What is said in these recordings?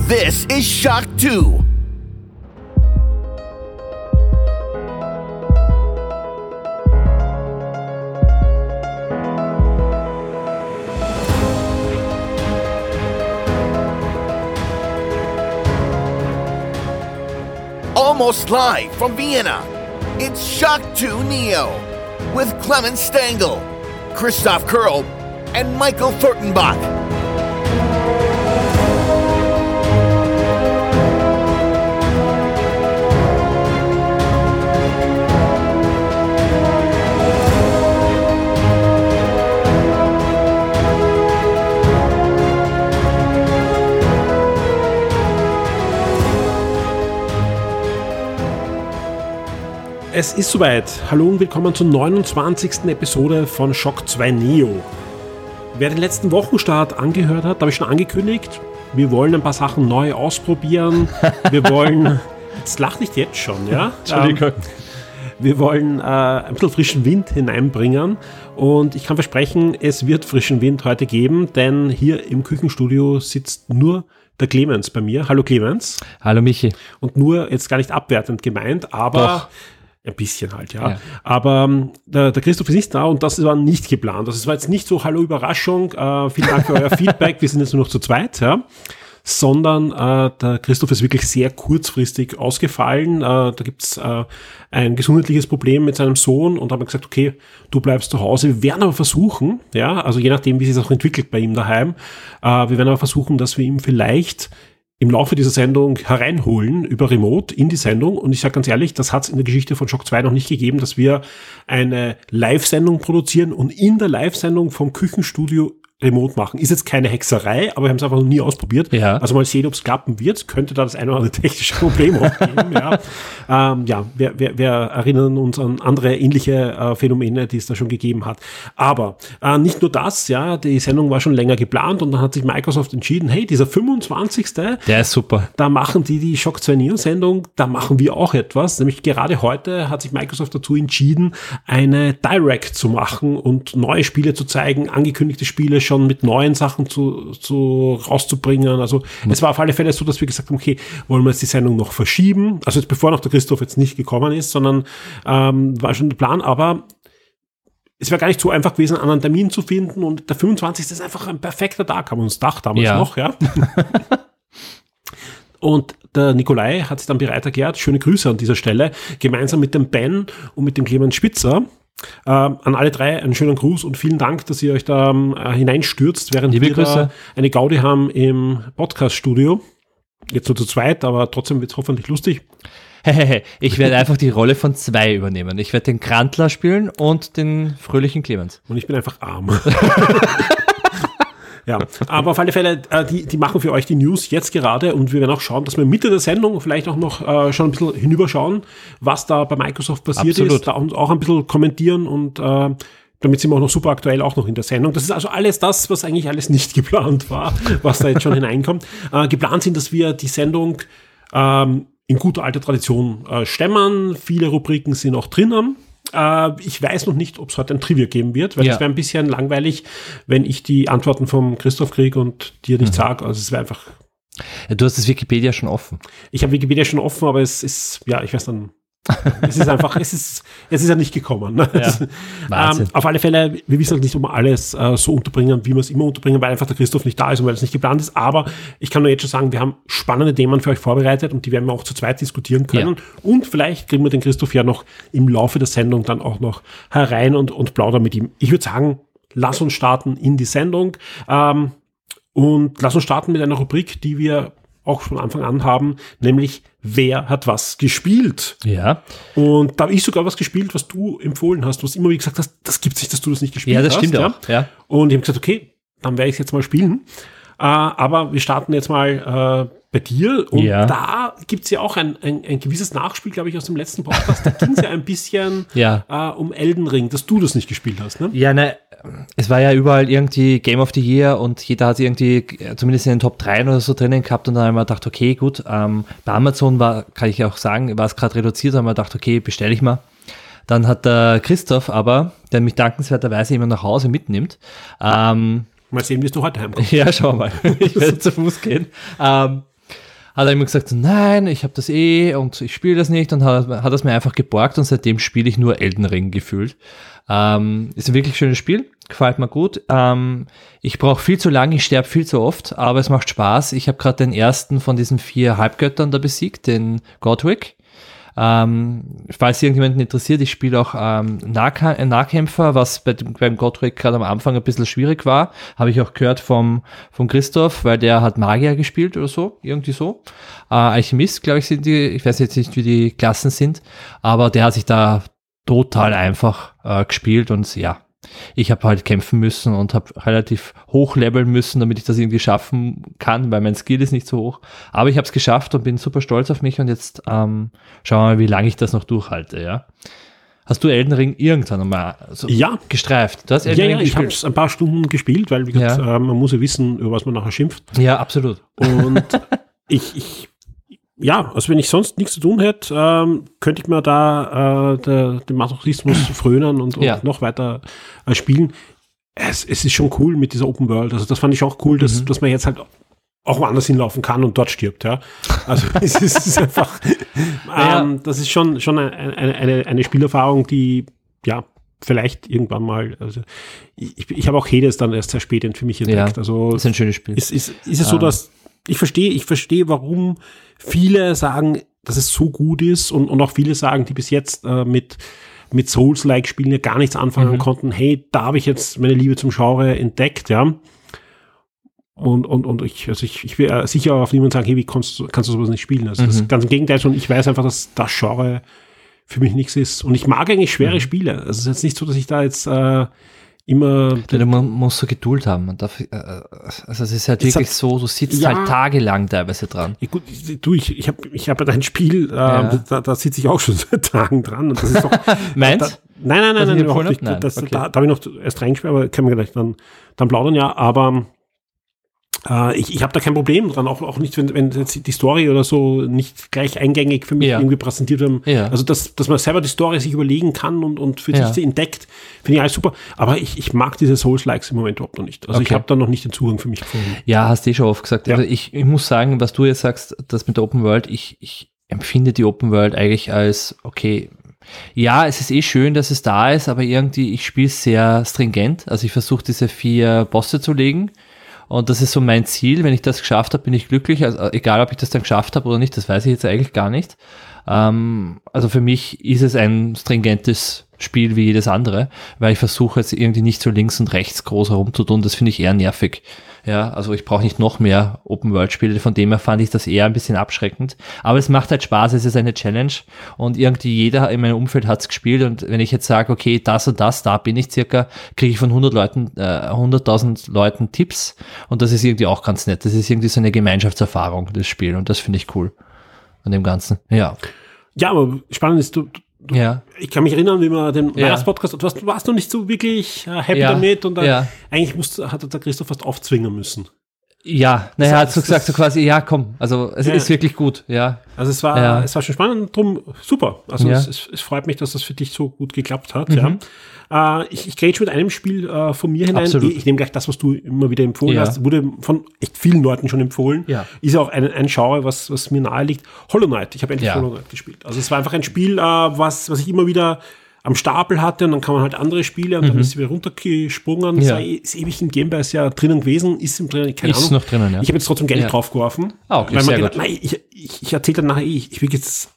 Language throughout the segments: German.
This is Shock 2. Almost live from Vienna, it's Shock 2 Neo with Clemens Stengel, Christoph Kurl, and Michael Furtenbach. Es ist soweit. Hallo und willkommen zur 29. Episode von Shock 2 Neo. Wer den letzten Wochenstart angehört hat, habe ich schon angekündigt, wir wollen ein paar Sachen neu ausprobieren. Wir wollen, jetzt lach nicht jetzt schon, ja? Entschuldigung. Wir wollen ein bisschen frischen Wind hineinbringen und ich kann versprechen, es wird frischen Wind heute geben, denn hier im Küchenstudio sitzt nur der Clemens bei mir. Hallo Clemens. Hallo Michi. Und nur, jetzt gar nicht abwertend gemeint, aber... Doch. Ein bisschen halt, ja. Aber der Christoph ist nicht da und das war nicht geplant. Das war jetzt nicht so, hallo Überraschung, vielen Dank für euer Feedback, wir sind jetzt nur noch zu zweit, ja. Sondern der Christoph ist wirklich sehr kurzfristig ausgefallen. Da gibt's ein gesundheitliches Problem mit seinem Sohn und haben gesagt, okay, du bleibst zu Hause. Wir werden aber versuchen, ja, also je nachdem, wie sich das auch entwickelt bei ihm daheim, wir werden aber versuchen, dass wir ihm vielleicht im Laufe dieser Sendung hereinholen über Remote in die Sendung. Und ich sage ganz ehrlich, das hat es in der Geschichte von Shock 2 noch nicht gegeben, dass wir eine Live-Sendung produzieren und in der Live-Sendung vom Küchenstudio remote machen. Ist jetzt keine Hexerei, aber wir haben es einfach noch nie ausprobiert. Ja. Also mal sehen, ob es klappen wird. Könnte da das eine oder andere technische Problem auch geben. Ja. Wir erinnern uns an andere ähnliche Phänomene, die es da schon gegeben hat. Aber nicht nur das, ja, die Sendung war schon länger geplant und dann hat sich Microsoft entschieden, hey, dieser 25. Der ist super. Da machen die Shock 2 Neo Sendung, da machen wir auch etwas. Nämlich gerade heute hat sich Microsoft dazu entschieden, eine Direct zu machen und neue Spiele zu zeigen, angekündigte Spiele schon mit neuen Sachen rauszubringen. Also es war auf alle Fälle so, dass wir gesagt haben, okay, wollen wir jetzt die Sendung noch verschieben? Also jetzt bevor noch der Christoph jetzt nicht gekommen ist, sondern war schon der Plan, aber es wäre gar nicht so einfach gewesen, einen anderen Termin zu finden und der 25. ist einfach ein perfekter Tag, haben wir uns gedacht damals noch, ja. Und der Nikolai hat sich dann bereit erklärt, schöne Grüße an dieser Stelle, gemeinsam mit dem Ben und mit dem Clemens Spitzer, an alle drei einen schönen Gruß und vielen Dank, dass ihr euch da hineinstürzt, während wir da eine Gaudi haben im Podcast-Studio. Jetzt nur zu zweit, aber trotzdem wird es hoffentlich lustig. Ich werde einfach die Rolle von zwei übernehmen. Ich werde den Krantler spielen und den fröhlichen Clemens. Und ich bin einfach arm. Ja, aber auf alle Fälle, die machen für euch die News jetzt gerade und wir werden auch schauen, dass wir Mitte der Sendung vielleicht auch noch schon ein bisschen hinüberschauen, was da bei Microsoft passiert ist, da und auch ein bisschen kommentieren und damit sind wir auch noch super aktuell auch noch in der Sendung. Das ist also alles das, was eigentlich alles nicht geplant war, was da jetzt schon hineinkommt. Geplant sind, dass wir die Sendung in guter alter Tradition stemmen. Viele Rubriken sind auch drinnen. Ich weiß noch nicht, ob es heute ein Trivia geben wird, weil es wäre ein bisschen langweilig, wenn ich die Antworten vom Christoph kriege und dir nicht sage. Also es wäre einfach... Du hast das Wikipedia schon offen. Ich habe Wikipedia schon offen, aber es ist, ja, ich weiß dann... Es ist einfach, es ist ja nicht gekommen. Ne? Ja, auf alle Fälle, wir wissen halt nicht, ob wir alles so unterbringen, wie wir es immer unterbringen, weil einfach der Christoph nicht da ist und weil es nicht geplant ist. Aber ich kann nur jetzt schon sagen, wir haben spannende Themen für euch vorbereitet und die werden wir auch zu zweit diskutieren können. Ja. Und vielleicht kriegen wir den Christoph ja noch im Laufe der Sendung dann auch noch herein und plaudern mit ihm. Ich würde sagen, lass uns starten in die Sendung und lass uns starten mit einer Rubrik, die wir auch von Anfang an haben, nämlich wer hat was gespielt? Ja. Und da habe ich sogar was gespielt, was du empfohlen hast, was immer wie gesagt hast, das gibt's nicht, dass du das nicht gespielt hast. Ja, das stimmt auch. Ja. Und ich habe gesagt, okay, dann werde ich es jetzt mal spielen. Aber wir starten jetzt mal bei dir. Und da gibt's ja auch ein gewisses Nachspiel, glaube ich, aus dem letzten Podcast. Da ging es ja ein bisschen um Elden Ring, dass du das nicht gespielt hast, ne? Ja, ne, es war ja überall irgendwie Game of the Year und jeder hat irgendwie zumindest in den Top 3 oder so drinnen gehabt und dann haben wir gedacht, okay, gut, bei Amazon kann ich auch sagen, war es gerade reduziert, haben wir gedacht, okay, bestelle ich mal. Dann hat der Christoph aber, der mich dankenswerterweise immer nach Hause mitnimmt, mal sehen, wie es du heute heimkommst. Ja, schau mal. Ich werde zu Fuß gehen. hat er immer gesagt, nein, ich habe das und ich spiele das nicht und hat es mir einfach geborgt und seitdem spiele ich nur Elden Ring gefühlt. Ist ein wirklich schönes Spiel, gefällt mir gut. Ich brauche viel zu lange, ich sterbe viel zu oft, aber es macht Spaß. Ich habe gerade den ersten von diesen 4 Halbgöttern da besiegt, den Godric. Falls irgendjemanden interessiert, ich spiele auch Nahkämpfer, was beim Godric gerade am Anfang ein bisschen schwierig war. Habe ich auch gehört vom Christoph, weil der hat Magier gespielt oder so, irgendwie so. Alchemist, glaube ich, sind die, ich weiß jetzt nicht, wie die Klassen sind, aber der hat sich da total einfach gespielt und ja, ich habe halt kämpfen müssen und habe relativ hoch leveln müssen, damit ich das irgendwie schaffen kann, weil mein Skill ist nicht so hoch. Aber ich habe es geschafft und bin super stolz auf mich und jetzt schauen wir mal, wie lange ich das noch durchhalte, ja. Hast du Elden Ring irgendwann mal gestreift? Du hast Elden Ring ich habe es ein paar Stunden gespielt, weil wie gesagt, man muss ja wissen, über was man nachher schimpft. Ja, absolut. Und also wenn ich sonst nichts zu tun hätte, könnte ich mir da den Masochismus frönen und noch weiter spielen. Es ist schon cool mit dieser Open World. Also das fand ich auch cool, dass man jetzt halt auch woanders hinlaufen kann und dort stirbt. Ja. Also es ist einfach, das ist schon eine Spielerfahrung, die vielleicht irgendwann mal, also ich habe auch Hades dann erst sehr spät für mich entdeckt. Also ist ein schönes Spiel. Ist es so, dass ich verstehe, warum viele sagen, dass es so gut ist und auch viele sagen, die bis jetzt mit Souls-like-Spielen ja gar nichts anfangen konnten. Hey, da habe ich jetzt meine Liebe zum Genre entdeckt, ja. Und ich will sicher auf niemanden sagen, hey, wie kannst du sowas nicht spielen? Also das ist ganz im Gegenteil, und ich weiß einfach, dass das Genre für mich nichts ist. Und ich mag eigentlich schwere Spiele. Also es ist jetzt nicht so, dass ich da jetzt immer... Man muss so Geduld haben. Man darf, also es ist halt wirklich so, du sitzt halt tagelang teilweise dran. Ja, gut, ich hab ein Spiel, da sitze ich auch schon seit Tagen dran. Und das ist doch, Meins? Nein, überhaupt nicht. Da habe ich noch erst reingespielt, aber können wir gleich dann plaudern, ja. Aber ich habe da kein Problem dran, auch nicht, wenn jetzt die Story oder so nicht gleich eingängig für mich irgendwie präsentiert wird. Ja. Also, dass man selber die Story sich überlegen kann und für sich sie entdeckt, finde ich alles super. Aber ich mag diese Souls-Likes im Moment überhaupt noch nicht. Also ich habe da noch nicht den Zugang für mich gefunden. Ja, hast du schon oft gesagt. Ja. Also ich muss sagen, was du jetzt sagst, das mit der Open World, ich empfinde die Open World eigentlich als, okay, ja, es ist schön, dass es da ist, aber irgendwie, ich spiele sehr stringent. Also ich versuche diese 4 Bosse zu legen. Und das ist so mein Ziel. Wenn ich das geschafft habe, bin ich glücklich. Also egal, ob ich das dann geschafft habe oder nicht, das weiß ich jetzt eigentlich gar nicht. Also für mich ist es ein stringentes Spiel wie jedes andere, weil ich versuche jetzt irgendwie nicht so links und rechts groß herumzutun. Das finde ich eher nervig. Ja, also ich brauche nicht noch mehr Open-World-Spiele. Von dem her fand ich das eher ein bisschen abschreckend. Aber es macht halt Spaß, es ist eine Challenge und irgendwie jeder in meinem Umfeld hat es gespielt und wenn ich jetzt sage, okay, das und das, da bin ich circa, kriege ich von 100.000 Leuten Tipps und das ist irgendwie auch ganz nett. Das ist irgendwie so eine Gemeinschaftserfahrung, das Spiel und das finde ich cool an dem Ganzen. Ja, aber spannend ist, ich kann mich erinnern, wie man den Weihnachtspodcast, du warst noch nicht so wirklich happy damit und eigentlich hat der Christoph fast aufzwingen müssen. Ja, er hat so gesagt, so quasi, ja komm, also es ist wirklich gut, ja. Also es war schon spannend, drum super. Also es freut mich, dass das für dich so gut geklappt hat, Ich grätsche mit einem Spiel von mir hinein. Absolut. Ich nehme gleich das, was du immer wieder empfohlen hast. Wurde von echt vielen Leuten schon empfohlen. Ja. Ist ja auch ein Genre, was mir nahe liegt. Hollow Knight. Ich habe endlich Hollow Knight gespielt. Also es war einfach ein Spiel, was ich immer wieder am Stapel hatte und dann kann man halt andere Spiele und dann ist sie wieder runtergesprungen. Ist ewig im Game Pass drinnen gewesen, ist keine Ahnung. Noch drinnen, ja. Ich habe jetzt trotzdem Geld draufgeworfen. Okay, weil man gedacht, nein, ich erzähle dann nachher, ich will jetzt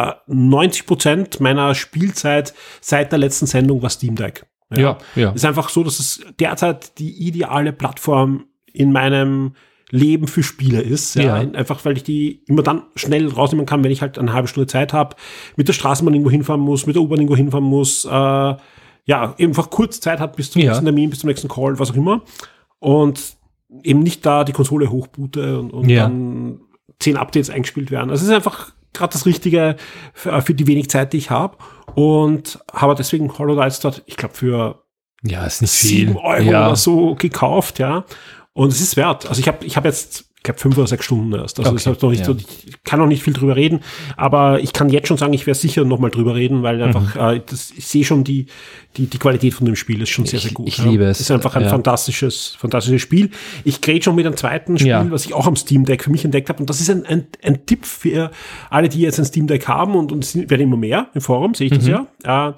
90% meiner Spielzeit seit der letzten Sendung war Steam Deck. Ja. Ist einfach so, dass es derzeit die ideale Plattform in meinem Leben für Spiele ist. Einfach, weil ich die immer dann schnell rausnehmen kann, wenn ich halt eine halbe Stunde Zeit habe, mit der Straßenbahn irgendwo hinfahren muss, mit der U-Bahn irgendwo hinfahren muss, einfach kurz Zeit habe bis zum nächsten Termin, bis zum nächsten Call, was auch immer. Und eben nicht da die Konsole hochboote und dann 10 Updates eingespielt werden. Also es ist einfach gerade das Richtige für die wenig Zeit, die ich habe. Und habe deswegen Hollow Knight dort, ich glaube, für ist nicht 7 viel. Euro oder so gekauft, Und es ist wert. Also ich hab jetzt glaube 5 oder 6 Stunden erst. Also ist halt noch nicht so, ich kann noch nicht viel drüber reden, aber ich kann jetzt schon sagen, ich werde sicher nochmal drüber reden, weil einfach, ich sehe schon die Qualität von dem Spiel ist schon sehr, sehr gut. Ich liebe es. Ist einfach ein fantastisches Spiel. Ich rede schon mit einem zweiten Spiel, was ich auch am Steam Deck für mich entdeckt habe. Und das ist ein Tipp für alle, die jetzt ein Steam Deck haben und es werden immer mehr im Forum, sehe ich das ja.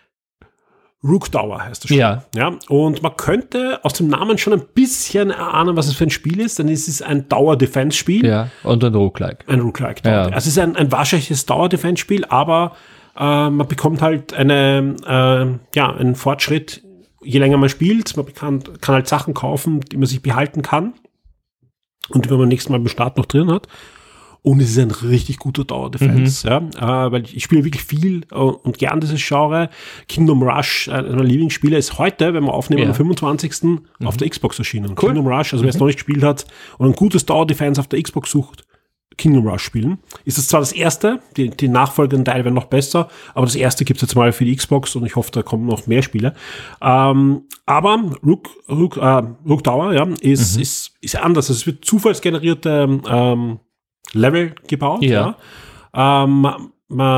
Rook Tower heißt das Spiel. Ja. Und man könnte aus dem Namen schon ein bisschen erahnen, was es für ein Spiel ist, denn es ist ein Tower-Defense-Spiel. Ja, und ein Roguelike. Ein Roguelike. Ja. Also es ist ein wahrscheinliches Tower-Defense-Spiel, aber man bekommt halt einen Fortschritt, je länger man spielt. Man kann halt Sachen kaufen, die man sich behalten kann und die man beim nächsten Mal beim Start noch drin hat. Und es ist ein richtig guter Tower-Defense, weil ich spiele wirklich viel und gern dieses Genre. Kingdom Rush, einer meiner Lieblingsspiele, ist heute, wenn wir aufnehmen, am 25. auf der Xbox erschienen. Cool. Kingdom Rush, also wer es noch nicht gespielt hat und ein gutes Tower-Defense auf der Xbox sucht, Kingdom Rush spielen. Ist das zwar das erste, die nachfolgenden Teile werden noch besser, aber das erste gibt es jetzt mal für die Xbox und ich hoffe, da kommen noch mehr Spiele. Aber Rook Tower, ist anders. Also es wird zufallsgenerierte Level gebaut. Man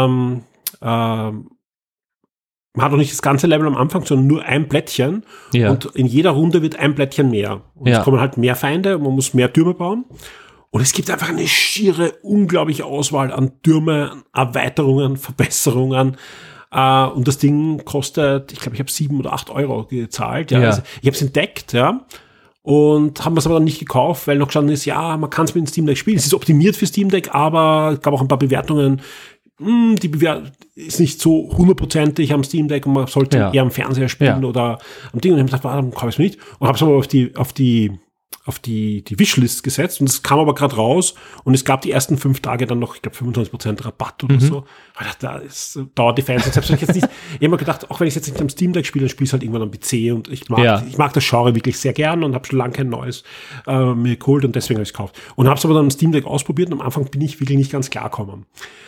hat auch nicht das ganze Level am Anfang, sondern nur ein Blättchen. Und in jeder Runde wird ein Blättchen mehr. Und es kommen halt mehr Feinde und man muss mehr Türme bauen. Und es gibt einfach eine schiere, unglaubliche Auswahl an Türme, Erweiterungen, Verbesserungen. Und das Ding kostet, ich glaube, ich habe 7 oder 8 Euro gezahlt. Also ich habe es entdeckt, und haben es aber dann nicht gekauft, weil noch gestanden ist, man kann es mit dem Steam Deck spielen. Es ist optimiert für Steam Deck, aber es gab auch ein paar Bewertungen. Die Bewertung ist nicht so 100%ig am Steam Deck und man sollte eher am Fernseher spielen oder am Ding. Und ich habe gedacht, dann kaufe ich es mir nicht. Und habe es aber auf die Wishlist gesetzt und es kam aber gerade raus und es gab die ersten 5 Tage dann noch, ich glaube, 25% Rabatt oder so. Ich dachte, das dauert die Fans. Selbst wenn ich jetzt nicht, ich habe mir gedacht, auch wenn ich jetzt nicht am Steam Deck spiele, dann spiele ich halt irgendwann am PC und ich mag das Genre wirklich sehr gern und habe schon lange kein neues mir geholt und deswegen habe ich es gekauft. Und habe es aber dann am Steam Deck ausprobiert und am Anfang bin ich wirklich nicht ganz klar gekommen.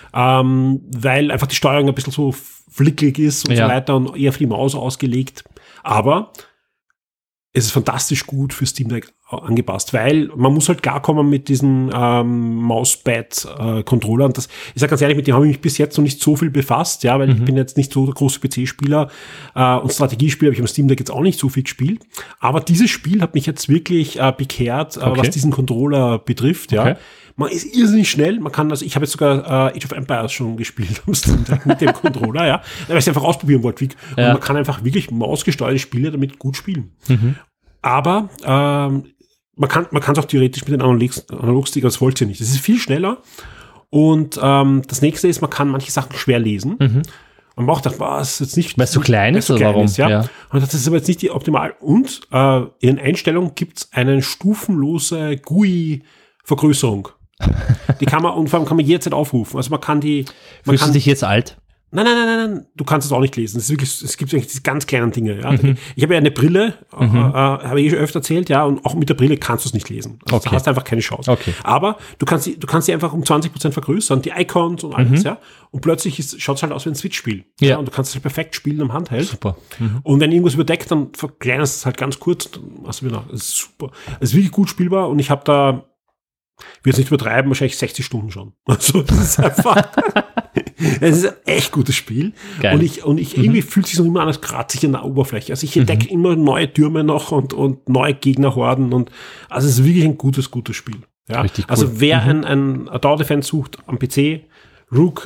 Weil einfach die Steuerung ein bisschen so flickig ist und so weiter und eher für die Maus ausgelegt. Aber es ist fantastisch gut für Steam Deck angepasst, weil man muss halt klarkommen mit diesen Mauspad-Controllern. Ich sage ganz ehrlich, mit dem habe ich mich bis jetzt noch nicht so viel befasst, weil ich bin jetzt nicht so der große PC-Spieler und Strategiespiele habe ich am Steam Deck jetzt auch nicht so viel gespielt. Aber dieses Spiel hat mich jetzt wirklich bekehrt, was diesen Controller betrifft. Okay. Man ist irrsinnig schnell. Man kann ich habe jetzt sogar Age of Empires schon gespielt am Steam Deck mit dem Controller, weil ich es einfach ausprobieren wollte. Und man kann einfach wirklich mausgesteuerte Spiele damit gut spielen. Aber man kann es auch theoretisch mit den Analogstick, das wollt ihr nicht. Es ist viel schneller. Und das nächste ist, man kann manche Sachen schwer lesen. Man braucht gedacht, was jetzt nicht. Weil es so klein ist, oder warum? Und das ist aber jetzt nicht die optimal. Und in Einstellungen gibt es eine stufenlose GUI-Vergrößerung. Die kann man, und vor allem kann man jederzeit aufrufen. Also man kann die. Fühlst du dich jetzt alt? Nein. Du kannst es auch nicht lesen. Es gibt wirklich diese ganz kleinen Dinge. Ich habe ja eine Brille, habe ich schon öfter erzählt, und auch mit der Brille kannst du es nicht lesen. Also du hast einfach keine Chance. Aber du kannst sie einfach um 20% vergrößern, die Icons und alles, Und plötzlich schaut es halt aus wie ein Switch-Spiel. Und du kannst es halt perfekt spielen am Handheld. Super. Und wenn irgendwas überdeckt, dann verkleinerst du es halt ganz kurz. Dann hast du wieder. Das ist super. Es ist wirklich gut spielbar und ich habe da, ich will es nicht übertreiben, wahrscheinlich 60 Stunden schon. Also das ist einfach, es ist ein echt gutes Spiel. Geil. Und ich irgendwie fühlt sich noch immer an, als kratzt sich an der Oberfläche. Also ich entdecke immer neue Türme noch und neue Gegnerhorden also es ist wirklich ein gutes Spiel. Ja? Richtig cool. Also wer ein Tower Defense sucht am PC, Rook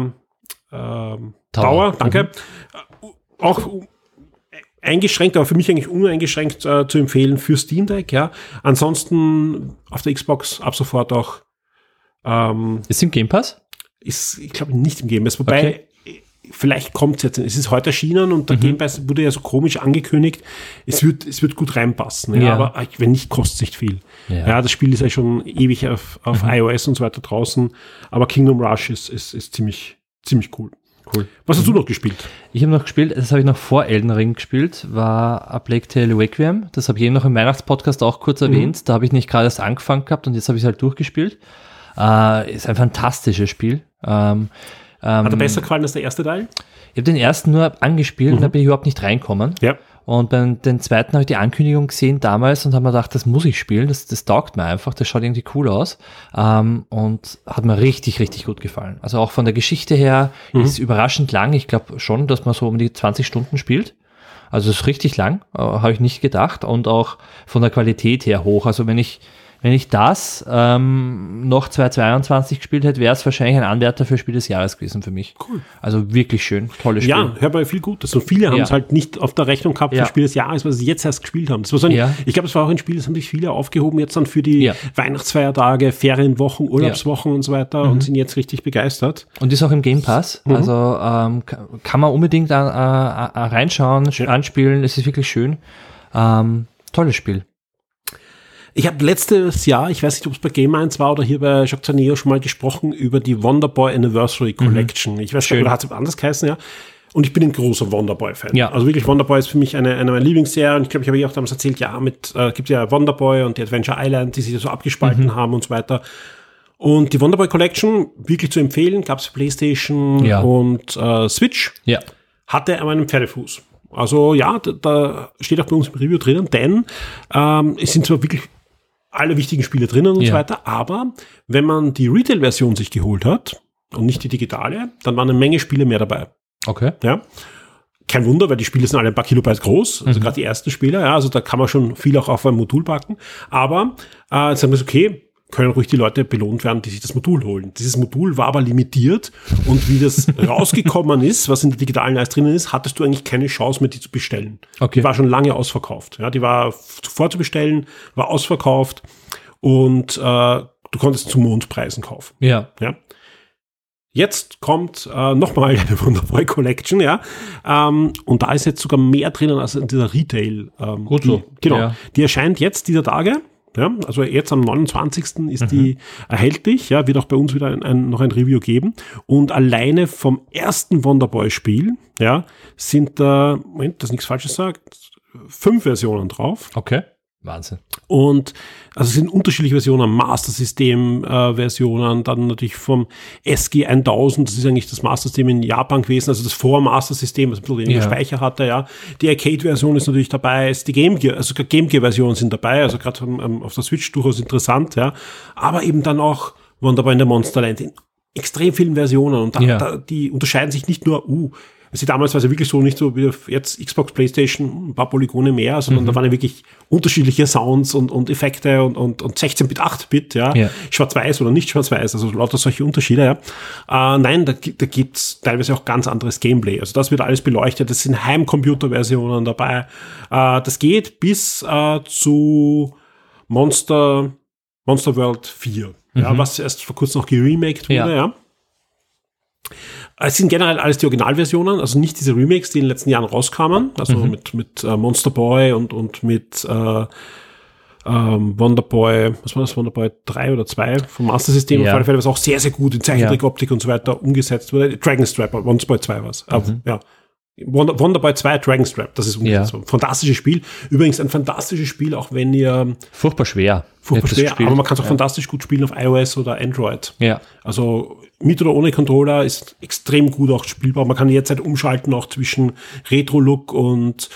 Tower, danke. Auch eingeschränkt, aber für mich eigentlich uneingeschränkt zu empfehlen für Steam Deck, Ansonsten auf der Xbox ab sofort auch. Ist im Game Pass? Ist, ich glaube, nicht im Game Pass. Wobei, vielleicht kommt es jetzt. Es ist heute erschienen und der Game Pass wurde ja so komisch angekündigt. Es wird gut reinpassen. Aber wenn nicht, kostet es nicht viel. Das Spiel ist ja schon ewig auf iOS und so weiter draußen. Aber Kingdom Rush ist ziemlich cool. Cool. Was hast du noch gespielt? Ich habe noch gespielt, das habe ich noch vor Elden Ring gespielt, war A Plague Tale Requiem. Das habe ich eben noch im Weihnachtspodcast auch kurz erwähnt. Da habe ich nicht gerade erst angefangen gehabt und jetzt habe ich es halt durchgespielt. Ist ein fantastisches Spiel. Hat er besser gefallen als der erste Teil? Ich habe den ersten nur angespielt und da bin ich überhaupt nicht reinkommen. Und beim den zweiten habe ich die Ankündigung gesehen damals und habe mir gedacht, das muss ich spielen, das taugt mir einfach, das schaut irgendwie cool aus und hat mir richtig, richtig gut gefallen. Also auch von der Geschichte her ist es überraschend lang. Ich glaube schon, dass man so um die 20 Stunden spielt. Also es ist richtig lang, habe ich nicht gedacht und auch von der Qualität her hoch. Also wenn ich das noch 2022 gespielt hätte, wäre es wahrscheinlich ein Anwärter für Spiel des Jahres gewesen für mich. Cool. Also wirklich schön, tolles Spiel. Ja, hört man viel Gutes. Und viele haben es halt nicht auf der Rechnung gehabt für Spiel des Jahres, weil sie jetzt erst gespielt haben. Das war so ich glaube, es war auch ein Spiel, das haben sich viele aufgehoben jetzt dann für die Weihnachtsfeiertage, Ferienwochen, Urlaubswochen und so weiter und sind jetzt richtig begeistert. Und ist auch im Game Pass. Also kann man unbedingt reinschauen, anspielen. Es ist wirklich schön. Tolles Spiel. Ich habe letztes Jahr, ich weiß nicht, ob es bei Game 1 war oder hier bei Jacques Zaneo schon mal gesprochen über die Wonderboy Anniversary Collection. Ich weiß nicht, oder hat es anders geheißen, ja. Und ich bin ein großer Wonderboy-Fan. Ja. Also wirklich, Wonderboy ist für mich eine meiner Lieblingsserien. Und ich glaube, ich habe ja auch damals erzählt, gibt ja Wonderboy und die Adventure Island, die sich so abgespalten haben und so weiter. Und die Wonderboy Collection, wirklich zu empfehlen, gab es für PlayStation und Switch. Ja. Hatte aber einen Pferdefuß. Also ja, da steht auch bei uns im Review drinnen, denn es sind zwar wirklich alle wichtigen Spiele drinnen und so weiter, aber wenn man die Retail-Version sich geholt hat und nicht die digitale, dann waren eine Menge Spiele mehr dabei. Okay. Ja. Kein Wunder, weil die Spiele sind alle ein paar Kilobyte groß, also gerade die ersten Spiele, ja, also da kann man schon viel auch auf ein Modul packen, aber jetzt haben wir okay, können ruhig die Leute belohnt werden, die sich das Modul holen. Dieses Modul war aber limitiert und wie das rausgekommen ist, was in der digitalen Eis drinnen ist, hattest du eigentlich keine Chance mehr, die zu bestellen. Okay. Die war schon lange ausverkauft. Ja, die war vorzubestellen, war ausverkauft und du konntest zu Mondpreisen kaufen. Ja. Jetzt kommt nochmal eine Wonderboy Collection, und da ist jetzt sogar mehr drinnen als in dieser Retail. Gut so. Genau. Die erscheint jetzt dieser Tage. Ja, also jetzt am 29. ist die erhältlich, wird auch bei uns wieder noch ein Review geben. Und alleine vom ersten Wonderboy-Spiel, sind da, Moment, dass nichts Falsches sagt, 5 Versionen drauf. Okay. Wahnsinn. Und also es sind unterschiedliche Versionen, Master-System-Versionen, dann natürlich vom SG-1000, das ist eigentlich das Master-System in Japan gewesen, also das Vor-Master-System, was ein bisschen weniger Speicher hatte, Die Arcade-Version ist natürlich dabei, die Game Gear-Versionen sind dabei, also gerade auf der Switch durchaus interessant, aber eben dann auch Wonderboy in der Monsterland in extrem vielen Versionen und die unterscheiden sich nicht nur, also damals war es ja wirklich so, nicht so wie jetzt Xbox, Playstation, ein paar Polygone mehr, sondern da waren ja wirklich unterschiedliche Sounds und Effekte und 16-Bit, 8-Bit, schwarz-weiß oder nicht schwarz-weiß, also lauter solche Unterschiede, Nein, da gibt's teilweise auch ganz anderes Gameplay. Also das wird alles beleuchtet, das sind Heimcomputer-Versionen dabei. Das geht bis zu Monster World 4, was erst vor kurzem noch geremaked wurde, Es sind generell alles die Originalversionen, also nicht diese Remakes, die in den letzten Jahren rauskamen, also mit Monster Boy und mit Wonderboy, was war das, Wonderboy 3 oder 2 vom Master System, auf alle Fälle, was auch sehr, sehr gut in Zeichentrickoptik und so weiter umgesetzt wurde. Dragonstrap, Wonderboy 2 war es. Wonderboy 2 Dragonstrap, das ist umgesetzt worden. Fantastisches Spiel. Übrigens ein fantastisches Spiel, auch wenn ihr... Furchtbar schwer, aber man kann es auch fantastisch gut spielen auf iOS oder Android. Ja. Also mit oder ohne Controller ist extrem gut auch spielbar. Man kann jederzeit umschalten auch zwischen Retro-Look und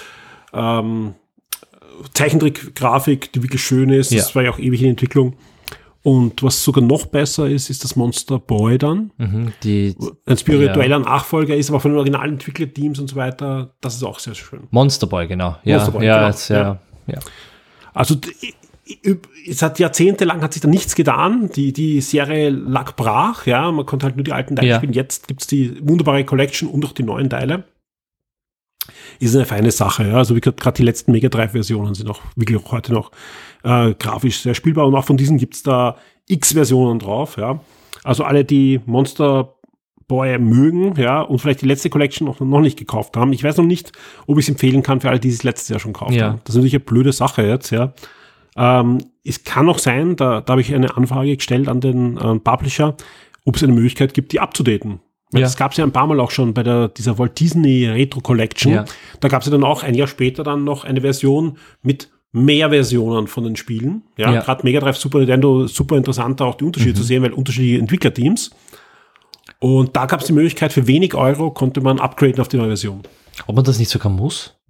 Zeichentrick-Grafik, die wirklich schön ist. Das war ja auch ewig in Entwicklung. Und was sogar noch besser ist das Monster Boy dann. Ein spiritueller Nachfolger ist, aber von den originalen Entwicklerteams und so weiter. Das ist auch sehr schön. Monster Boy, genau. Monster Boy, genau. Also es hat jahrzehntelang hat sich da nichts getan. Die Serie lag brach, man konnte halt nur die alten Teile spielen. Jetzt gibt's die wunderbare Collection und auch die neuen Teile. Ist eine feine Sache, Also wie gesagt, gerade die letzten Mega Drive-Versionen sind auch wirklich auch heute noch grafisch sehr spielbar und auch von diesen gibt's da X-Versionen drauf, Also alle, die Monster Boy mögen, und vielleicht die letzte Collection noch nicht gekauft haben. Ich weiß noch nicht, ob ich es empfehlen kann für alle, die es letztes Jahr schon gekauft haben. Das ist natürlich eine blöde Sache jetzt, Es kann auch sein, da habe ich eine Anfrage gestellt an den Publisher, ob es eine Möglichkeit gibt, die abzudaten. Das gab es ja ein paar Mal auch schon bei dieser Walt Disney Retro Collection. Da gab es ja dann auch ein Jahr später dann noch eine Version mit mehr Versionen von den Spielen. Gerade Mega Drive, Super Nintendo, super interessant auch die Unterschiede zu sehen, weil unterschiedliche Entwicklerteams. Und da gab es die Möglichkeit, für wenig Euro konnte man upgraden auf die neue Version. Ob man das nicht sogar muss?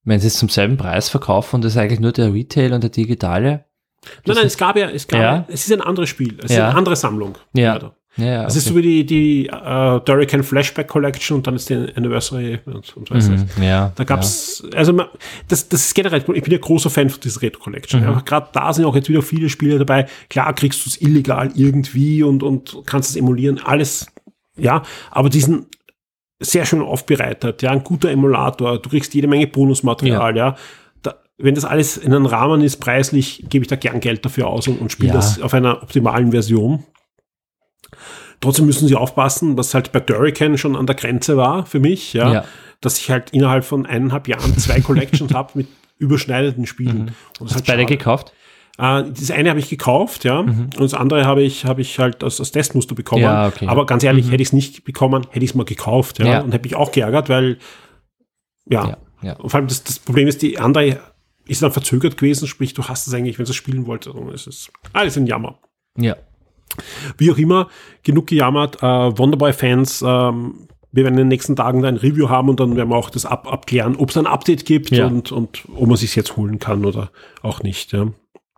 wenn sie es zum selben Preis verkaufen und das ist eigentlich nur der Retail und der digitale. Nein, es ist ein anderes Spiel. Es ist eine andere Sammlung. Ja. Leider. Es ist so wie die Turrican Flashback Collection und dann ist die Anniversary und weiß nicht. Da gab's, also das ist generell, ich bin ja großer Fan von dieser Retro Collection. Gerade da sind auch jetzt wieder viele Spiele dabei. Klar kriegst du es illegal irgendwie und kannst es emulieren, alles, ja, aber die sind sehr schön aufbereitet, ja, ein guter Emulator, du kriegst jede Menge Bonusmaterial, ja. Wenn das alles in einem Rahmen ist, preislich, gebe ich da gern Geld dafür aus und spiele das auf einer optimalen Version. Trotzdem müssen sie aufpassen, was halt bei Turrican schon an der Grenze war für mich, dass ich halt innerhalb von 1,5 Jahren 2 Collections habe mit überschneidenden Spielen. Und hast du beide gekauft? Das eine habe ich gekauft, und das andere habe ich halt als Testmuster bekommen. Ja, okay. Aber ganz ehrlich, hätte ich es nicht bekommen, hätte ich es mal gekauft, und hätte mich auch geärgert, weil, und vor allem das Problem ist, die andere ist dann verzögert gewesen, sprich, du hast es eigentlich, wenn du es spielen wolltest, und es ist alles ein Jammer. Ja. Wie auch immer, genug gejammert. Wonderboy-Fans, wir werden in den nächsten Tagen ein Review haben und dann werden wir auch das abklären, ob es ein Update gibt und ob man sich jetzt holen kann oder auch nicht. Ja.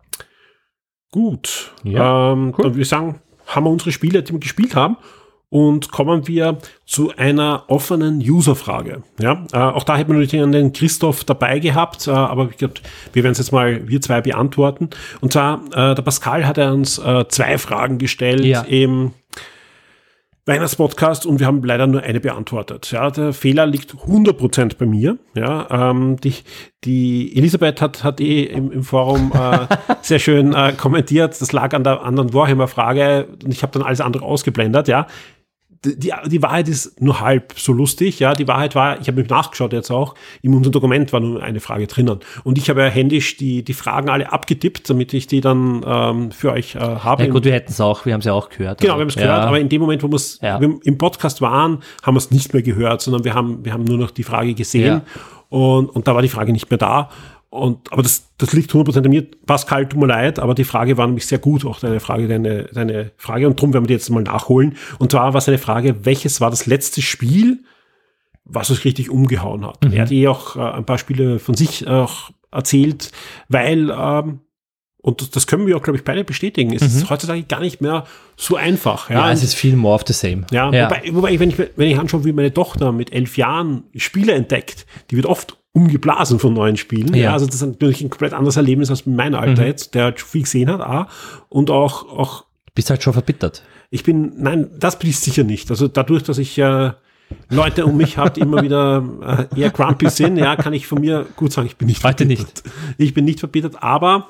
Gut. Cool. Dann würde ich sagen, haben wir unsere Spiele, die wir gespielt haben. Und kommen wir zu einer offenen User-Frage. Ja, auch da hätten wir natürlich den Christoph dabei gehabt, aber ich glaube, wir werden es jetzt mal wir zwei beantworten. Und zwar, der Pascal hat uns 2 Fragen gestellt im Weihnachtspodcast und wir haben leider nur eine beantwortet. Ja, der Fehler liegt 100% bei mir. Ja, die Elisabeth hat im Forum sehr schön kommentiert, das lag an der anderen Warhammer-Frage und ich habe dann alles andere ausgeblendet, ja. Die Wahrheit ist nur halb so lustig, ja. Die Wahrheit war, ich habe mich nachgeschaut jetzt auch, in unserem Dokument war nur eine Frage drinnen. Und ich habe ja händisch die Fragen alle abgetippt, damit ich die dann für euch habe. Ja gut, wir haben es ja auch gehört. Genau, wir haben es gehört, aber in dem Moment, wo wir im Podcast waren, haben wir es nicht mehr gehört, sondern wir haben nur noch die Frage gesehen und da war die Frage nicht mehr da. Aber das liegt 100% an mir. Pascal, tut mir leid, aber die Frage war nämlich sehr gut, auch deine Frage. Und darum werden wir die jetzt mal nachholen. Und zwar war seine Frage, welches war das letzte Spiel, was euch richtig umgehauen hat? Er hat auch ein paar Spiele von sich auch erzählt, weil, und das können wir auch, glaube ich, beide bestätigen, es ist heutzutage gar nicht mehr so einfach. Ja, es ist viel more of the same. Ja. Wobei wenn ich anschaue, wie meine Tochter mit 11 Jahren Spiele entdeckt, die wird oft umgeblasen von neuen Spielen. Ja, also das ist natürlich ein komplett anderes Erlebnis als mein Alter jetzt, der halt viel gesehen hat. Und auch bist halt schon verbittert. Nein, das bin ich sicher nicht. Also dadurch, dass ich Leute um mich habe, die immer wieder eher grumpy sind, kann ich von mir gut sagen, ich bin nicht verbittert. Ich bin nicht verbittert, aber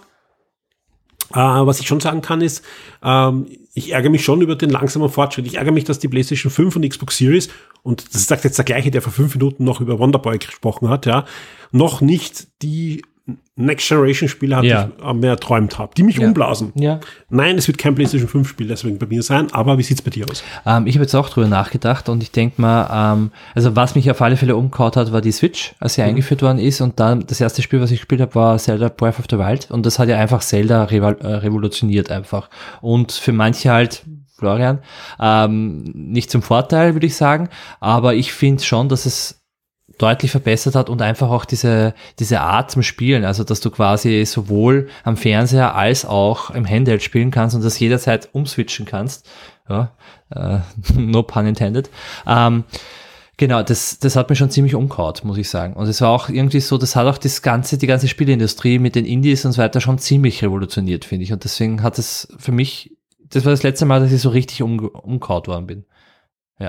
was ich schon sagen kann ist, ich ärgere mich schon über den langsamen Fortschritt. Ich ärgere mich, dass die PlayStation 5 und Xbox Series, und das sagt jetzt der gleiche, der vor 5 Minuten noch über Wonderboy gesprochen hat, noch nicht die Next-Generation-Spiele hat, die ich mehr erträumt habe, die mich umblasen. Ja. Nein, es wird kein PlayStation 5-Spiel deswegen bei mir sein, aber wie sieht's bei dir aus? Ich habe jetzt auch drüber nachgedacht und ich denke mal, also was mich auf alle Fälle umgehauen hat, war die Switch, als sie eingeführt worden ist und dann das erste Spiel, was ich gespielt habe, war Zelda Breath of the Wild und das hat ja einfach Zelda revolutioniert einfach und für manche halt Florian, nicht zum Vorteil, würde ich sagen, aber ich finde schon, dass es deutlich verbessert hat und einfach auch diese Art zum Spielen, also dass du quasi sowohl am Fernseher als auch im Handheld spielen kannst und das jederzeit umswitchen kannst. Ja, no pun intended. Genau, das hat mich schon ziemlich umgehauen, muss ich sagen. Und es war auch irgendwie so, das hat auch die ganze Spieleindustrie mit den Indies und so weiter schon ziemlich revolutioniert, finde ich. Und deswegen hat es für mich, das war das letzte Mal, dass ich so richtig umgehauen worden bin. Ja.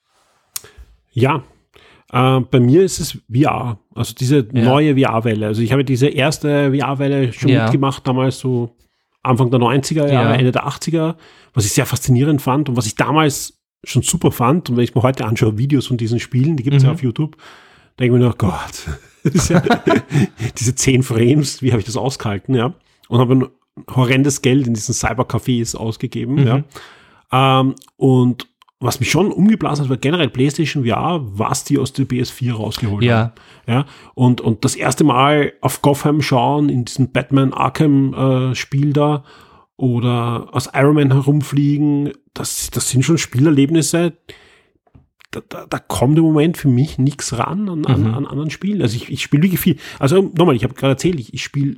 Ja. Bei mir ist es VR, also diese neue VR-Welle. Also ich habe diese erste VR-Welle schon mitgemacht, damals so Anfang der 90er Jahre, Ende der 80er, was ich sehr faszinierend fand und was ich damals schon super fand. Und wenn ich mir heute anschaue, Videos von diesen Spielen, die gibt es ja auf YouTube, denke ich mir noch, Gott, diese 10 Frames, wie habe ich das ausgehalten, ja? Und habe ein horrendes Geld in diesen Cybercafés ausgegeben, und was mich schon umgeblasen hat, war generell PlayStation VR, was die aus der PS4 rausgeholt haben. Ja, und das erste Mal auf Gotham schauen, in diesem Batman Arkham Spiel da, oder aus Iron Man herumfliegen, das sind schon Spielerlebnisse, da kommt im Moment für mich nichts ran an anderen Spielen. Also ich spiele wirklich viel. Also nochmal, ich habe gerade erzählt, ich spiele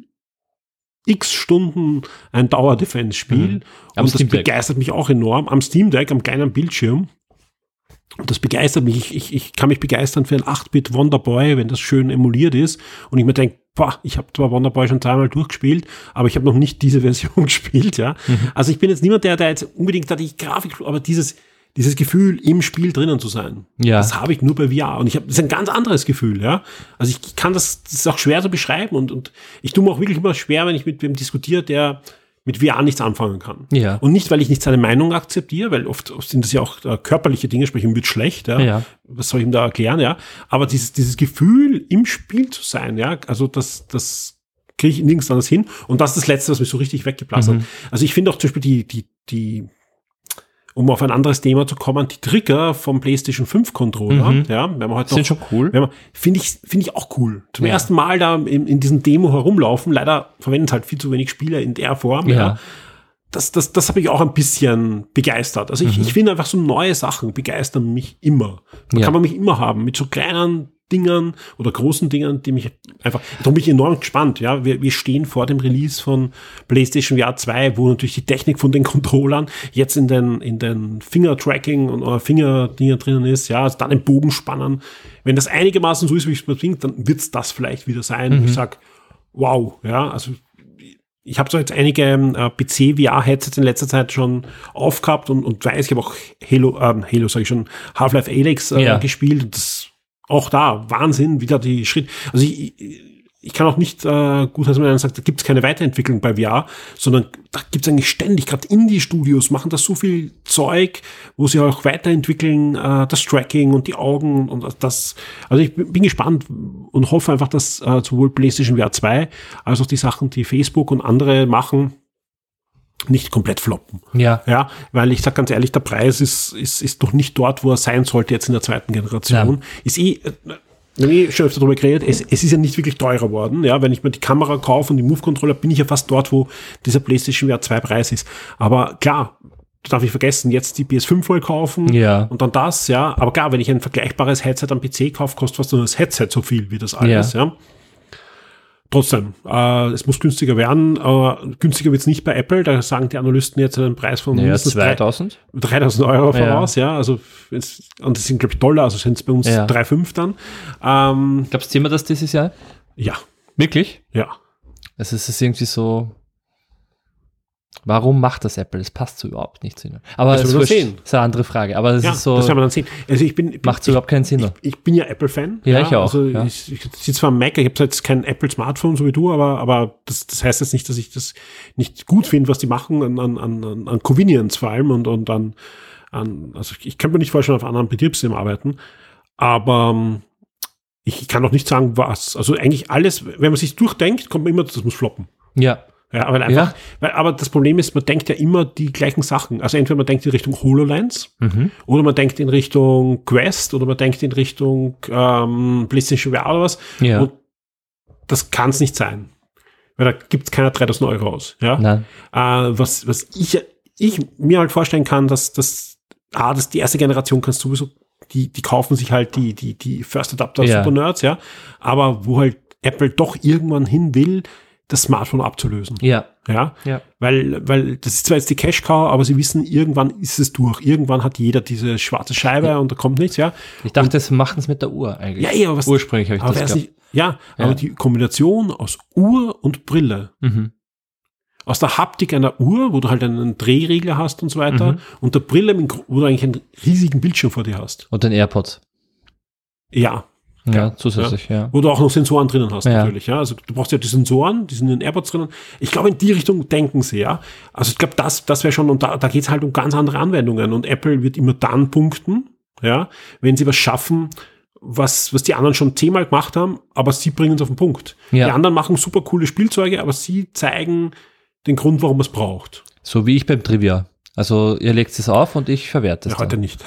x Stunden ein Dauer-Defense-Spiel und das begeistert mich auch enorm. Am Steam Deck, am kleinen Bildschirm. Und das begeistert mich. Ich kann mich begeistern für ein 8-Bit Wonderboy, wenn das schön emuliert ist. Und ich mir denke, ich habe zwar Wonderboy schon 2-mal durchgespielt, aber ich habe noch nicht diese Version gespielt. Ja. Also ich bin jetzt niemand, der jetzt unbedingt da die Grafik, aber dieses Gefühl, im Spiel drinnen zu sein, das habe ich nur bei VR. Und das ist ein ganz anderes Gefühl, ja. Also ich kann das ist auch schwer zu beschreiben und ich tue mir auch wirklich immer schwer, wenn ich mit wem diskutiere, der mit VR nichts anfangen kann. Ja. Und nicht, weil ich nicht seine Meinung akzeptiere, weil oft sind das ja auch körperliche Dinge, sprich, ihm wird schlecht, ja. Was soll ich ihm da erklären, ja. Aber dieses Gefühl, im Spiel zu sein, ja, also das kriege ich nirgends anders hin. Und das ist das Letzte, was mich so richtig weggeblasen hat. Also ich finde auch zum Beispiel die um auf ein anderes Thema zu kommen, die Trigger vom PlayStation 5 Controller, ja, wenn man heute sind schon cool. Finde ich auch cool. Zum ersten Mal da in diesem Demo herumlaufen, leider verwenden es halt viel zu wenig Spieler in der Form, ja. Das habe ich auch ein bisschen begeistert. Also ich finde einfach so neue Sachen begeistern mich immer. Da kann man mich immer haben mit so kleinen Dingern oder großen Dingern, die mich einfach, darum bin ich enorm gespannt, ja. Wir stehen vor dem Release von PlayStation VR 2, wo natürlich die Technik von den Controllern jetzt in den Finger-Tracking und Finger-Dinger drinnen ist, ja, also dann den Bogen spannen. Wenn das einigermaßen so ist, wie ich es mir denke, dann wird es das vielleicht wieder sein. Ich sag, wow, ja, also ich habe so jetzt einige PC-VR-Headsets in letzter Zeit schon aufgehabt und weiß, ich habe auch Halo sage ich schon, Half-Life Alyx gespielt und das auch da, Wahnsinn, wieder die Schritt. Also ich kann auch nicht gut, dass man dann sagt, da gibt es keine Weiterentwicklung bei VR, sondern da gibt es eigentlich ständig, gerade Indie-Studios machen das so viel Zeug, wo sie auch weiterentwickeln, das Tracking und die Augen und das. Also ich bin gespannt und hoffe einfach, dass sowohl PlayStation VR 2 als auch die Sachen, die Facebook und andere machen, nicht komplett floppen. Ja, weil ich sag ganz ehrlich, der Preis ist noch nicht dort, wo er sein sollte jetzt in der zweiten Generation. Ist schon öfter darüber geredet, es ist ja nicht wirklich teurer worden. Ja, wenn ich mir die Kamera kaufe und die Move-Controller, bin ich ja fast dort, wo dieser PlayStation VR 2 Preis ist. Aber klar, darf ich vergessen, jetzt die PS5 voll kaufen und dann das, ja. Aber klar, wenn ich ein vergleichbares Headset am PC kaufe, kostet fast nur das Headset so viel wie das alles, ja. Trotzdem, es muss günstiger werden. Günstiger wird es nicht bei Apple. Da sagen die Analysten jetzt einen Preis von mindestens 3.000 Euro voraus. Ja, also und das sind, glaube ich, Dollar, also sind es bei uns 3,5 dann. Glaubst du immer das dieses Jahr? Ja. Wirklich? Ja. Also es ist irgendwie so, warum macht das Apple? Das passt so überhaupt nicht zu ihnen. Aber das ist eine andere Frage. Aber das ist so, das werden wir dann sehen. Also macht überhaupt keinen Sinn. Ich bin ja Apple-Fan. Ja, ich auch. Also ich sitze zwar am Mac, ich habe jetzt kein Apple-Smartphone, so wie du, aber das heißt jetzt nicht, dass ich das nicht gut finde, was die machen an Convenience vor allem und also ich kann mir nicht vorstellen, auf anderen Betriebssystemen arbeiten, aber ich kann auch nicht sagen, was. Also eigentlich alles, wenn man sich durchdenkt, kommt man immer, das muss floppen. Ja. Ja, aber das Problem ist, man denkt ja immer die gleichen Sachen. Also entweder man denkt in Richtung HoloLens oder man denkt in Richtung Quest oder man denkt in Richtung PlayStation VR oder was. Ja. Und das kann es nicht sein. Weil da gibt es keiner 3.000 Euro aus. Ja? Nein. Was ich mir halt vorstellen kann, dass die erste Generation kannst sowieso, die kaufen sich halt die First Adapter Super Nerds, ja. Aber wo halt Apple doch irgendwann hin will, das Smartphone abzulösen. Ja. Weil das ist zwar jetzt die Cash-Cow, aber sie wissen, irgendwann ist es durch. Irgendwann hat jeder diese schwarze Scheibe und da kommt nichts, ja. Ich dachte, das machen es mit der Uhr eigentlich. Ja, aber ursprünglich habe ich das gehabt. Aber die Kombination aus Uhr und Brille, aus der Haptik einer Uhr, wo du halt einen Drehregler hast und so weiter, und der Brille, wo du eigentlich einen riesigen Bildschirm vor dir hast. Und den AirPods. Ja, zusätzlich, Wo du auch noch Sensoren drinnen hast, natürlich, ja. Also du brauchst ja die Sensoren, die sind in den AirPods drinnen. Ich glaube, in die Richtung denken sie, ja. Also ich glaube, das wäre schon, und da geht es halt um ganz andere Anwendungen. Und Apple wird immer dann punkten, ja, wenn sie was schaffen, was die anderen schon 10-mal gemacht haben, aber sie bringen es auf den Punkt. Ja. Die anderen machen super coole Spielzeuge, aber sie zeigen den Grund, warum man es braucht. So wie ich beim Trivia. Also ihr legt es auf und ich verwerte es. Ja, heute nicht.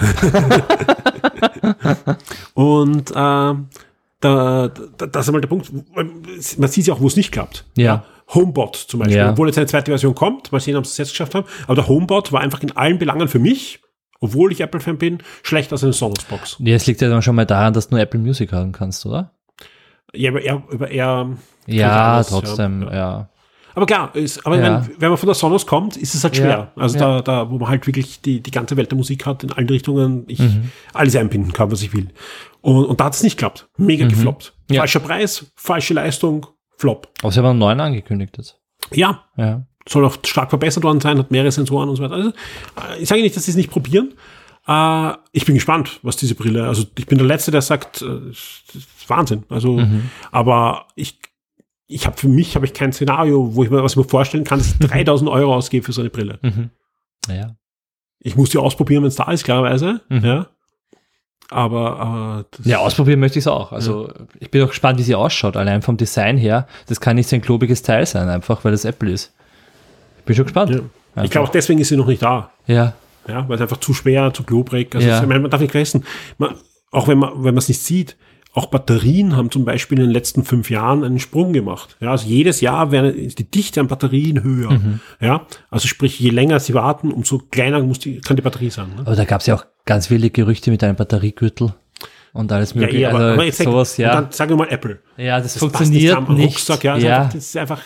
Und das ist einmal der Punkt, man sieht ja auch, wo es nicht klappt. Ja. HomeBot zum Beispiel, obwohl jetzt eine zweite Version kommt, mal sehen, ob sie es jetzt geschafft haben, aber der HomeBot war einfach in allen Belangen für mich obwohl ich Apple-Fan bin, schlechter als eine Sonos-Box. Ja, es liegt ja dann schon mal daran, dass du nur Apple Music hören kannst, oder? Ja, aber eher ja, trotzdem, ja. Aber klar, wenn man von der Sonos kommt, ist es halt schwer. Also da, wo man halt wirklich die ganze Welt der Musik hat, in allen Richtungen, alles einbinden kann, was ich will. Und da hat es nicht geklappt. Mega gefloppt. Ja. Falscher Preis, falsche Leistung, Flop. Aber sie haben einen neuen angekündigt jetzt. Ja. Soll auch stark verbessert worden sein, hat mehrere Sensoren und so weiter. Also, ich sage nicht, dass sie es nicht probieren. Ich bin gespannt, was diese Brille, also ich bin der Letzte, der sagt, das ist Wahnsinn. Also, aber für mich habe ich kein Szenario, was ich mir vorstellen kann, dass ich 3.000 Euro ausgebe für so eine Brille. Ja. Ich muss die ausprobieren, wenn es da ist, klarerweise. Ja. Aber ausprobieren möchte ich es auch. Also ich bin auch gespannt, wie sie ausschaut. Allein vom Design her, das kann nicht so ein klobiges Teil sein, einfach weil das Apple ist. Ich bin schon gespannt. Ja. Ich glaube auch deswegen ist sie noch nicht da. Ja. Ja, weil es einfach zu schwer, zu klobrig. Also ich meine, man darf nicht vergessen, auch wenn man es nicht sieht, auch Batterien haben zum Beispiel in den letzten 5 Jahren einen Sprung gemacht. Ja, also jedes Jahr ist die Dichte an Batterien höher. Ja, also sprich, je länger sie warten, umso kleiner kann die Batterie sein. Ne? Aber da gab es ja auch ganz viele Gerüchte mit einem Batteriegürtel und alles mögliche. Ja, aber jetzt sowas, und dann sagen wir mal Apple. Ja, das funktioniert nicht. Rucksack, das ist einfach,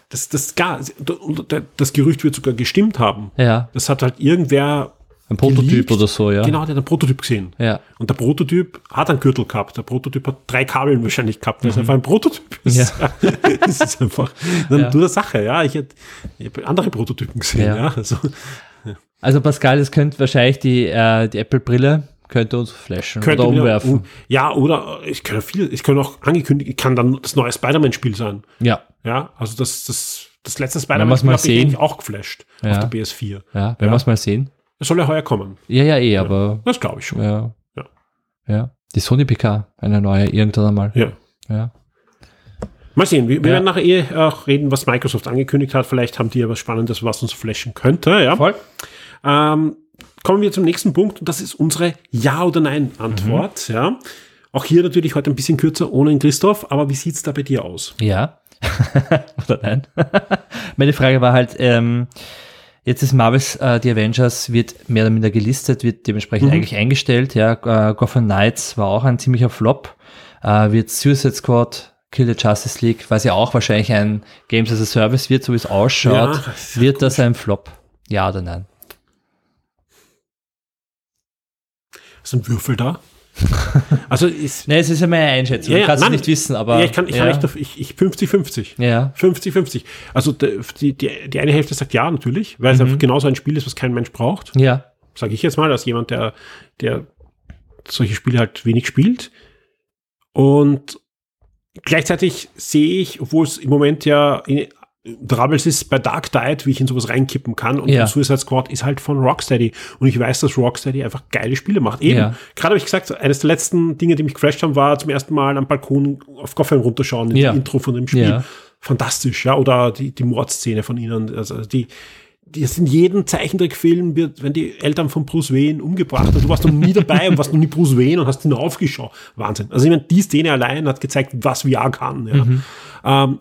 das Gerücht wird sogar gestimmt haben. Ja. Das hat halt irgendwer ein Prototyp geleakt. oder so, ja. Genau, der hat einen Prototyp gesehen. Ja. Und der Prototyp hat einen Gürtel gehabt. Der Prototyp hat 3 Kabeln wahrscheinlich gehabt, weil es einfach ein Prototyp ist. Ja. Das ist einfach eine Natur der Sache. Ja, ich habe andere Prototypen gesehen. Ja. Also Pascal, das könnte wahrscheinlich die Apple-Brille könnte uns flashen oder umwerfen. Oder ich kann auch angekündigt, kann dann das neue Spider-Man-Spiel sein. Ja. Ja, also das letzte Spider-Man-Spiel habe ich eigentlich auch geflasht auf der PS4. Ja, wenn wir es mal sehen. Das soll ja heuer kommen. Ja, aber... Das glaube ich schon. Ja. Die Sony PK, eine neue, irgendwann einmal. Ja. Mal sehen, wir werden nachher auch reden, was Microsoft angekündigt hat. Vielleicht haben die ja was Spannendes, was uns flashen könnte. Ja. Voll. Kommen wir zum nächsten Punkt und das ist unsere Ja- oder Nein-Antwort. Ja. Auch hier natürlich heute ein bisschen kürzer, ohne den Christoph. Aber wie sieht es da bei dir aus? Ja. Oder nein? Meine Frage war halt... Jetzt ist Marvel's The Avengers wird mehr oder minder gelistet, wird dementsprechend eigentlich eingestellt. Ja, Gotham Knights war auch ein ziemlicher Flop. Wird Suicide Squad, Kill the Justice League, was ja auch wahrscheinlich ein Games as a Service wird, so wie es ausschaut, wird das ein Flop? Ja oder nein? Ist ein Würfel da? Also es ist ja meine Einschätzung. Du kannst es nicht wissen, aber... Ja, ich 50-50. Ja. 50-50. Also die eine Hälfte sagt ja, natürlich, weil es einfach genauso ein Spiel ist, was kein Mensch braucht. Ja. Sage ich jetzt mal, als jemand, der solche Spiele halt wenig spielt. Und gleichzeitig sehe ich, obwohl es im Moment ja Troubles ist bei Dark Tide, wie ich in sowas reinkippen kann. Und Suicide Squad ist halt von Rocksteady. Und ich weiß, dass Rocksteady einfach geile Spiele macht. Eben, gerade habe ich gesagt, eines der letzten Dinge, die mich geflasht haben, war zum ersten Mal am Balkon auf Gotham runterschauen, in das Intro von dem Spiel. Ja. Fantastisch, ja. Oder die Mordszene von ihnen. Also die ist in jedem Zeichentrickfilm, wenn die Eltern von Bruce Wayne umgebracht haben. Du warst noch nie dabei und warst noch nie Bruce Wayne und hast ihn aufgeschaut. Wahnsinn. Also ich meine, die Szene allein hat gezeigt, was VR kann. Ja.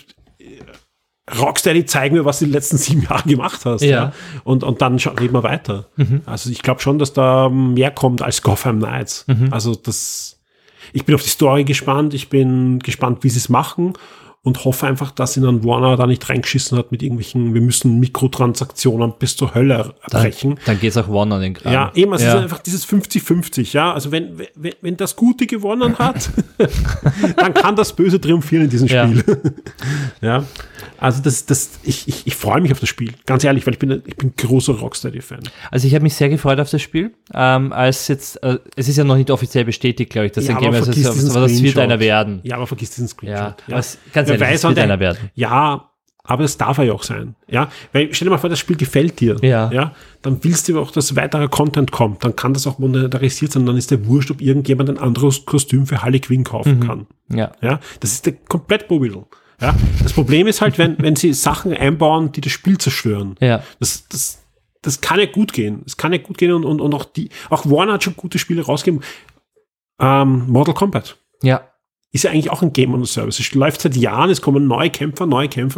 Rocksteady, zeig mir, was du in den letzten 7 Jahren gemacht hast. Ja. Und dann reden wir weiter. Also ich glaube schon, dass da mehr kommt als Gotham Knights. Also ich bin auf die Story gespannt. Ich bin gespannt, wie sie es machen. Und hoffe einfach, dass ihnen Warner da nicht reingeschissen hat mit irgendwelchen, wir müssen Mikrotransaktionen bis zur Hölle erbrechen. Dann geht es auch Warner den Kram. Ja, eben, es ist einfach dieses 50-50, ja. Also wenn das Gute gewonnen hat, dann kann das Böse triumphieren in diesem Spiel. Ja. Also ich freue mich auf das Spiel, ganz ehrlich, weil ich bin großer Rocksteady-Fan. Also ich habe mich sehr gefreut auf das Spiel, als jetzt, es ist ja noch nicht offiziell bestätigt, glaube ich, dass ein Game ist, aber das wird einer werden. Ja, aber vergiss diesen Screenshot. Ja. Ganz ehrlich, das wird einer werden. Ja, aber das darf er ja auch sein. Ja, weil stell dir mal vor, das Spiel gefällt dir. Ja, dann willst du auch, dass weiterer Content kommt. Dann kann das auch monetarisiert sein. Dann ist der wurscht, ob irgendjemand ein anderes Kostüm für Harley Quinn kaufen kann. Ja, das ist der komplett Bobill. Ja, das Problem ist halt, wenn sie Sachen einbauen, die das Spiel zerstören. Ja. Das kann nicht gut gehen. Das kann nicht gut gehen und auch Warner hat schon gute Spiele rausgegeben. Mortal Kombat. Ja. ist ja eigentlich auch ein Game on the Service. Es läuft seit Jahren, es kommen neue Kämpfer.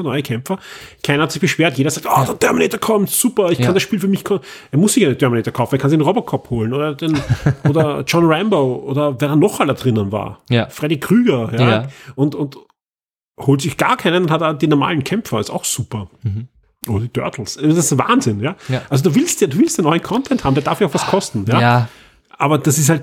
Keiner hat sich beschwert. Jeder sagt, der Terminator kommt, super, ich kann das Spiel für mich. Er muss sich einen Terminator kaufen, er kann sich einen Robocop holen oder John Rambo oder wer da noch alle drinnen war. Ja. Freddy Krüger. Ja. Und holt sich gar keinen und hat die normalen Kämpfer, ist auch super. Oder die Turtles. Das ist Wahnsinn, ja. Also du willst ja neuen Content haben, der darf ja auch was kosten. Ja. Aber das ist halt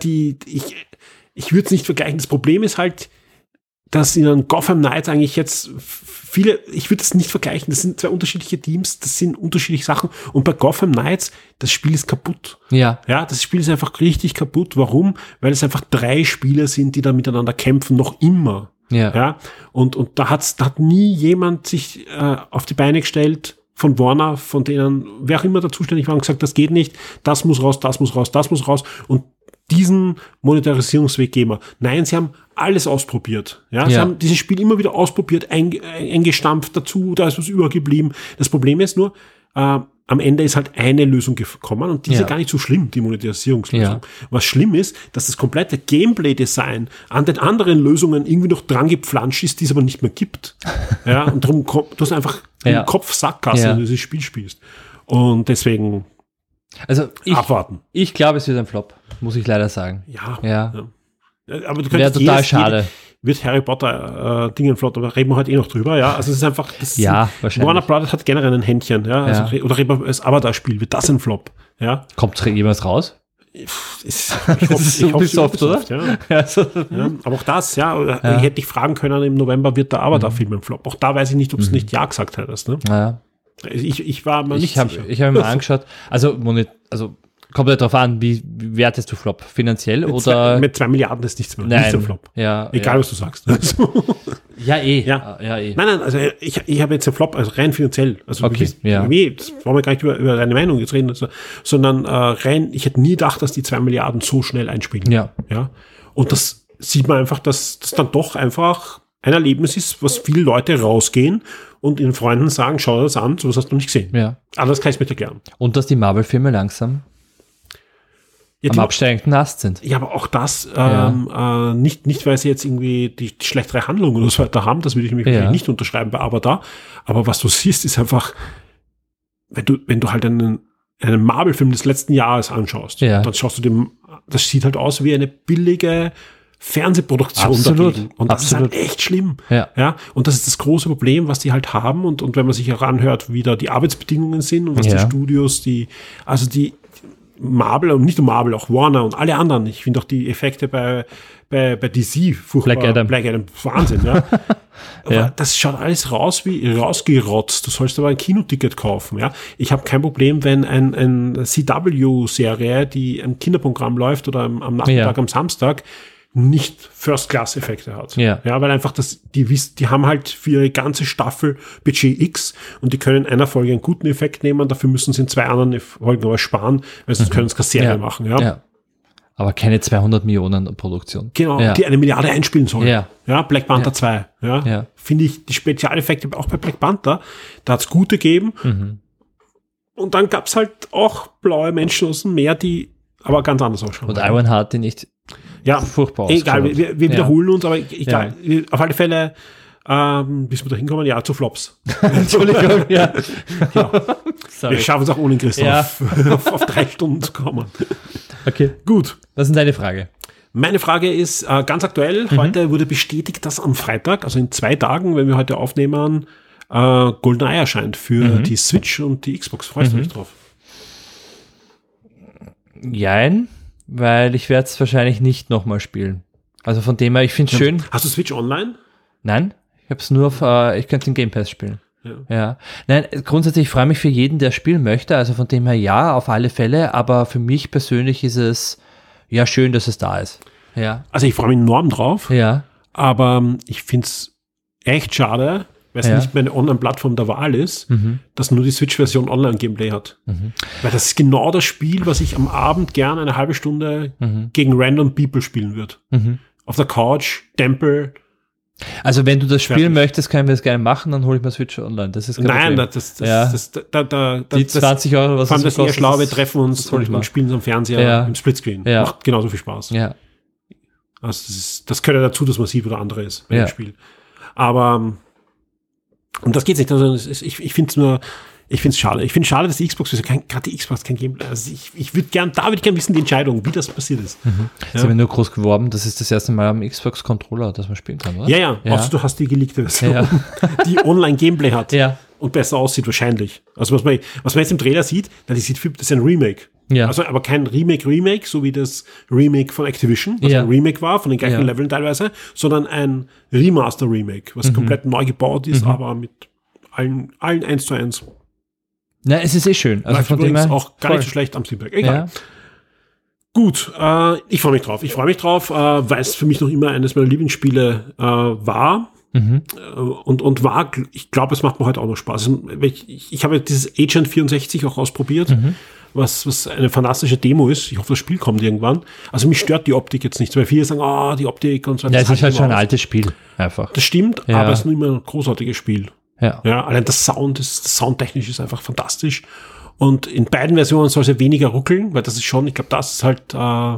ich würde es nicht vergleichen. Das Problem ist halt, dass in einem Gotham Knights eigentlich jetzt ich würde es nicht vergleichen. Das sind zwei unterschiedliche Teams, das sind unterschiedliche Sachen. Und bei Gotham Knights, das Spiel ist kaputt. Ja, das Spiel ist einfach richtig kaputt. Warum? Weil es einfach 3 Spieler sind, die da miteinander kämpfen, noch immer. Ja. Und da hat nie jemand sich auf die Beine gestellt von Warner, von denen, wer auch immer da zuständig war, und gesagt, das geht nicht, das muss raus. Und diesen Monetarisierungsweg gehen wir. Nein, sie haben alles ausprobiert. Ja, sie haben dieses Spiel immer wieder ausprobiert, eingestampft dazu, da ist was übergeblieben. Das Problem ist nur, am Ende ist halt eine Lösung gekommen und die ist ja gar nicht so schlimm, die Monetarisierungslösung. Ja. Was schlimm ist, dass das komplette Gameplay-Design an den anderen Lösungen irgendwie noch dran gepflanscht ist, die es aber nicht mehr gibt. Ja, und darum du hast einfach im Kopf Sackgasse, wenn du dieses Spiel spielst. Und deswegen abwarten. Ich glaube, es wird ein Flop, muss ich leider sagen. Ja. Aber du könntest total schade. Wird Harry Potter Dingenflott, aber reden wir heute noch drüber, ja. Also es ist einfach, wahrscheinlich. Warner Brothers hat generell ein Händchen, ja. Also, oder reden wir das Avatar-Spiel, wird das ein Flop, ja. Kommt jemals raus? Ich hoffe, Ubisoft, oder? Ja. Aber auch das, ich hätte dich fragen können, im November wird der Avatar-Film ein Flop. Auch da weiß ich nicht, ob du nicht Ja gesagt hättest, ne? Ja. Ich war mal Ich habe mir mal angeschaut, also kommt ja darauf an, wie wertest du Flop? Finanziell oder? Mit 2 Milliarden ist nichts mehr. Nein. Nicht ein Flop. Ja, egal, was du sagst. Ja. Nein, also ich habe jetzt einen Flop, also rein finanziell. Also okay, das wollen wir gar nicht über deine Meinung jetzt reden, sondern rein, ich hätte nie gedacht, dass die 2 Milliarden so schnell einspielen. Ja. Und das sieht man einfach, dass das dann doch einfach ein Erlebnis ist, was viele Leute rausgehen und ihren Freunden sagen, schau dir das an, sowas hast du nicht gesehen. Ja. Anders kann ich es mir erklären. Und dass die Marvel-Filme langsam am absteigenden Ast sind. Ja, aber auch das nicht, weil sie jetzt irgendwie die schlechtere Handlung oder so weiter haben, das würde ich mich nicht unterschreiben bei Avatar. Aber was du siehst, ist einfach, wenn du halt einen Marvel-Film des letzten Jahres anschaust, dann schaust du das sieht halt aus wie eine billige Fernsehproduktion dagegen. Und das ist halt echt schlimm. Ja. Und das ist das große Problem, was die halt haben. Und wenn man sich heranhört, wie da die Arbeitsbedingungen sind und was die Studios, die Marvel und nicht nur Marvel, auch Warner und alle anderen. Ich finde auch die Effekte bei DC furchtbar. Black Adam, Wahnsinn, ja. Aber das schaut alles rausgerotzt. Du sollst aber ein Kinoticket kaufen, ja. Ich habe kein Problem, wenn ein CW-Serie, die im Kinderprogramm läuft oder am Nachmittag, am Samstag, nicht First-Class-Effekte hat. Ja, weil einfach die haben halt für ihre ganze Staffel Budget X und die können in einer Folge einen guten Effekt nehmen, dafür müssen sie in 2 anderen Folgen aber sparen, weil sonst können sie keine Serie machen. Ja. Aber keine 200 Millionen Produktion. Genau, die 1 Milliarde einspielen sollen. Ja, Black Panther 2. Ja. Finde ich die Spezialeffekte auch bei Black Panther, da hat es gute gegeben. Und dann gab es halt auch blaue Menschen aus dem Meer, die aber ganz anders ausschauen. Und Ironheart, die nicht furchtbar egal, wir wiederholen uns, aber auf alle Fälle, bis wir da hinkommen, zu Flops. Entschuldigung, Wir schaffen es auch ohne Christoph, auf 3 Stunden zu kommen. Okay. Gut. Was ist deine Frage? Meine Frage ist ganz aktuell. Heute wurde bestätigt, dass am Freitag, also in 2 Tagen, wenn wir heute aufnehmen, GoldenEye erscheint für die Switch und die Xbox. Freust du dich drauf? Jein, weil ich werde es wahrscheinlich nicht nochmal spielen. Also von dem her, ich finde es schön. Hast du Switch online? Nein, ich habe es nur ich könnte den Game Pass spielen. Ja. Nein, grundsätzlich freue ich mich für jeden, der spielen möchte. Also von dem her auf alle Fälle. Aber für mich persönlich ist es schön, dass es da ist. Ja. Also ich freue mich enorm drauf. Ja. Aber ich finde es echt schade, weil es nicht mehr eine Online-Plattform der Wahl ist, dass nur die Switch-Version Online-Gameplay hat. Weil das ist genau das Spiel, was ich am Abend gerne eine halbe Stunde gegen random People spielen würde. Auf der Couch, Tempel. Also wenn du das spielen möchtest, können wir es gerne machen, dann hole ich mir Switch Online. Das ist Nein, die 20 Euro, was vor allem das eher schlau, wir treffen uns und spielen es am Fernseher im Splitscreen. Macht genauso viel Spaß. Ja. Also das gehört ja dazu, dass man sieht, wo der andere ist bei dem Spiel. Aber und das geht nicht. Also ich finde es schade. Ich finde schade, dass die Xbox, gerade die Xbox kein Gameplay. Also ich würde gern wissen, die Entscheidung, wie das passiert ist. Sie haben nur groß geworben, das ist das erste Mal am Xbox-Controller, dass man spielen kann, oder? Ja. Also du hast die geleakte Version, die Online-Gameplay hat und besser aussieht wahrscheinlich. Also was man jetzt im Trailer sieht, das ist ein Remake. Ja. Also aber kein Remake, so wie das Remake von Activision, was ein Remake war, von den gleichen Leveln teilweise, sondern ein Remaster-Remake, was komplett neu gebaut ist, aber mit allen 1:1. Na, es ist schön. Also von dem her auch gar nicht so schlecht am Steamback. Egal. Ja. Gut, ich freue mich drauf. Weil es für mich noch immer eines meiner Lieblingsspiele war. Und war, ich glaube, es macht mir heute auch noch Spaß. Ich habe dieses Agent 64 auch ausprobiert, was eine fantastische Demo ist. Ich hoffe, das Spiel kommt irgendwann. Also mich stört die Optik jetzt nicht, weil viele sagen, die Optik und so. Ja, es ist halt schon ein altes Spiel, einfach. Das stimmt, aber es ist nur immer ein großartiges Spiel. Ja, allein das soundtechnisch ist einfach fantastisch. Und in beiden Versionen soll es ja weniger ruckeln, weil das ist schon, ich glaube, das ist halt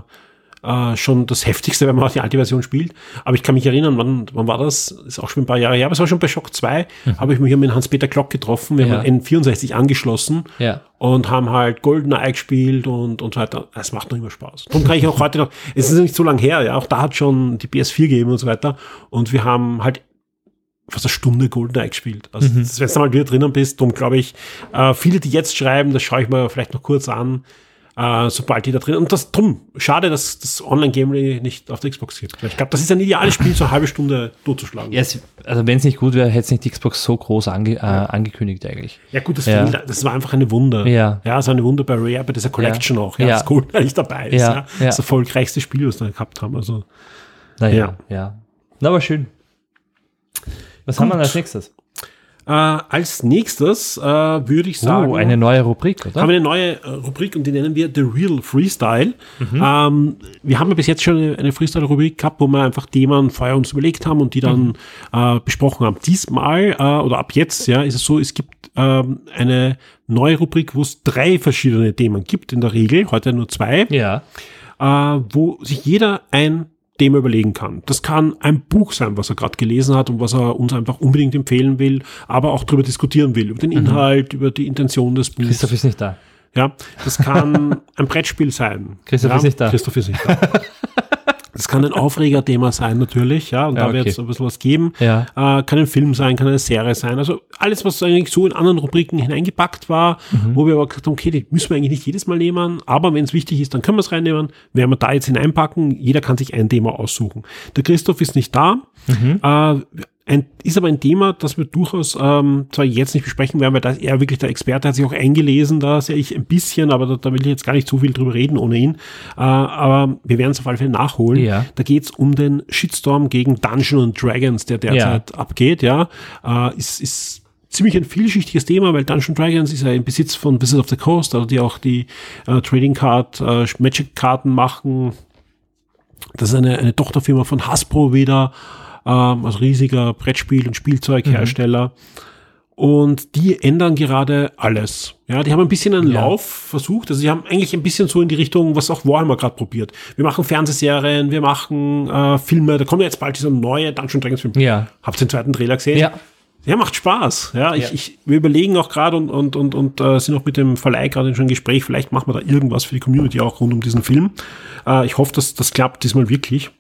schon das Heftigste, wenn man auch die alte Version spielt. Aber ich kann mich erinnern, wann war das? Das ist auch schon ein paar Jahre her, aber es war schon bei Shock 2, habe ich mich hier mit Hans-Peter Glock getroffen. Wir haben N64 angeschlossen und haben halt GoldenEye gespielt und so weiter. Es macht noch immer Spaß. Darum kann ich auch heute noch, es ist nicht so lange her, auch da hat schon die PS4 gegeben und so weiter. Und wir haben halt fast eine Stunde GoldenEye gespielt. Also wenn du mal wieder drinnen bist, darum glaube ich, viele, die jetzt schreiben, das schaue ich mir vielleicht noch kurz an, sobald die da drin. Und schade, dass das Online-Gameplay nicht auf der Xbox gibt. Ich glaube, das ist ein ideales Spiel, so eine halbe Stunde durchzuschlagen. Ja, also wenn es nicht gut wäre, hätte es nicht die Xbox so groß angekündigt eigentlich. Ja gut, das war einfach eine Wunder. Ja, es war eine Wunder bei Rare, bei dieser Collection auch. Das GoldenEye nicht dabei ist. Das erfolgreichste Spiel, was wir gehabt haben. Also, Na, aber schön. Was haben wir als nächstes? Als nächstes würde ich sagen... eine neue Rubrik, oder? Haben wir eine neue Rubrik und die nennen wir The Real Freestyle. Wir haben ja bis jetzt schon eine Freestyle-Rubrik gehabt, wo wir einfach Themen vorher uns überlegt haben und die dann besprochen haben. Diesmal oder ab jetzt ist es so, es gibt eine neue Rubrik, wo es 3 verschiedene Themen gibt in der Regel, heute nur 2, wo sich jeder ein Thema überlegen kann. Das kann ein Buch sein, was er gerade gelesen hat und was er uns einfach unbedingt empfehlen will, aber auch darüber diskutieren will, über den Inhalt, über die Intention des Buchs. Christoph ist nicht da. Ja, das kann ein Brettspiel sein. Christoph ist nicht da. Das kann ein Aufregerthema sein natürlich, und da wird es ein bisschen was geben. Ja. Kann ein Film sein, kann eine Serie sein. Also alles, was eigentlich so in anderen Rubriken hineingepackt war, wo wir aber gesagt haben, okay, die müssen wir eigentlich nicht jedes Mal nehmen, aber wenn es wichtig ist, dann können wir es reinnehmen. Werden wir da jetzt hineinpacken, jeder kann sich ein Thema aussuchen. Der Christoph ist nicht da. Ist aber ein Thema, das wir durchaus zwar jetzt nicht besprechen werden, weil da ist er wirklich der Experte, hat sich auch eingelesen, da sehe ich ein bisschen, aber da will ich jetzt gar nicht so viel drüber reden ohne ihn. Aber wir werden es auf alle Fälle nachholen. Ja. Da geht es um den Shitstorm gegen Dungeons & Dragons, der derzeit abgeht. Ist ziemlich ein vielschichtiges Thema, weil Dungeons & Dragons ist ja im Besitz von Wizards of the Coast, also die auch die Trading Card, Magic-Karten machen. Das ist eine Tochterfirma von Hasbro wieder, also riesiger Brettspiel- und Spielzeughersteller. Und die ändern gerade alles. Ja, die haben ein bisschen einen Lauf versucht. Also sie haben eigentlich ein bisschen so in die Richtung, was auch Warhammer gerade probiert. Wir machen Fernsehserien, wir machen Filme. Da kommt jetzt bald dieser neue Dungeons & Dragons Film. Ja. Habt ihr den 2. Trailer gesehen? Ja, macht Spaß. Wir überlegen auch gerade und sind auch mit dem Verleih gerade schon im Gespräch. Vielleicht machen wir da irgendwas für die Community auch rund um diesen Film. Ich hoffe, dass das klappt diesmal wirklich.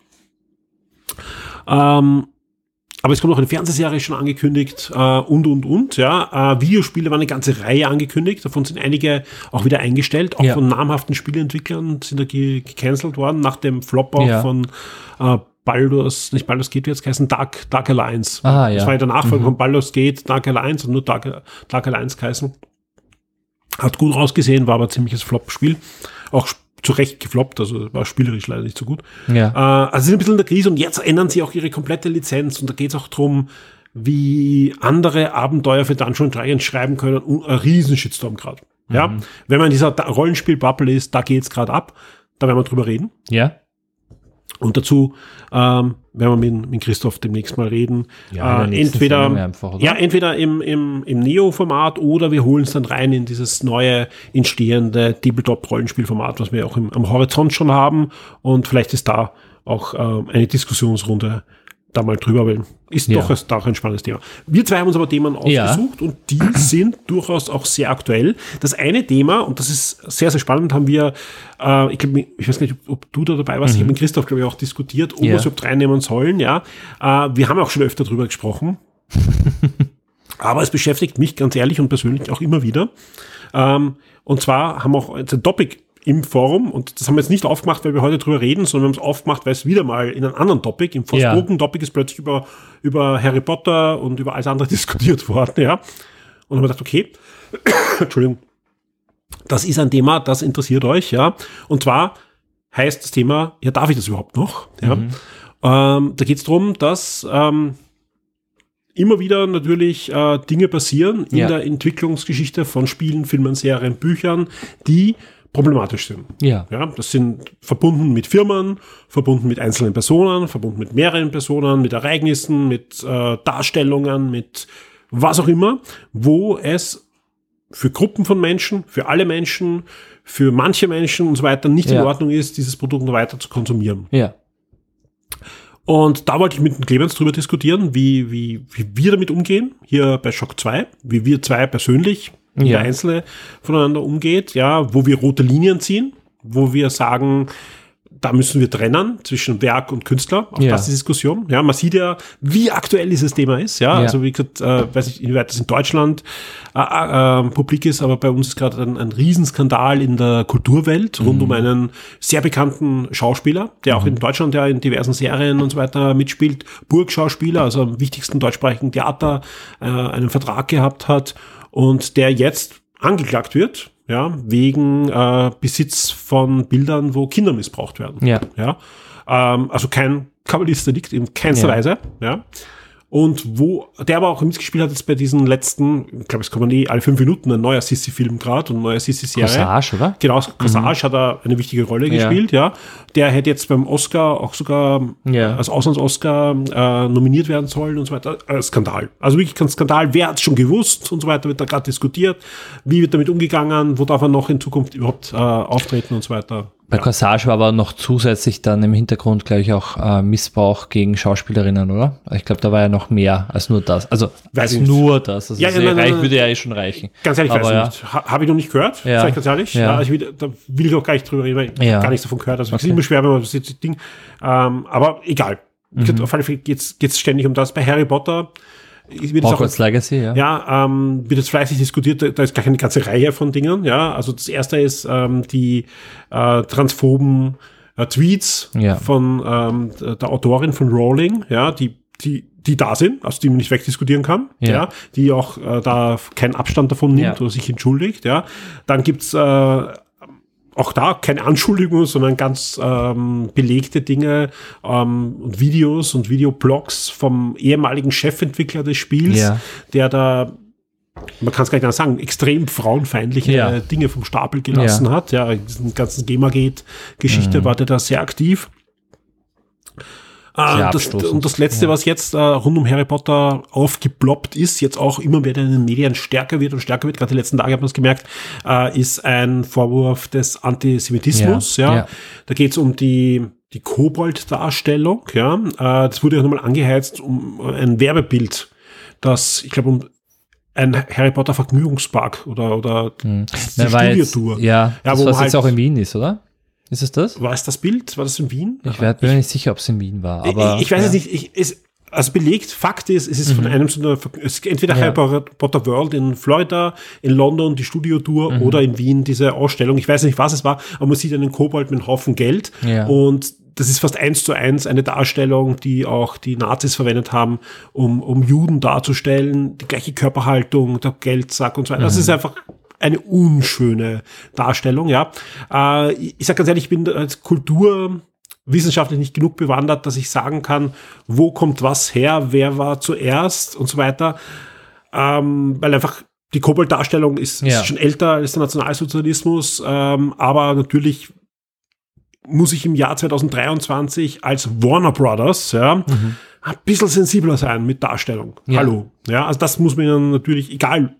Aber es kommt auch eine Fernsehserie schon angekündigt Videospiele waren eine ganze Reihe angekündigt. Davon sind einige auch wieder eingestellt. Auch von namhaften Spieleentwicklern sind da gecancelt worden nach dem Flop auch von Baldur's Gate, wie jetzt geheißen, Dark Alliance. Das war ja der Nachfolger von Baldur's Gate, Dark Alliance und nur Dark Alliance geheißen. Hat gut rausgesehen, war aber ein ziemliches Flop-Spiel. Auch zu Recht gefloppt, also war spielerisch leider nicht so gut. Also sie sind ein bisschen in der Krise und jetzt ändern sie auch ihre komplette Lizenz und da geht es auch darum, wie andere Abenteuer für Dungeons & Dragons schreiben können und ein riesen Shitstorm gerade. Wenn man in dieser Rollenspiel-Bubble ist, da geht es gerade ab, da werden wir drüber reden. Und dazu werden wir mit Christoph demnächst mal reden. Entweder im Neo-Format oder wir holen es dann rein in dieses neue, entstehende Tabletop-Rollenspielformat, was wir auch am Horizont schon haben. Und vielleicht ist da auch eine Diskussionsrunde da mal drüber, weil ist doch ein spannendes Thema. Wir zwei haben uns aber Themen ausgesucht und die sind durchaus auch sehr aktuell. Das eine Thema, und das ist sehr, sehr spannend, haben wir, ich weiß nicht, ob du da dabei warst, ich habe mit Christoph, glaube ich, auch diskutiert, ob wir es überhaupt reinnehmen sollen. Ja, wir haben auch schon öfter drüber gesprochen. Aber es beschäftigt mich ganz ehrlich und persönlich auch immer wieder. Und zwar haben wir auch ein Topic im Forum, und das haben wir jetzt nicht aufgemacht, weil wir heute drüber reden, sondern wir haben es aufgemacht, weil es wieder mal in einem anderen Topic, im Forspoken-Topic ist plötzlich über Harry Potter und über alles andere diskutiert worden, ja. Und haben wir gedacht, okay, Entschuldigung, das ist ein Thema, das interessiert euch, ja. Und zwar heißt das Thema, ja, darf ich das überhaupt noch? Ja. Da geht es darum, dass immer wieder natürlich Dinge passieren in der Entwicklungsgeschichte von Spielen, Filmen, Serien, Büchern, die problematisch sind. Ja, das sind verbunden mit Firmen, verbunden mit einzelnen Personen, verbunden mit mehreren Personen, mit Ereignissen, mit Darstellungen, mit was auch immer, wo es für Gruppen von Menschen, für alle Menschen, für manche Menschen und so weiter nicht in Ordnung ist, dieses Produkt noch weiter zu konsumieren. Ja. Und da wollte ich mit dem Clemens drüber diskutieren, wie wir damit umgehen, hier bei Shock 2, wie wir zwei persönlich, jeder Einzelne voneinander umgeht, ja, wo wir rote Linien ziehen, wo wir sagen, da müssen wir trennen zwischen Werk und Künstler. Auch das ist die Diskussion. Ja, man sieht ja, wie aktuell dieses Thema ist. Ja, also wie gesagt, weiß nicht, inwieweit das in Deutschland publik ist, aber bei uns ist gerade ein Riesenskandal in der Kulturwelt rund um einen sehr bekannten Schauspieler, der auch in Deutschland ja in diversen Serien und so weiter mitspielt. Burgschauspieler, also am wichtigsten deutschsprachigen Theater, einen Vertrag gehabt hat und der jetzt angeklagt wird. Ja, wegen Besitz von Bildern, wo Kinder missbraucht werden. Ja. Also kein Kavaliersdelikt in keinster Weise. Ja. Und wo der aber auch mitgespielt hat jetzt bei diesen letzten, ich glaube, es kommen alle 5 Minuten ein neuer Sissi-Film gerade und eine neue Sissi-Serie. Corsage, oder? Genau, Corsage hat er eine wichtige Rolle gespielt, ja. Der hätte jetzt beim Oscar auch sogar als Auslands-Oscar nominiert werden sollen und so weiter. Skandal. Also wirklich ein Skandal. Wer hat es schon gewusst und so weiter, wird da gerade diskutiert. Wie wird damit umgegangen? Wo darf er noch in Zukunft überhaupt auftreten und so weiter? Bei Corsage war aber noch zusätzlich dann im Hintergrund, glaube ich, auch Missbrauch gegen Schauspielerinnen, oder? Ich glaube, da war ja noch mehr als nur das. Also nur das. Also würde ja schon reichen. Ganz ehrlich, aber weiß ich nicht. Habe ich noch nicht gehört, sag ich ganz ehrlich. Da will ich auch gar nicht drüber reden, weil ich gar nichts davon gehört. Also es ist immer schwer, wenn man das Ding. Aber egal. Auf alle Fälle geht's ständig um das. Bei Harry Potter Hogwarts Legacy, wird jetzt fleißig diskutiert, da ist gleich eine ganze Reihe von Dingen, ja. Also das erste ist die transphoben Tweets von der Autorin von Rowling, ja, die da sind, also die man nicht wegdiskutieren kann, die auch da keinen Abstand davon nimmt oder sich entschuldigt, ja. Dann gibt's auch da keine Anschuldigungen, sondern ganz belegte Dinge und Videos und Videoblogs vom ehemaligen Chefentwickler des Spiels, der da, man kann es gar nicht sagen, extrem frauenfeindliche Dinge vom Stapel gelassen hat. Ja, diesen ganzen Gamergate-Geschichte war der da sehr aktiv. Und das Letzte, was jetzt rund um Harry Potter aufgeploppt ist, jetzt auch immer mehr in den Medien stärker wird, gerade die letzten Tage hat man es gemerkt, ist ein Vorwurf des Antisemitismus. Da geht es um die Kobold-Darstellung. Das wurde ja nochmal angeheizt um ein Werbebild, das, ich glaube, um ein Harry Potter Vergnügungspark oder die Studiotour. Das was jetzt auch in Wien ist, oder? Ist es das? War es das Bild? War das in Wien? Ich bin mir nicht sicher, ob es in Wien war. Aber ich weiß es nicht. Also belegt, Fakt ist, es ist von einem so einer, es ist entweder Harry Potter World in Florida, in London die Studiotour oder in Wien diese Ausstellung. Ich weiß nicht, was es war, aber man sieht einen Kobold mit einem Haufen Geld und das ist fast 1:1 eine Darstellung, die auch die Nazis verwendet haben, um Juden darzustellen, die gleiche Körperhaltung, der Geldsack und so weiter. Das ist einfach eine unschöne Darstellung, ja. Ich sage ganz ehrlich, ich bin als kulturwissenschaftlich nicht genug bewandert, dass ich sagen kann, wo kommt was her, wer war zuerst und so weiter. Weil einfach die Kobold-Darstellung ist schon älter als der Nationalsozialismus, aber natürlich muss ich im Jahr 2023 als Warner Brothers, ein bisschen sensibler sein mit Darstellung. Hallo. Ja, also das muss man natürlich, egal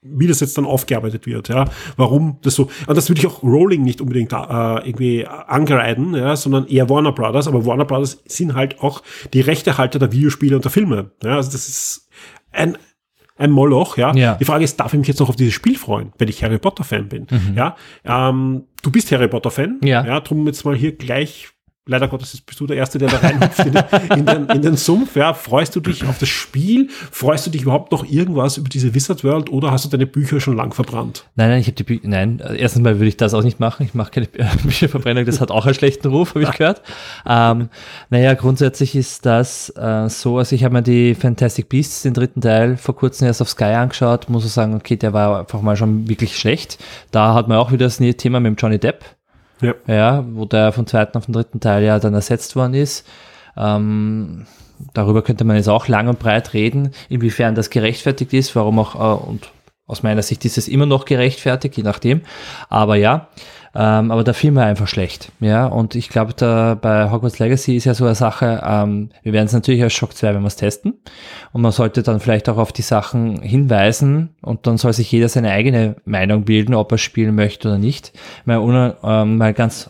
wie das jetzt dann aufgearbeitet wird, ja, warum das so, und das würde ich auch Rowling nicht unbedingt irgendwie angreifen, ja, sondern eher Warner Brothers, aber Warner Brothers sind halt auch die Rechtehalter der Videospiele und der Filme, ja, also das ist ein Moloch, ja. Die Frage ist, darf ich mich jetzt noch auf dieses Spiel freuen, wenn ich Harry Potter Fan bin, ja, du bist Harry Potter Fan, ja, drum jetzt mal hier gleich. Leider Gottes bist du der Erste, der da reinhüpft in den Sumpf. Ja. Freust du dich auf das Spiel? Freust du dich überhaupt noch irgendwas über diese Wizard World oder hast du deine Bücher schon lang verbrannt? Nein, ich habe die Bücher, erstens mal würde ich das auch nicht machen. Ich mache keine Bücherverbrennung, das hat auch einen schlechten Ruf, habe ich gehört. Grundsätzlich ist das so, also ich habe mir die Fantastic Beasts, den 3. Teil, vor kurzem erst auf Sky angeschaut, muss ich sagen, okay, der war einfach mal schon wirklich schlecht. Da hat man auch wieder das Thema mit dem Johnny Depp. Ja, wo der vom 2. auf den 3. Teil ja dann ersetzt worden ist. Darüber könnte man jetzt auch lang und breit reden, inwiefern das gerechtfertigt ist, warum auch, und aus meiner Sicht ist es immer noch gerechtfertigt, je nachdem. Aber ja, aber der Film war einfach schlecht. Ja, und ich glaube, da bei Hogwarts Legacy ist ja so eine Sache, wir werden es natürlich als Shock 2, wenn wir es testen. Und man sollte dann vielleicht auch auf die Sachen hinweisen und dann soll sich jeder seine eigene Meinung bilden, ob er spielen möchte oder nicht. Mal ganz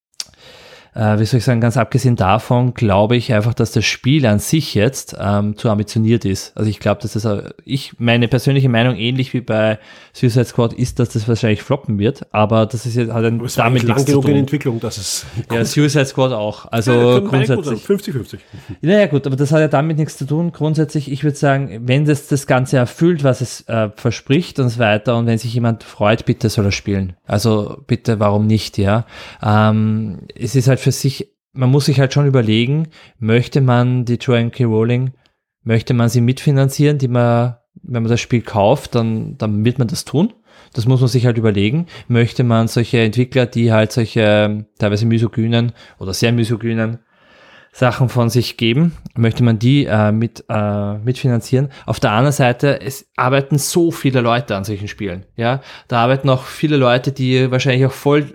ganz abgesehen davon glaube ich einfach, dass das Spiel an sich jetzt zu ambitioniert ist. Also ich glaube, dass meine persönliche Meinung, ähnlich wie bei Suicide Squad, ist, dass das wahrscheinlich floppen wird, aber das ist jetzt halt damit lang genug in Entwicklung, dass es ja, Suicide Squad auch. Also grundsätzlich 50-50. Naja gut, aber das hat ja damit nichts zu tun. Grundsätzlich, ich würde sagen, wenn das Ganze erfüllt, was es verspricht und so weiter, und wenn sich jemand freut, bitte soll er spielen. Also bitte, warum nicht, ja. Es ist halt für sich, man muss sich halt schon überlegen, möchte man die Joanne K. Rowling, möchte man sie mitfinanzieren, wenn man das Spiel kauft, dann wird man das tun. Das muss man sich halt überlegen. Möchte man solche Entwickler, die halt solche teilweise misogynen oder sehr misogynen Sachen von sich geben, möchte man die mitfinanzieren. Auf der anderen Seite, es arbeiten so viele Leute an solchen Spielen. Ja, da arbeiten auch viele Leute, die wahrscheinlich auch voll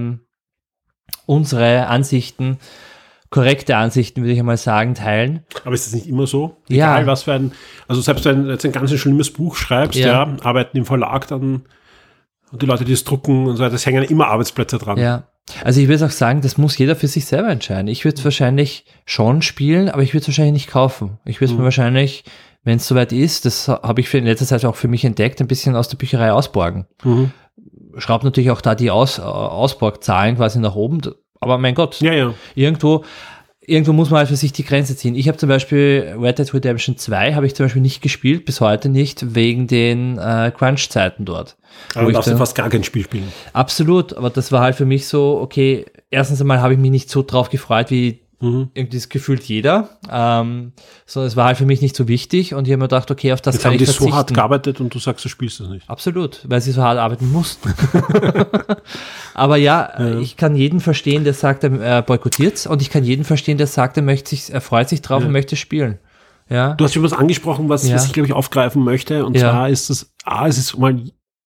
unsere Ansichten, korrekte Ansichten, würde ich einmal sagen, teilen. Aber ist das nicht immer so? Egal was für also selbst wenn du jetzt ein ganz schlimmes Buch schreibst, arbeiten im Verlag dann und die Leute, die es drucken und so weiter, das hängen immer Arbeitsplätze dran. Ja, also ich würde auch sagen, das muss jeder für sich selber entscheiden. Ich würde es wahrscheinlich schon spielen, aber ich würde es wahrscheinlich nicht kaufen. Ich würde es mir wahrscheinlich, wenn es soweit ist, das habe ich in letzter Zeit auch für mich entdeckt, ein bisschen aus der Bücherei ausborgen. Schraubt natürlich auch da die Ausborgzahlen quasi nach oben, aber mein Gott, irgendwo muss man halt für sich die Grenze ziehen. Ich habe zum Beispiel Red Dead Redemption 2 habe ich zum Beispiel nicht gespielt, bis heute nicht, wegen den Crunch-Zeiten dort. Aber du darfst ja fast gar kein Spiel spielen. Absolut, aber das war halt für mich so, okay, erstens einmal habe ich mich nicht so drauf gefreut, wie irgendwie das gefühlt jeder. So, es war halt für mich nicht so wichtig und ich habe mir gedacht, okay, auf das jetzt kann ich verzichten. verzichten. So hart gearbeitet und du sagst, du spielst das nicht. Absolut, weil sie so hart arbeiten mussten. Aber ich kann jeden verstehen, der sagt, er boykottiert's, und ich kann jeden verstehen, der sagt, er freut sich drauf und möchte spielen. Ja. Du hast schon was angesprochen, was ich, glaube ich, aufgreifen möchte, und zwar ist es ist mal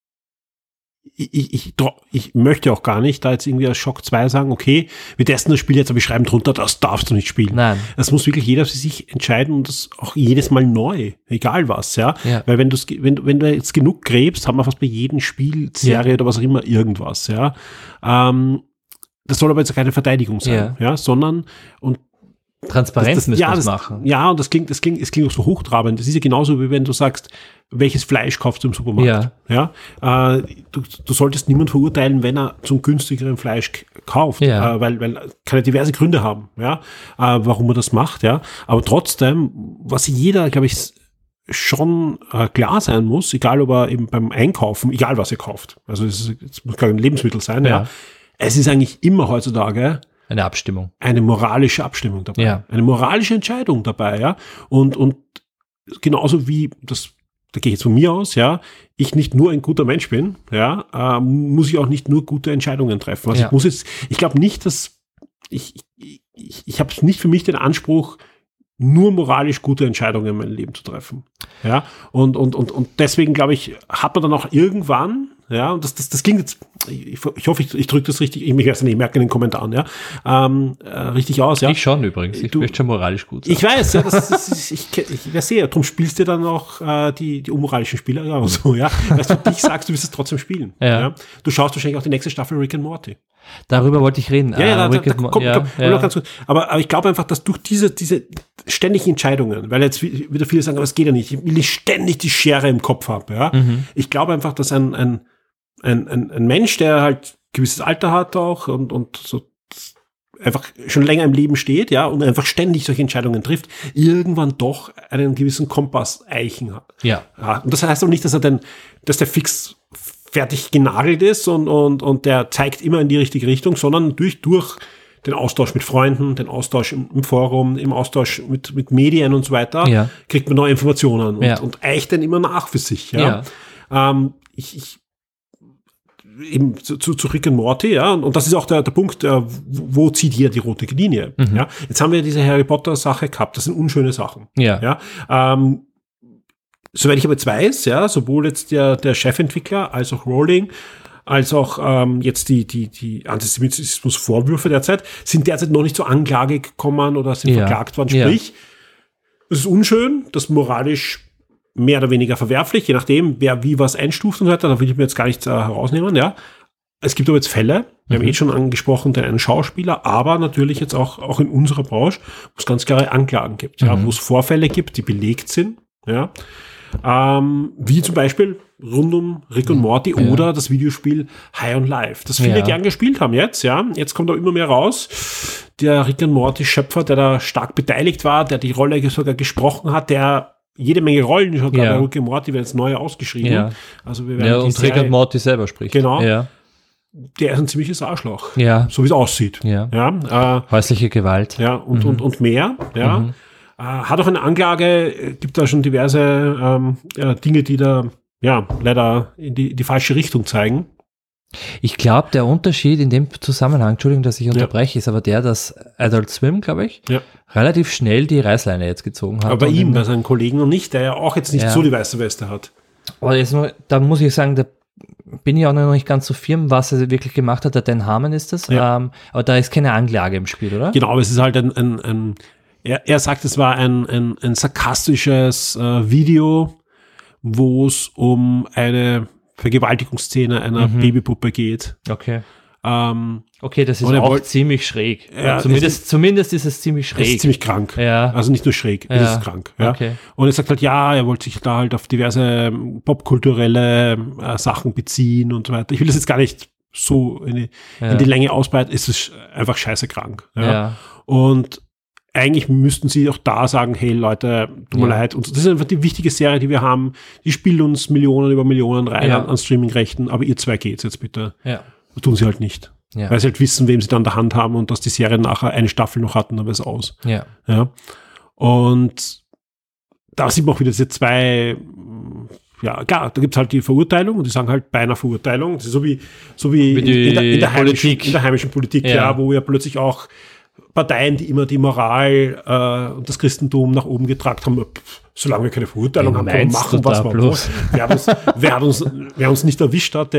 ich möchte auch gar nicht da jetzt irgendwie als Shock 2 sagen, okay, wir testen das Spiel jetzt, aber wir schreiben drunter, das darfst du nicht spielen. Nein. Das muss wirklich jeder für sich entscheiden, und das auch jedes Mal neu, egal was, ja. Weil wenn du jetzt genug gräbst, haben wir fast bei jedem Spiel, Serie oder was auch immer irgendwas, ja. Das soll aber jetzt keine Verteidigung sein, sondern, und Transparenz müssen wir machen. Ja, und es klingt auch so hochtrabend. Das ist ja genauso, wie wenn du sagst, welches Fleisch kaufst du im Supermarkt. Du solltest niemand verurteilen, wenn er zum günstigeren Fleisch kauft, weil kann ja diverse Gründe haben, warum er das macht, aber trotzdem, was jeder, glaube ich, schon klar sein muss, egal ob er eben beim Einkaufen, egal was er kauft, also es muss gar ein Lebensmittel sein, es ist eigentlich immer heutzutage eine Abstimmung. Eine moralische Abstimmung dabei. Ja. Eine moralische Entscheidung dabei, Und genauso wie das, da gehe ich jetzt von mir aus, ich nicht nur ein guter Mensch bin, muss ich auch nicht nur gute Entscheidungen treffen. Also ich glaube nicht, dass ich habe nicht für mich den Anspruch, nur moralisch gute Entscheidungen in meinem Leben zu treffen. Und deswegen, glaube ich, hat man dann auch irgendwann, und das klingt jetzt, ich hoffe, ich drücke das richtig, ich weiß nicht, ich merke in den Kommentaren, ja, richtig aus, ja. Ich schon übrigens, ich möchte schon moralisch gut sein. Ich weiß, ja, ich weiß ja, darum spielst du dann auch die unmoralischen Spieler, ja, so, ja. Weißt du, dich sagst, du wirst es trotzdem spielen. Ja. Du schaust wahrscheinlich auch die nächste Staffel Rick and Morty. Darüber wollte ich reden. Komm, ganz gut. Aber ich glaube einfach, dass durch diese ständigen Entscheidungen, weil jetzt wieder viele sagen, aber es geht ja nicht, ich will nicht ständig die Schere im Kopf haben, ja. Ich glaube einfach, dass ein Mensch, der halt gewisses Alter hat auch und so einfach schon länger im Leben steht, ja, und einfach ständig solche Entscheidungen trifft, irgendwann doch einen gewissen Kompass eichen hat. Ja. Und das heißt auch nicht, dass der fix fertig genagelt ist und der zeigt immer in die richtige Richtung, sondern durch den Austausch mit Freunden, den Austausch im Forum, im Austausch mit Medien und so weiter, kriegt man neue Informationen und eicht dann immer nach für sich. Ja. Eben zu Rick and Morty, ja, und das ist auch der Punkt, wo zieht jeder die rote Linie. Ja. Jetzt haben wir diese Harry Potter Sache gehabt, das sind unschöne Sachen. Ja. Soweit ich aber jetzt weiß, ja, sowohl jetzt der Chefentwickler als auch Rowling, als auch jetzt die Antisemitismus-Vorwürfe derzeit, sind derzeit noch nicht zur Anklage gekommen oder sind verklagt worden. Sprich, es ist unschön, das moralisch mehr oder weniger verwerflich, je nachdem, wer wie was einstuft und so weiter, da will ich mir jetzt gar nichts herausnehmen, ja. Es gibt aber jetzt Fälle, wir haben schon angesprochen, den einen Schauspieler, aber natürlich jetzt auch in unserer Branche, wo es ganz klare Anklagen gibt, ja, wo es Vorfälle gibt, die belegt sind, ja. Wie zum Beispiel rund um Rick und Morty oder das Videospiel High on Life, das viele gern gespielt haben jetzt, ja. Jetzt kommt auch immer mehr raus. Der Rick und Morty Schöpfer, der da stark beteiligt war, der die Rolle sogar gesprochen hat, der jede Menge Rollen schon bei Rick und Morty werden jetzt neue ausgeschrieben. Ja. Also wir werden und Rick und Morty selber spricht. Genau. Ja. Der ist ein ziemliches Arschloch. Ja. So wie es aussieht. Ja. Häusliche Gewalt. Ja, und mehr. Ja. Hat auch eine Anklage, gibt da schon diverse Dinge, die da leider in die falsche Richtung zeigen. Ich glaube, der Unterschied in dem Zusammenhang, Entschuldigung, dass ich unterbreche, ist aber dass Adult Swim, glaube ich, relativ schnell die Reißleine jetzt gezogen hat. Aber bei ihm, bei seinen Kollegen noch nicht, der ja auch jetzt nicht so die weiße Weste hat. Aber jetzt nur, da muss ich sagen, da bin ich auch noch nicht ganz so firm, was er wirklich gemacht hat. Der Dan Harmon ist das. Ja. Aber da ist keine Anklage im Spiel, oder? Genau, aber es ist halt er sagt, es war ein sarkastisches Video, wo es um eine Vergewaltigungsszene einer Babypuppe geht. Okay. Okay, das ist auch ziemlich schräg. Ja, zumindest ist es ziemlich schräg. Es ist ziemlich krank. Ja. Also nicht nur schräg, es ist krank. Ja. Okay. Und er sagt halt, er wollte sich da halt auf diverse popkulturelle Sachen beziehen und so weiter. Ich will das jetzt gar nicht so in die Länge ausbreiten. Es ist einfach scheiße krank. Ja. Und eigentlich müssten sie auch da sagen, hey Leute, tut mir leid. Und das ist einfach die wichtige Serie, die wir haben. Die spielt uns Millionen über Millionen rein an Streaming-Rechten, aber ihr zwei geht's jetzt bitte. Ja. Das tun sie halt nicht. Ja. Weil sie halt wissen, wem sie dann in der Hand haben und dass die Serien nachher eine Staffel noch hatten, aber es aus. Ja. Und da sieht man auch wieder diese zwei, klar, da gibt's halt die Verurteilung und die sagen halt bei einer Verurteilung, das ist so wie in der heimischen Politik, wo ja plötzlich auch Parteien, die immer die Moral und das Christentum nach oben getragen haben, solange wir keine Verurteilung haben, können wir machen, was wir wollen. Wer uns nicht erwischt hat,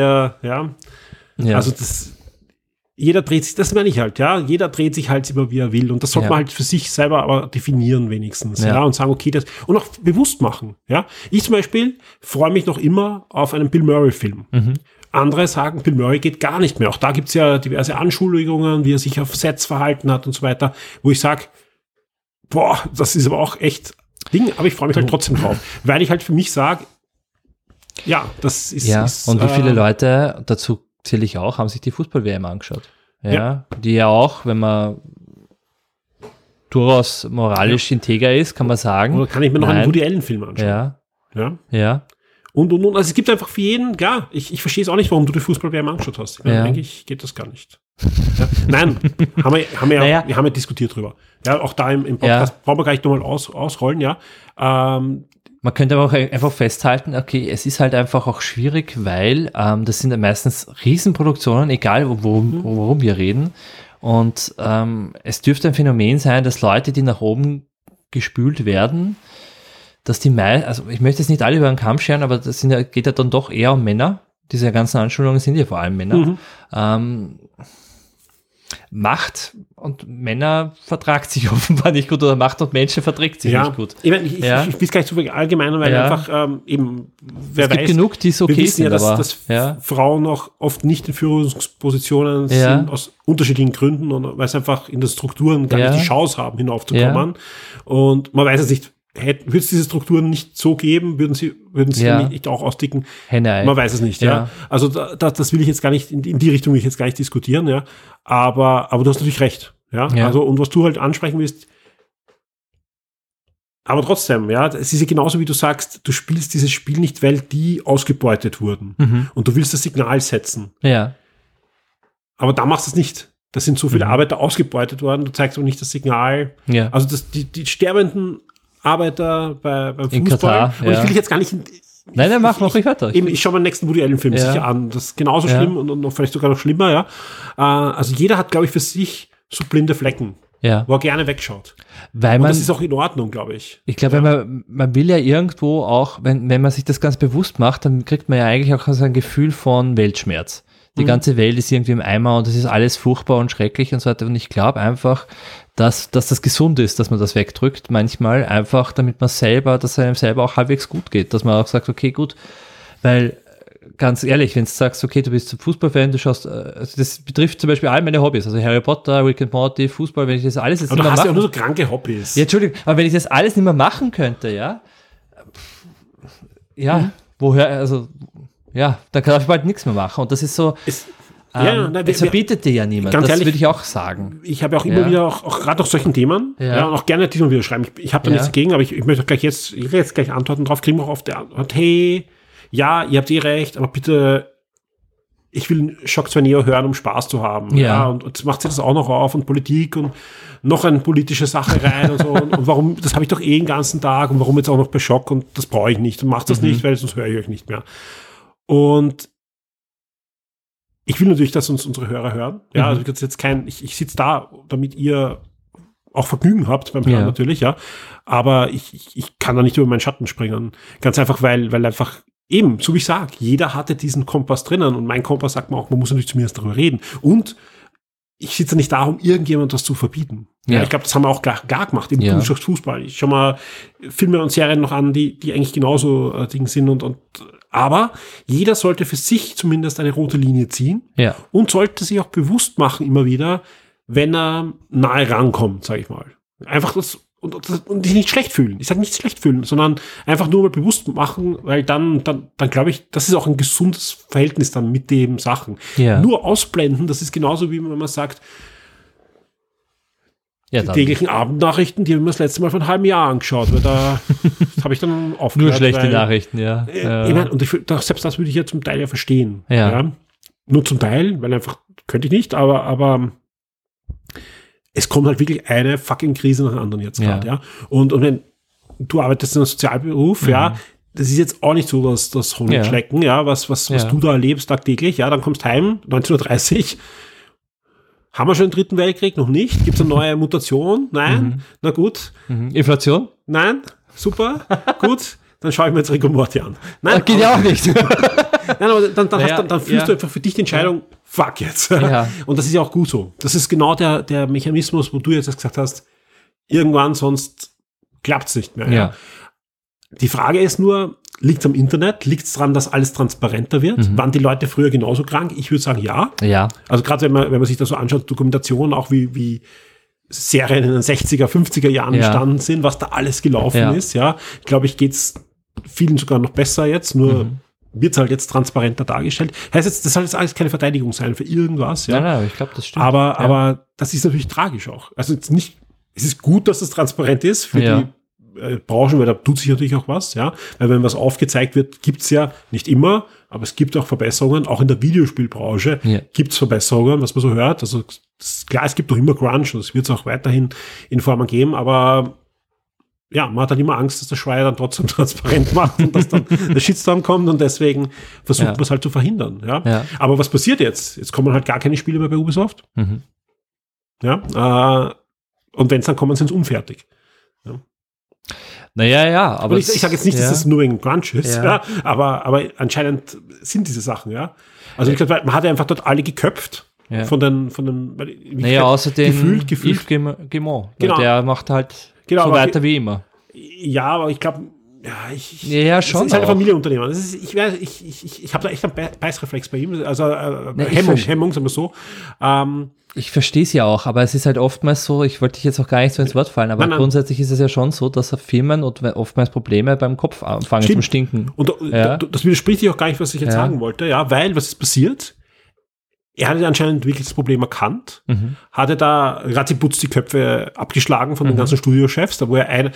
also jeder dreht sich, das meine ich halt, jeder dreht sich halt immer, wie er will und das sollte man halt für sich selber aber definieren wenigstens, und sagen, okay, das, und auch bewusst machen, Ich zum Beispiel freue mich noch immer auf einen Bill Murray-Film. Andere sagen, Bill Murray geht gar nicht mehr. Auch da gibt's ja diverse Anschuldigungen, wie er sich auf Sets verhalten hat und so weiter, wo ich sage, das ist aber auch echt Ding, aber ich freue mich halt trotzdem drauf, weil ich halt für mich sage, das ist... und wie viele Leute, dazu zähle ich auch, haben sich die Fußball-WM angeschaut. Die ja auch, wenn man durchaus moralisch integer ist, kann man sagen. Oder kann ich mir noch einen Woody Allen-Film anschauen? Ja. Und. Also es gibt einfach für jeden, ich verstehe es auch nicht, warum du die Fußball-WM angeschaut hast. Eigentlich geht das gar nicht. Nein, wir haben ja diskutiert drüber. Ja, auch da im Podcast brauchen wir gleich nochmal ausrollen, Man könnte aber auch einfach festhalten, okay, es ist halt einfach auch schwierig, weil das sind ja meistens Riesenproduktionen, egal worum wir reden. Und es dürfte ein Phänomen sein, dass Leute, die nach oben gespült werden, dass also ich möchte jetzt nicht alle über den Kamm scheren, aber geht ja dann doch eher um Männer, diese ganzen Anschuldigungen sind ja vor allem Männer. Macht und Männer vertragt sich offenbar nicht gut oder Macht und Menschen verträgt sich nicht gut. Ich will es gar nicht so allgemein, weil einfach eben, wer weiß, es gibt genug, die es okay wir wissen sind, dass Frauen auch oft nicht in Führungspositionen sind, aus unterschiedlichen Gründen, und weil es einfach in den Strukturen gar nicht die Chance haben, hinaufzukommen. Und man weiß es nicht, würde es diese Strukturen nicht so geben, würden sie nicht auch austicken? Man weiß es nicht, Also das will ich jetzt gar nicht, in die Richtung will ich jetzt gar nicht diskutieren, aber du hast natürlich recht, Also, und was du halt ansprechen willst, aber trotzdem, es ist ja genauso, wie du sagst, du spielst dieses Spiel nicht, weil die ausgebeutet wurden. Und du willst das Signal setzen. Ja. Aber da machst du es nicht. Da sind so viele Arbeiter ausgebeutet worden, du zeigst auch nicht das Signal. Ja. Also die sterbenden Arbeiter beim Fußball. Katar, und ich will jetzt gar nicht... Nein, mach ruhig weiter. Ich schaue mir den nächsten Woody Allen-Film sicher an. Das ist genauso schlimm und noch, vielleicht sogar noch schlimmer, Also jeder hat, glaube ich, für sich so blinde Flecken, wo er gerne wegschaut. Und das ist auch in Ordnung, glaube ich. Ich glaube, man will ja irgendwo auch, wenn man sich das ganz bewusst macht, dann kriegt man ja eigentlich auch so ein Gefühl von Weltschmerz. Die ganze Welt ist irgendwie im Eimer und es ist alles furchtbar und schrecklich und so weiter. Und ich glaube einfach, dass das gesund ist, dass man das wegdrückt. Manchmal einfach, damit dass einem selber auch halbwegs gut geht. Dass man auch sagt, okay, gut. Weil, ganz ehrlich, wenn du sagst, okay, du bist Fußballfan, du schaust, also das betrifft zum Beispiel all meine Hobbys. Also Harry Potter, Rick and Morty, Fußball, wenn ich das alles jetzt nicht mehr mache. Aber du hast ja auch nur so kranke Hobbys. Ja, Entschuldigung, aber wenn ich das alles nicht mehr machen könnte, woher, also... Ja, dann darf ich bald nichts mehr machen. Und das ist so, es verbietet dir ja niemand. Das würde ich auch sagen. Ich habe auch immer wieder, auch gerade auf solchen Themen, und auch gerne Artikel wieder schreiben. Ich habe da nichts dagegen, aber ich möchte gleich jetzt gleich Antworten drauf kriegen, auch auf der Antwort, hey, ja, ihr habt recht, aber bitte, ich will Shock 2 Neo hören, um Spaß zu haben. Und jetzt macht sie das auch noch auf und Politik und noch eine politische Sache rein und so. Und warum, das habe ich doch den ganzen Tag und warum jetzt auch noch bei Shock und das brauche ich nicht und macht das nicht, weil sonst höre ich euch nicht mehr. Und ich will natürlich, dass uns unsere Hörer hören. Also ich sitze da, damit ihr auch Vergnügen habt beim Hören natürlich, aber ich kann da nicht über meinen Schatten springen. Ganz einfach, weil einfach eben, so wie ich sage, jeder hatte diesen Kompass drinnen und mein Kompass sagt mir auch, man muss natürlich zumindest darüber reden. Und ich sitze nicht da, um irgendjemand was zu verbieten. Ich glaube, das haben wir auch gar gemacht im Fußball. Ich schaue mal Filme und Serien noch an, die eigentlich genauso Dinge sind aber jeder sollte für sich zumindest eine rote Linie ziehen und sollte sich auch bewusst machen immer wieder, wenn er nahe rankommt, sage ich mal. Einfach das und sich nicht schlecht fühlen. Ich sage nicht schlecht fühlen, sondern einfach nur mal bewusst machen, weil dann glaube ich, das ist auch ein gesundes Verhältnis dann mit den Sachen. Nur ausblenden, das ist genauso wie wenn man sagt, die täglichen Abendnachrichten, die haben wir das letzte Mal vor einem halben Jahr angeschaut, weil da habe ich dann aufgehört. Nur schlechte Nachrichten, Ich meine, und selbst das würde ich ja zum Teil verstehen. Nur zum Teil, weil einfach, könnte ich nicht, aber es kommt halt wirklich eine fucking Krise nach der anderen jetzt gerade, Und wenn du arbeitest in einem Sozialberuf, das ist jetzt auch nicht so das Honigschlecken, was du da erlebst tagtäglich, dann kommst heim, 19:30 Uhr, haben wir schon den dritten Weltkrieg? Noch nicht? Gibt es eine neue Mutation? Nein? Na gut. Inflation? Nein? Super? Gut. Dann schaue ich mir jetzt Rick und Morty an. Nein, das geht ja auch nicht. Nein, aber dann fühlst du einfach für dich die Entscheidung, fuck jetzt. Und das ist ja auch gut so. Das ist genau der Mechanismus, wo du jetzt gesagt hast, irgendwann sonst klappt es nicht mehr. Die Frage ist nur, liegt es am Internet? Liegt es daran, dass alles transparenter wird? Waren die Leute früher genauso krank? Ich würde sagen, ja. Also gerade wenn man sich da so anschaut, Dokumentationen, auch wie Serien in den 60er, 50er Jahren entstanden sind, was da alles gelaufen ist. Ich glaube, geht es vielen sogar noch besser jetzt, nur wird es halt jetzt transparenter dargestellt. Heißt jetzt, das soll jetzt alles keine Verteidigung sein für irgendwas. Nein, ich glaube, das stimmt. Aber das ist natürlich tragisch auch. Also jetzt nicht, es ist gut, dass das transparent ist für die Branchen, weil da tut sich natürlich auch was, weil wenn was aufgezeigt wird, gibt's ja nicht immer, aber es gibt auch Verbesserungen, auch in der Videospielbranche gibt's Verbesserungen, was man so hört, also klar, es gibt doch immer Crunch, das wird es auch weiterhin in Formen geben, aber man hat dann immer Angst, dass der Schreier dann trotzdem transparent macht und dass dann der Shitstorm kommt und deswegen versucht man es halt zu verhindern, aber was passiert jetzt? Jetzt kommen halt gar keine Spiele mehr bei Ubisoft, und wenn es dann kommen, sind es unfertig. Naja, ja, aber. Ich sage jetzt nicht, dass das nur wegen Crunch ist, Ja. aber anscheinend sind diese Sachen, ja. Also, wie gesagt, man hat ja einfach dort alle geköpft. Ja. Von den Naja, außer den gefühlt. Yves Guillemot. Genau. Der macht halt Genau, so aber weiter wie immer. Ja, aber ich glaube, Ja, schon Es ist halt ein auch. Familienunternehmer. Ich habe da echt einen Beißreflex bei ihm, also ich Hemmung, sagen wir so. Ich verstehe es ja auch, aber es ist halt oftmals so, ich wollte dich jetzt auch gar nicht so ins Wort fallen, aber Nein. grundsätzlich ist es ja schon so, dass Firmen oftmals Probleme beim Kopf anfangen zum Stinken. Und Ja. das widerspricht sich auch gar nicht, was ich jetzt Ja. sagen wollte, ja, weil, was ist passiert? Er hatte anscheinend wirklich das Problem erkannt, hatte da ratiputz die Köpfe abgeschlagen von den ganzen Studiochefs, da wo er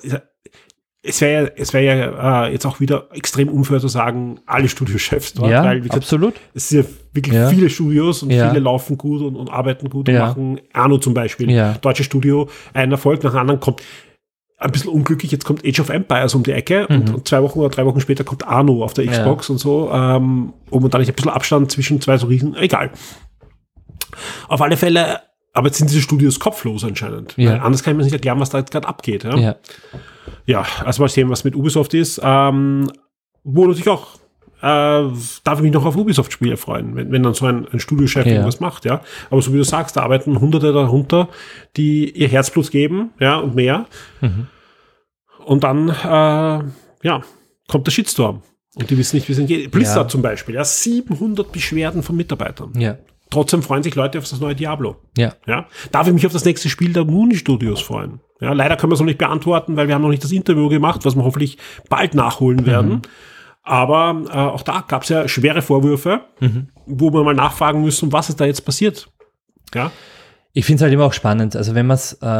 es wäre ja jetzt auch wieder extrem unfair zu sagen, alle Studiochefs dort, Ja, weil, wie gesagt, absolut. es sind ja wirklich Ja. viele Studios und Ja. viele laufen gut und arbeiten gut und Ja. machen Arno zum Beispiel, Ja. deutsches Studio, ein Erfolg nach dem anderen kommt. Ein bisschen unglücklich, jetzt kommt Age of Empires um die Ecke und 2 Wochen oder 3 Wochen später kommt Arno auf der Xbox und so, um dann nicht ein bisschen Abstand zwischen zwei so Riesen, egal. Auf alle Fälle, aber jetzt sind diese Studios kopflos anscheinend. Ja. Weil anders kann ich mir nicht erklären, was da jetzt gerade abgeht. Ja? Ja. Also mal sehen, was mit Ubisoft ist. Wo natürlich auch darf ich mich noch auf Ubisoft-Spiele freuen, wenn dann so ein Studiochef irgendwas macht, ja. Aber so wie du sagst, da arbeiten Hunderte darunter, die ihr Herzblut geben, ja, und mehr. Und dann, kommt der Shitstorm. Und die wissen nicht, wie es geht. Blizzard zum Beispiel, 700 Beschwerden von Mitarbeitern. Ja. Trotzdem freuen sich Leute auf das neue Diablo. Ja. Ja. Darf ich mich auf das nächste Spiel der Moon Studios freuen? Ja, leider können wir es noch nicht beantworten, weil wir haben noch nicht das Interview gemacht, was wir hoffentlich bald nachholen werden. Aber auch da gab es ja schwere Vorwürfe, wo wir mal nachfragen müssen, was ist da jetzt passiert. Ja. Ich finde es halt immer auch spannend. Also wenn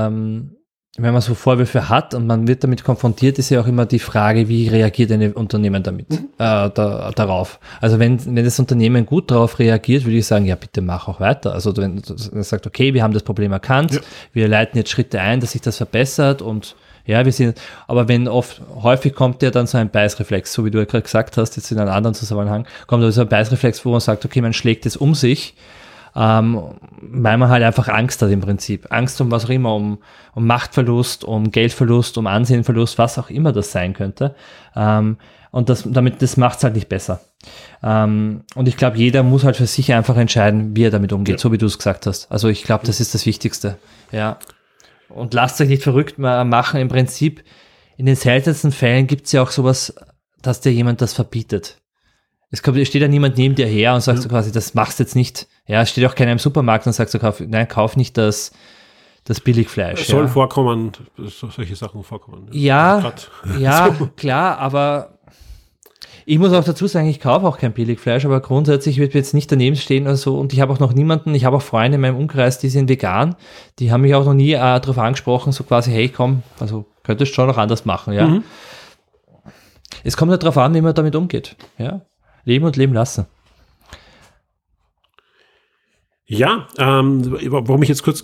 man so Vorwürfe hat und man wird damit konfrontiert, ist ja auch immer die Frage, wie reagiert ein Unternehmen damit darauf. Also wenn das Unternehmen gut darauf reagiert, würde ich sagen, ja bitte mach auch weiter. Also wenn es sagt, okay, wir haben das Problem erkannt, wir leiten jetzt Schritte ein, dass sich das verbessert und ja, aber häufig kommt ja dann so ein Beißreflex, so wie du ja gerade gesagt hast, jetzt in einem anderen Zusammenhang, kommt also ein Beißreflex, wo man sagt, okay, man schlägt es um sich, weil man halt einfach Angst hat im Prinzip. Angst um was auch immer, um Machtverlust, um Geldverlust, um Ansehenverlust, was auch immer das sein könnte. Und das macht es halt nicht besser. Und ich glaube, jeder muss halt für sich einfach entscheiden, wie er damit umgeht, so wie du es gesagt hast. Also ich glaube, das ist das Wichtigste. Ja. Und lasst euch nicht verrückt machen. Im Prinzip, in den seltensten Fällen gibt es ja auch sowas, dass dir jemand das verbietet. Es steht ja niemand neben dir her und sagt so quasi, das machst du jetzt nicht. Ja, es steht auch keiner im Supermarkt und sagt so, kauf nicht das Billigfleisch. Es soll vorkommen, solche Sachen vorkommen. Ja, klar, aber ich muss auch dazu sagen, ich kaufe auch kein Billigfleisch, aber grundsätzlich wird jetzt nicht daneben stehen oder so. Und ich habe auch noch niemanden, ich habe auch Freunde in meinem Umkreis, die sind vegan, die haben mich auch noch nie darauf angesprochen, so quasi, hey komm, also könntest schon noch anders machen, ja. Es kommt halt darauf an, wie man damit umgeht, ja. Leben und leben lassen. Ja, warum ich jetzt kurz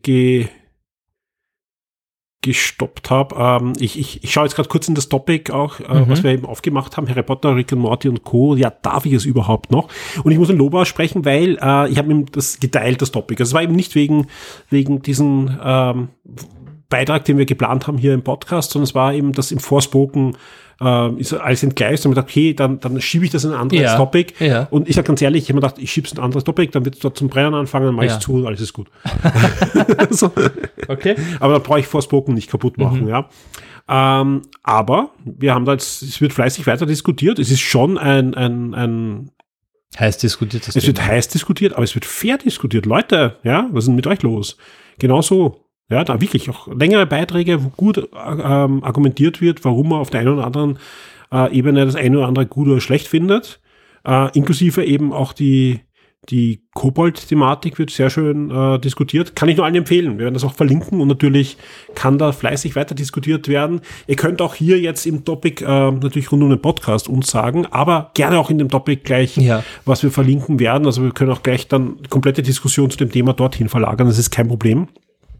gestoppt habe. Ich schaue jetzt gerade kurz in das Topic auch, was wir eben aufgemacht haben, Harry Potter, Rick and Morty und Co. Ja, darf ich es überhaupt noch? Und ich muss ein Lob aussprechen, weil ich habe ihm das geteilt, das Topic. Also es war eben nicht wegen diesen Beitrag, den wir geplant haben hier im Podcast, sondern es war eben, dass im Forspoken ist alles entgleist und ich dachte, okay, dann schiebe ich das in ein anderes Topic. Ja. Und ich sage ganz ehrlich, ich habe mir gedacht, ich schiebe es in ein anderes Topic, dann wird es dort zum Brennen anfangen, dann mache ich es zu und alles ist gut. So. Okay. Aber dann brauche ich Forspoken nicht kaputt machen, ja. Aber wir haben da jetzt, es wird fleißig weiter diskutiert. Es ist schon ein heiß diskutiert. Es wird heiß diskutiert, aber es wird fair diskutiert. Leute, ja, was ist denn mit euch los? Genau so. Ja, da wirklich auch längere Beiträge, wo gut argumentiert wird, warum man auf der einen oder anderen Ebene das eine oder andere gut oder schlecht findet. Inklusive eben auch die Kobold-Thematik wird sehr schön diskutiert. Kann ich nur allen empfehlen. Wir werden das auch verlinken und natürlich kann da fleißig weiter diskutiert werden. Ihr könnt auch hier jetzt im Topic natürlich rund um den Podcast uns sagen, aber gerne auch in dem Topic gleich, was wir verlinken werden. Also wir können auch gleich dann komplette Diskussion zu dem Thema dorthin verlagern. Das ist kein Problem.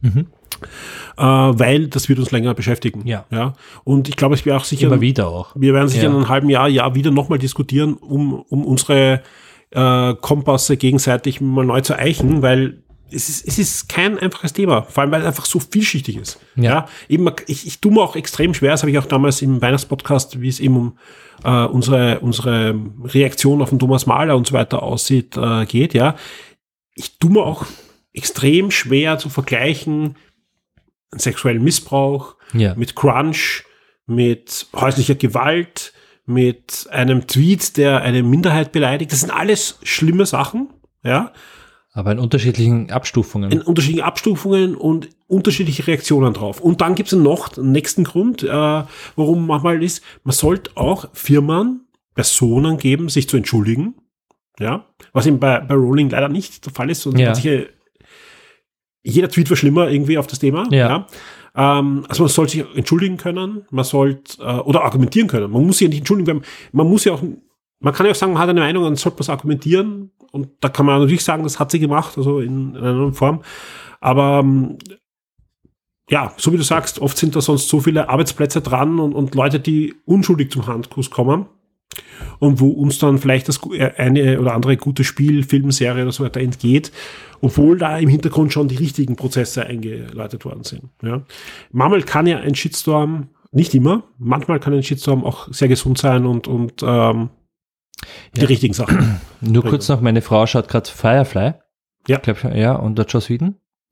Weil das wird uns länger beschäftigen. Ja. Und ich glaube, es wäre auch sicher. Immer wieder auch. Wir werden sicher in einem halben Jahr wieder nochmal diskutieren, um unsere Kompasse gegenseitig mal neu zu eichen, weil es ist kein einfaches Thema, vor allem weil es einfach so vielschichtig ist. Ja. Eben, ich tue mir auch extrem schwer, das habe ich auch damals im Weihnachtspodcast, wie es eben um unsere Reaktion auf den Thomas Mahler und so weiter aussieht, geht, ja. Ich tue mir auch extrem schwer zu vergleichen sexuellen Missbrauch mit Crunch, mit häuslicher Gewalt, mit einem Tweet, der eine Minderheit beleidigt. Das sind alles schlimme Sachen, ja. Aber in unterschiedlichen Abstufungen. In unterschiedlichen Abstufungen und unterschiedliche Reaktionen drauf. Und dann gibt es noch einen nächsten Grund, warum manchmal ist, man sollte auch Firmen, Personen geben, sich zu entschuldigen. Ja, was eben bei Rowling leider nicht der Fall ist. Und jeder Tweet war schlimmer irgendwie auf das Thema. Ja. Also man soll sich entschuldigen können, man sollte oder argumentieren können. Man muss sich ja nicht entschuldigen, weil man kann ja auch sagen, man hat eine Meinung, dann sollte man es argumentieren. Und da kann man natürlich sagen, das hat sie gemacht, also in einer anderen Form. Aber ja, so wie du sagst, oft sind da sonst so viele Arbeitsplätze dran und Leute, die unschuldig zum Handkuss kommen. Und wo uns dann vielleicht das eine oder andere gute Spiel, Filmserie oder so weiter entgeht, obwohl da im Hintergrund schon die richtigen Prozesse eingeleitet worden sind. Ja. Manchmal kann ja ein Shitstorm, nicht immer, manchmal kann ein Shitstorm auch sehr gesund sein und die richtigen Sachen. Nur kurz noch, meine Frau schaut gerade Firefly. Ja. Ich glaub, ja, und der Joss Whedon.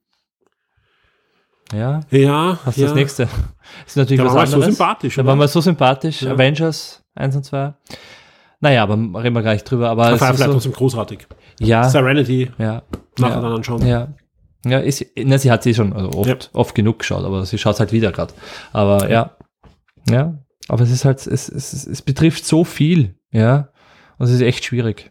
Ja. Ja. Was ist das nächste? Das ist natürlich da was war anderes. So sympathisch. Da waren wir so sympathisch. Ja. Avengers 1 und 2. Naja, aber reden wir gleich drüber. Aber Firefly so, trotzdem großartig. Ja. Serenity. Ja. Nachher dann anschauen. Ja. Ja, sie hat sie schon oft genug geschaut, aber sie schaut halt wieder gerade. Aber ja. Aber es ist halt, es betrifft so viel, ja. Und es ist echt schwierig.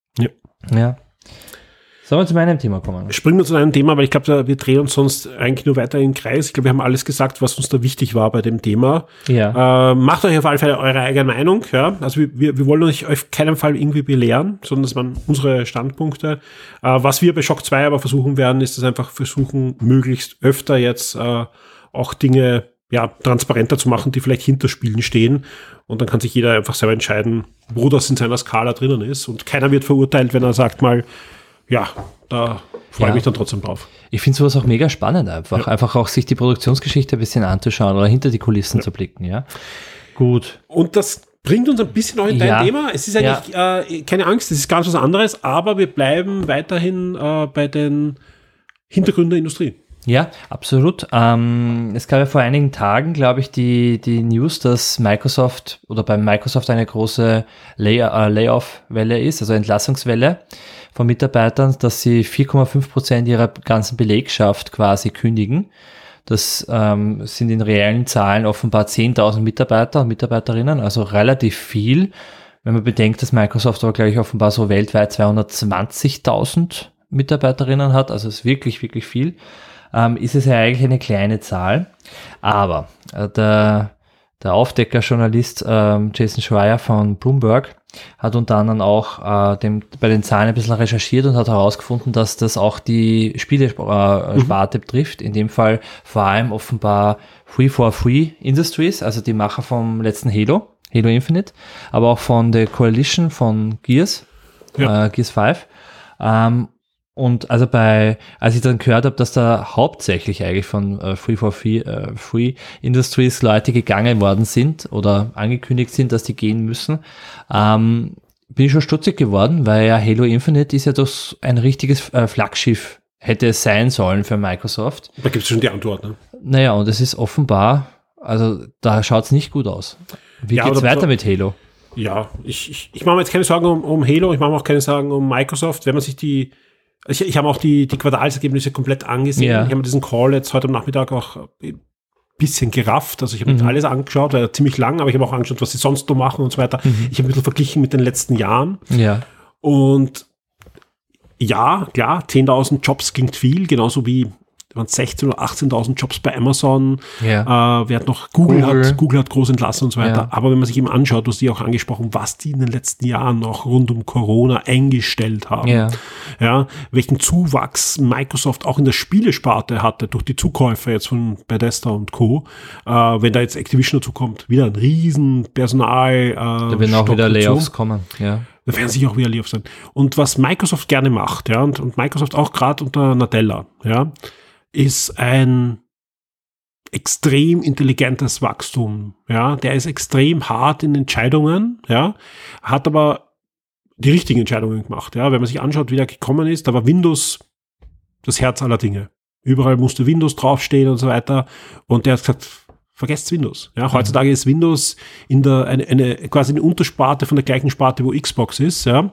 Ja. Sollen wir zu meinem Thema kommen? Springen wir zu einem Thema, weil ich glaube, wir drehen uns sonst eigentlich nur weiter im Kreis. Ich glaube, wir haben alles gesagt, was uns da wichtig war bei dem Thema. Ja. Macht euch auf alle Fälle eure eigene Meinung. Ja? Also wir wollen euch auf keinen Fall irgendwie belehren, sondern das waren unsere Standpunkte. Was wir bei Shock 2 aber versuchen werden, ist das einfach versuchen, möglichst öfter jetzt auch Dinge transparenter zu machen, die vielleicht hinter Spielen stehen. Und dann kann sich jeder einfach selber entscheiden, wo das in seiner Skala drinnen ist. Und keiner wird verurteilt, wenn er sagt mal, ja, da freue ich mich dann trotzdem drauf. Ich finde sowas auch mega spannend einfach. Einfach auch sich die Produktionsgeschichte ein bisschen anzuschauen oder hinter die Kulissen zu blicken, ja. Gut. Und das bringt uns ein bisschen auch in dein Thema. Es ist eigentlich, keine Angst, es ist ganz was anderes, aber wir bleiben weiterhin bei den Hintergründen der Industrie. Ja, absolut. Es gab ja vor einigen Tagen, glaube ich, die News, dass Microsoft oder bei Microsoft eine große Layoff-Welle ist, also Entlassungswelle von Mitarbeitern, dass sie 4,5% ihrer ganzen Belegschaft quasi kündigen. Das sind in reellen Zahlen offenbar 10.000 Mitarbeiter und Mitarbeiterinnen, also relativ viel. Wenn man bedenkt, dass Microsoft aber, glaube ich, offenbar so weltweit 220.000 Mitarbeiterinnen hat, also ist wirklich, wirklich viel. Ist es ja eigentlich eine kleine Zahl, aber der Aufdecker-Journalist Jason Schreier von Bloomberg hat unter anderem auch bei den Zahlen ein bisschen recherchiert und hat herausgefunden, dass das auch die Spielesparte betrifft, in dem Fall vor allem offenbar Free Industries, also die Macher vom letzten Halo Infinite, aber auch von der Coalition von Gears 5. Und also als ich dann gehört habe, dass da hauptsächlich eigentlich von Free Industries Leute gegangen worden sind oder angekündigt sind, dass die gehen müssen, bin ich schon stutzig geworden, weil ja Halo Infinite ist ja doch ein richtiges Flaggschiff, hätte es sein sollen für Microsoft. Da gibt es schon die Antwort, ne? Naja, und es ist offenbar, also da schaut es nicht gut aus. Wie geht's weiter mit Halo? Ja, ich mache mir jetzt keine Sorgen um Halo, ich mache mir auch keine Sorgen um Microsoft, wenn man sich ich habe auch die Quartalsergebnisse komplett angesehen. Ja. Ich habe mir diesen Call jetzt heute am Nachmittag auch ein bisschen gerafft. Also ich habe nicht alles angeschaut, weil ziemlich lang, aber ich habe auch angeschaut, was sie sonst noch machen und so weiter. Ich habe ein bisschen verglichen mit den letzten Jahren. Ja. Und ja, klar, 10.000 Jobs klingt viel, genauso wie 16.000 oder 18.000 Jobs bei Amazon. Ja. Wer hat noch? Google hat groß entlassen und so weiter. Ja. Aber wenn man sich eben anschaut, du hast die auch angesprochen, was die in den letzten Jahren noch rund um Corona eingestellt haben. Ja, welchen Zuwachs Microsoft auch in der Spielesparte hatte durch die Zukäufe jetzt von Bethesda und Co. Wenn da jetzt Activision dazu kommt, wieder ein riesen Personal. Da werden auch wieder Layoffs kommen. Ja. Da werden sicher auch wieder Layoffs sein. Und was Microsoft gerne macht, ja, und Microsoft auch gerade unter Nadella, ja, ist ein extrem intelligentes Wachstum, ja, der ist extrem hart in Entscheidungen, ja, hat aber die richtigen Entscheidungen gemacht, ja, wenn man sich anschaut, wie der gekommen ist, da war Windows das Herz aller Dinge. Überall musste Windows draufstehen und so weiter und der hat gesagt, vergesst Windows, ja, heutzutage ist Windows quasi eine Untersparte von der gleichen Sparte, wo Xbox ist, ja,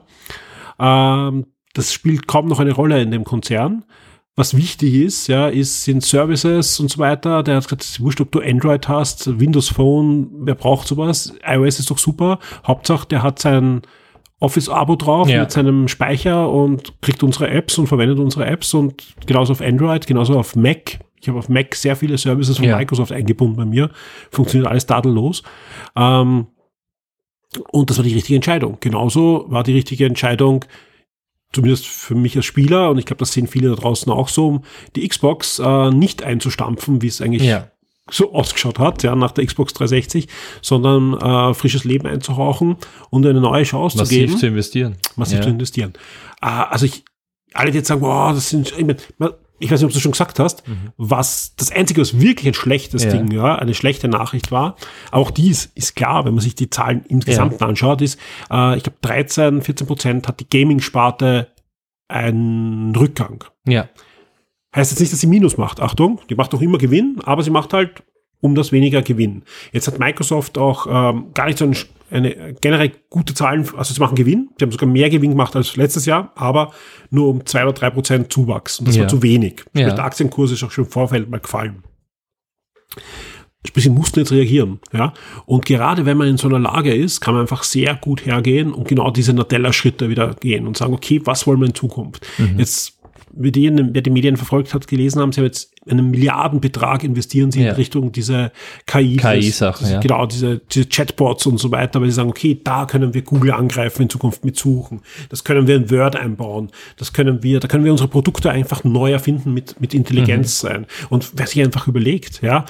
das spielt kaum noch eine Rolle in dem Konzern. Was wichtig ist, ja, sind Services und so weiter. Der hat gesagt, es ist wurscht, ob du Android hast, Windows Phone, wer braucht sowas? iOS ist doch super. Hauptsache, der hat sein Office-Abo drauf mit seinem Speicher und kriegt unsere Apps und verwendet unsere Apps und genauso auf Android, genauso auf Mac. Ich habe auf Mac sehr viele Services von Microsoft eingebunden bei mir. Funktioniert alles tadellos. Und das war die richtige Entscheidung. Genauso war die richtige Entscheidung, zumindest für mich als Spieler, und ich glaube, das sehen viele da draußen auch so, die Xbox nicht einzustampfen, wie es eigentlich so ausgeschaut hat, ja, nach der Xbox 360, sondern frisches Leben einzuhauchen und eine neue Chance zu geben. Massiv zu investieren. Also alle, die jetzt sagen, wow, das sind, ich weiß nicht, ob du schon gesagt hast, was das Einzige, was wirklich ein schlechtes Ding, ja, eine schlechte Nachricht war, auch dies ist klar, wenn man sich die Zahlen insgesamt anschaut, ist, ich glaube 14% hat die Gaming-Sparte einen Rückgang. Ja. Heißt jetzt nicht, dass sie Minus macht, Achtung, die macht doch immer Gewinn, aber sie macht halt um das weniger Gewinn. Jetzt hat Microsoft auch gar nicht so eine generell gute Zahlen, also sie machen Gewinn, sie haben sogar mehr Gewinn gemacht als letztes Jahr, aber nur um 2 oder 3% Zuwachs. Und das war zu wenig. Sprich, der Aktienkurs ist auch schon im Vorfeld mal gefallen. Sprich, sie mussten jetzt reagieren. Ja? Und gerade wenn man in so einer Lage ist, kann man einfach sehr gut hergehen und genau diese Nadella-Schritte wieder gehen und sagen, okay, was wollen wir in Zukunft? Jetzt, wer die Medien verfolgt hat, gelesen haben, sie haben jetzt einen Milliardenbetrag investieren sie in Richtung diese KI-Sachen. Genau, diese Chatbots und so weiter, weil sie sagen, okay, da können wir Google angreifen in Zukunft mit Suchen. Das können wir in Word einbauen. Da können wir unsere Produkte einfach neu erfinden mit Intelligenz sein. Und wer sich einfach überlegt, ja,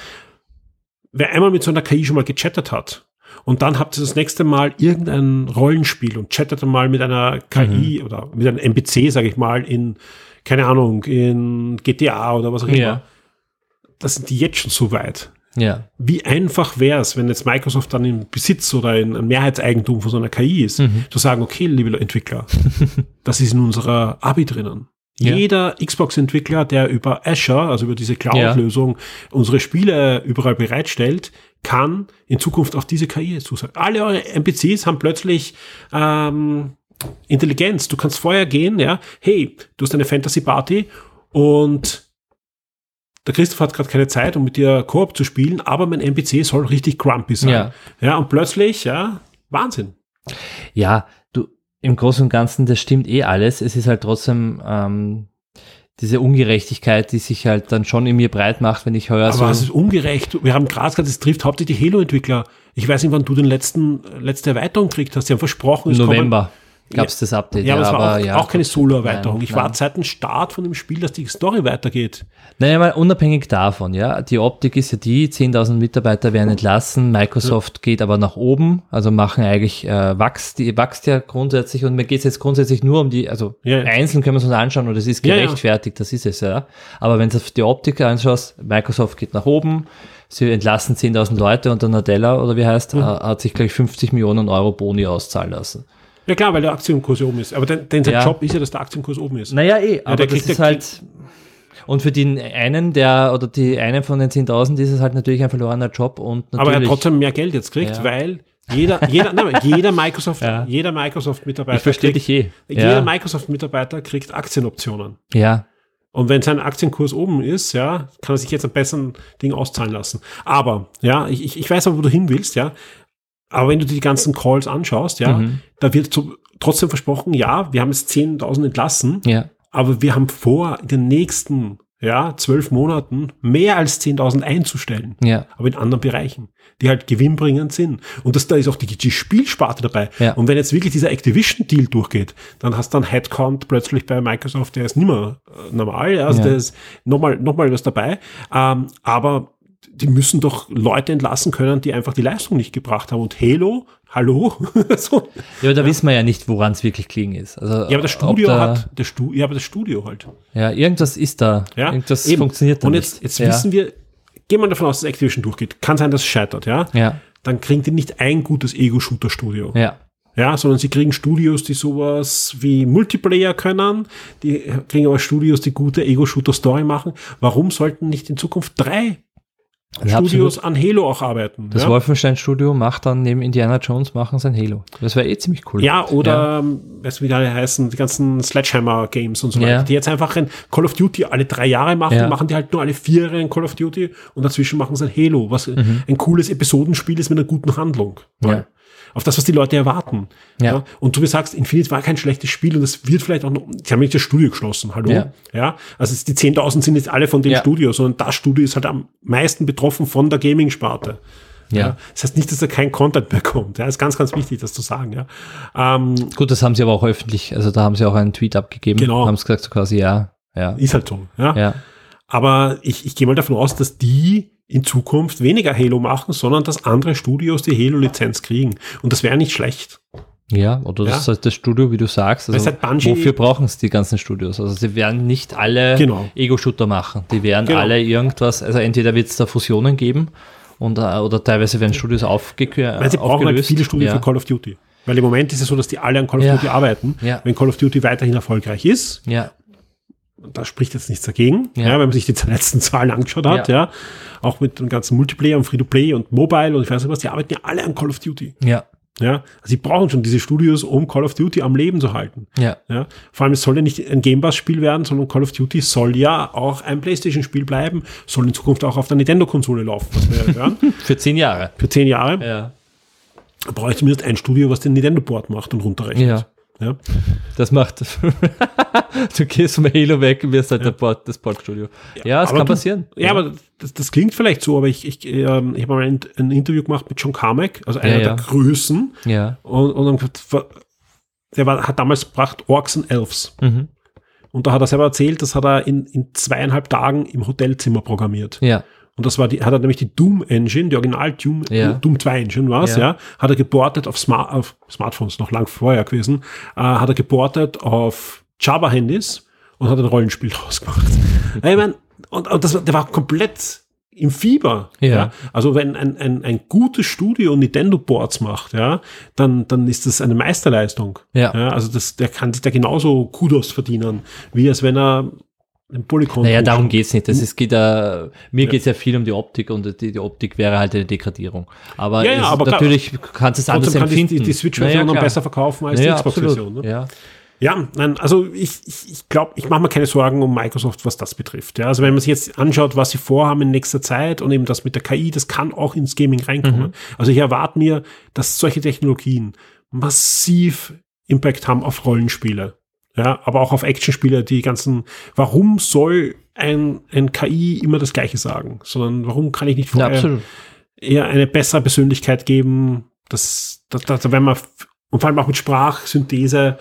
wer einmal mit so einer KI schon mal gechattet hat, und dann habt ihr das nächste Mal irgendein Rollenspiel und chattet mal mit einer KI oder mit einem NPC, sage ich mal, in, keine Ahnung, in GTA oder was auch immer. Das sind die jetzt schon so weit. Ja. Wie einfach wäre es, wenn jetzt Microsoft dann im Besitz oder in einem Mehrheitseigentum von so einer KI ist, zu sagen, okay, liebe Entwickler, das ist in unserer API drinnen. Ja. Jeder Xbox-Entwickler, der über Azure, also über diese Cloud-Lösung, unsere Spiele überall bereitstellt, kann in Zukunft auf diese KI zusagen. Alle eure NPCs haben plötzlich Intelligenz. Du kannst vorher gehen, ja, hey, du hast eine Fantasy-Party und der Christoph hat gerade keine Zeit, um mit dir Koop zu spielen, aber mein NPC soll richtig grumpy sein. Ja, und plötzlich, Wahnsinn. Ja, im Großen und Ganzen, das stimmt alles. Es ist halt trotzdem diese Ungerechtigkeit, die sich halt dann schon in mir breit macht, wenn ich höre. Aber es ist ungerecht. Wir haben gerade gesagt, es trifft hauptsächlich die Halo-Entwickler. Ich weiß nicht, wann du letzte Erweiterung gekriegt hast. Sie haben versprochen, es November gab es das Update. Ja, aber es war auch keine Solo-Erweiterung. Ich warte seit dem Start von dem Spiel, dass die Story weitergeht. Naja, mal unabhängig davon, ja. Die Optik ist ja 10.000 Mitarbeiter werden entlassen. Microsoft geht aber nach oben, also machen eigentlich, wächst ja grundsätzlich und mir geht es jetzt grundsätzlich nur um die, also einzeln können wir es uns anschauen und es ist gerechtfertigt, das ist es, ja. Aber wenn du auf die Optik anschaust, Microsoft geht nach oben, sie entlassen 10.000 Leute und der Nadella, oder wie heißt, hat sich gleich 50 Millionen Euro Boni auszahlen lassen. Ja klar, weil der Aktienkurs oben ist. Aber sein Job ist ja, dass der Aktienkurs oben ist. Naja, aber das ist halt... Und für den einen, die einen von den 10.000 ist es halt natürlich ein verlorener Job. Und natürlich, aber er hat trotzdem mehr Geld jetzt gekriegt, weil jeder Microsoft-Mitarbeiter... Ich verstehe dich Jeder Microsoft-Mitarbeiter kriegt Aktienoptionen. Ja. Und wenn sein Aktienkurs oben ist, kann er sich jetzt ein besseren Ding auszahlen lassen. Aber, ich weiß aber, wo du hin willst, aber wenn du dir die ganzen Calls anschaust, da wird trotzdem versprochen, wir haben jetzt 10.000 entlassen, aber wir haben vor, in den nächsten 12 Monaten mehr als 10.000 einzustellen, aber in anderen Bereichen, die halt gewinnbringend sind. Und da ist auch die Spielsparte dabei. Ja. Und wenn jetzt wirklich dieser Activision-Deal durchgeht, dann hast du einen Headcount plötzlich bei Microsoft, der ist nicht mehr normal, also da ist nochmal was dabei. Aber die müssen doch Leute entlassen können, die einfach die Leistung nicht gebracht haben. Und Halo, hallo? So. Ja, aber da wissen wir ja nicht, woran es wirklich gelegen ist. Also, Ja, aber das Studio das Studio halt. Ja, irgendwas ist da. Ja, irgendwas eben. funktioniert da Und nicht. jetzt wissen wir, gehen wir davon aus, dass Activision durchgeht. Kann sein, dass es scheitert, ja? Ja. Dann kriegen die nicht ein gutes Ego-Shooter-Studio. Ja. Ja, sondern sie kriegen Studios, die sowas wie Multiplayer können. Die kriegen aber Studios, die gute Ego-Shooter-Story machen. Warum sollten nicht in Zukunft 3 Studios an Halo auch arbeiten? Das Wolfenstein-Studio macht dann neben Indiana Jones machen sein Halo. Das wäre ziemlich cool. Ja, oder, weißt du, wie die alle heißen, die ganzen Sledgehammer-Games und so weiter, die jetzt einfach ein Call of Duty alle 3 Jahre machen, machen die halt nur alle 4 Jahre ein Call of Duty und dazwischen machen sie ein Halo, was ein cooles Episodenspiel ist mit einer guten Handlung. Ja. Auf das, was die Leute erwarten. Ja. Und du wie sagst, Infinite war kein schlechtes Spiel und es wird vielleicht auch noch, sie haben nicht das Studio geschlossen, hallo? Ja. Also die 10.000 sind jetzt alle von dem Studio, sondern das Studio ist halt am meisten betroffen von der Gaming-Sparte. Ja. Das heißt nicht, dass da kein Content mehr kommt. Ja, ist ganz, ganz wichtig, das zu sagen. Ja. Gut, das haben sie aber auch öffentlich, also da haben sie auch einen Tweet abgegeben. Genau. Haben sie gesagt, so quasi, ja. Ist halt so. Ja. Aber ich gehe mal davon aus, dass die in Zukunft weniger Halo machen, sondern dass andere Studios die Halo-Lizenz kriegen. Und das wäre nicht schlecht. Ja, oder das ist halt das Studio, wie du sagst. Also halt Bungie, wofür brauchen es die ganzen Studios? Also sie werden nicht alle Ego-Shooter machen. Die werden alle irgendwas, also entweder wird es da Fusionen geben oder teilweise werden Studios aufgelöst. Weil sie brauchen halt viele Studios für Call of Duty. Weil im Moment ist es so, dass die alle an Call of Duty arbeiten. Ja. Wenn Call of Duty weiterhin erfolgreich ist, da spricht jetzt nichts dagegen, wenn man sich die letzten Zahlen angeschaut hat, auch mit dem ganzen Multiplayer und Free-to-Play und Mobile und ich weiß nicht was, die arbeiten ja alle an Call of Duty. Ja. Also sie brauchen schon diese Studios, um Call of Duty am Leben zu halten. Ja. Vor allem, es soll ja nicht ein Game Pass-Spiel werden, sondern Call of Duty soll ja auch ein PlayStation-Spiel bleiben, soll in Zukunft auch auf der Nintendo-Konsole laufen, was wir ja hören. Für 10 Jahre. Für 10 Jahre. Ja. Da brauche ich zumindest ein Studio, was den Nintendo-Board macht und runterrechnet. Ja. Das macht, du gehst vom Halo weg und wirst halt das Portstudio. Ja, das kann passieren. Ja, aber das klingt vielleicht so, aber ich habe mal ein Interview gemacht mit John Carmack, also einer der Größen. Ja. Und hat damals gebracht Orcs and Elves. Mhm. Und da hat er selber erzählt, das hat er in 2,5 Tagen im Hotelzimmer programmiert. Ja. Und das hat er nämlich die Doom Engine, die Original Doom 2 Engine hat er geportet auf Smartphones, noch lang vorher gewesen, hat er geportet auf Java-Handys und hat ein Rollenspiel draus gemacht. Ich meine, und der war komplett im Fieber. Ja. Also wenn ein gutes Studio Nintendo-Boards macht, dann ist das eine Meisterleistung. Ja. Also der kann sich da genauso Kudos verdienen, wie als wenn er Naja, darum geht's nicht. Mir geht's ja viel um die Optik und die Optik wäre halt eine Degradierung. Aber, aber natürlich kannst du es anders empfinden. Die Switch-Version noch besser verkaufen als die Xbox-Version. Ne? Ja, nein, also ich glaube, ich mache mir keine Sorgen um Microsoft, was das betrifft. Ja, also wenn man sich jetzt anschaut, was sie vorhaben in nächster Zeit und eben das mit der KI, das kann auch ins Gaming reinkommen. Also ich erwarte mir, dass solche Technologien massiv Impact haben auf Rollenspiele. Ja, aber auch auf Actionspiele, die ganzen, warum soll ein KI immer das Gleiche sagen? Sondern warum kann ich nicht vorher eher eine bessere Persönlichkeit geben, wenn man, und vor allem auch mit Sprachsynthese,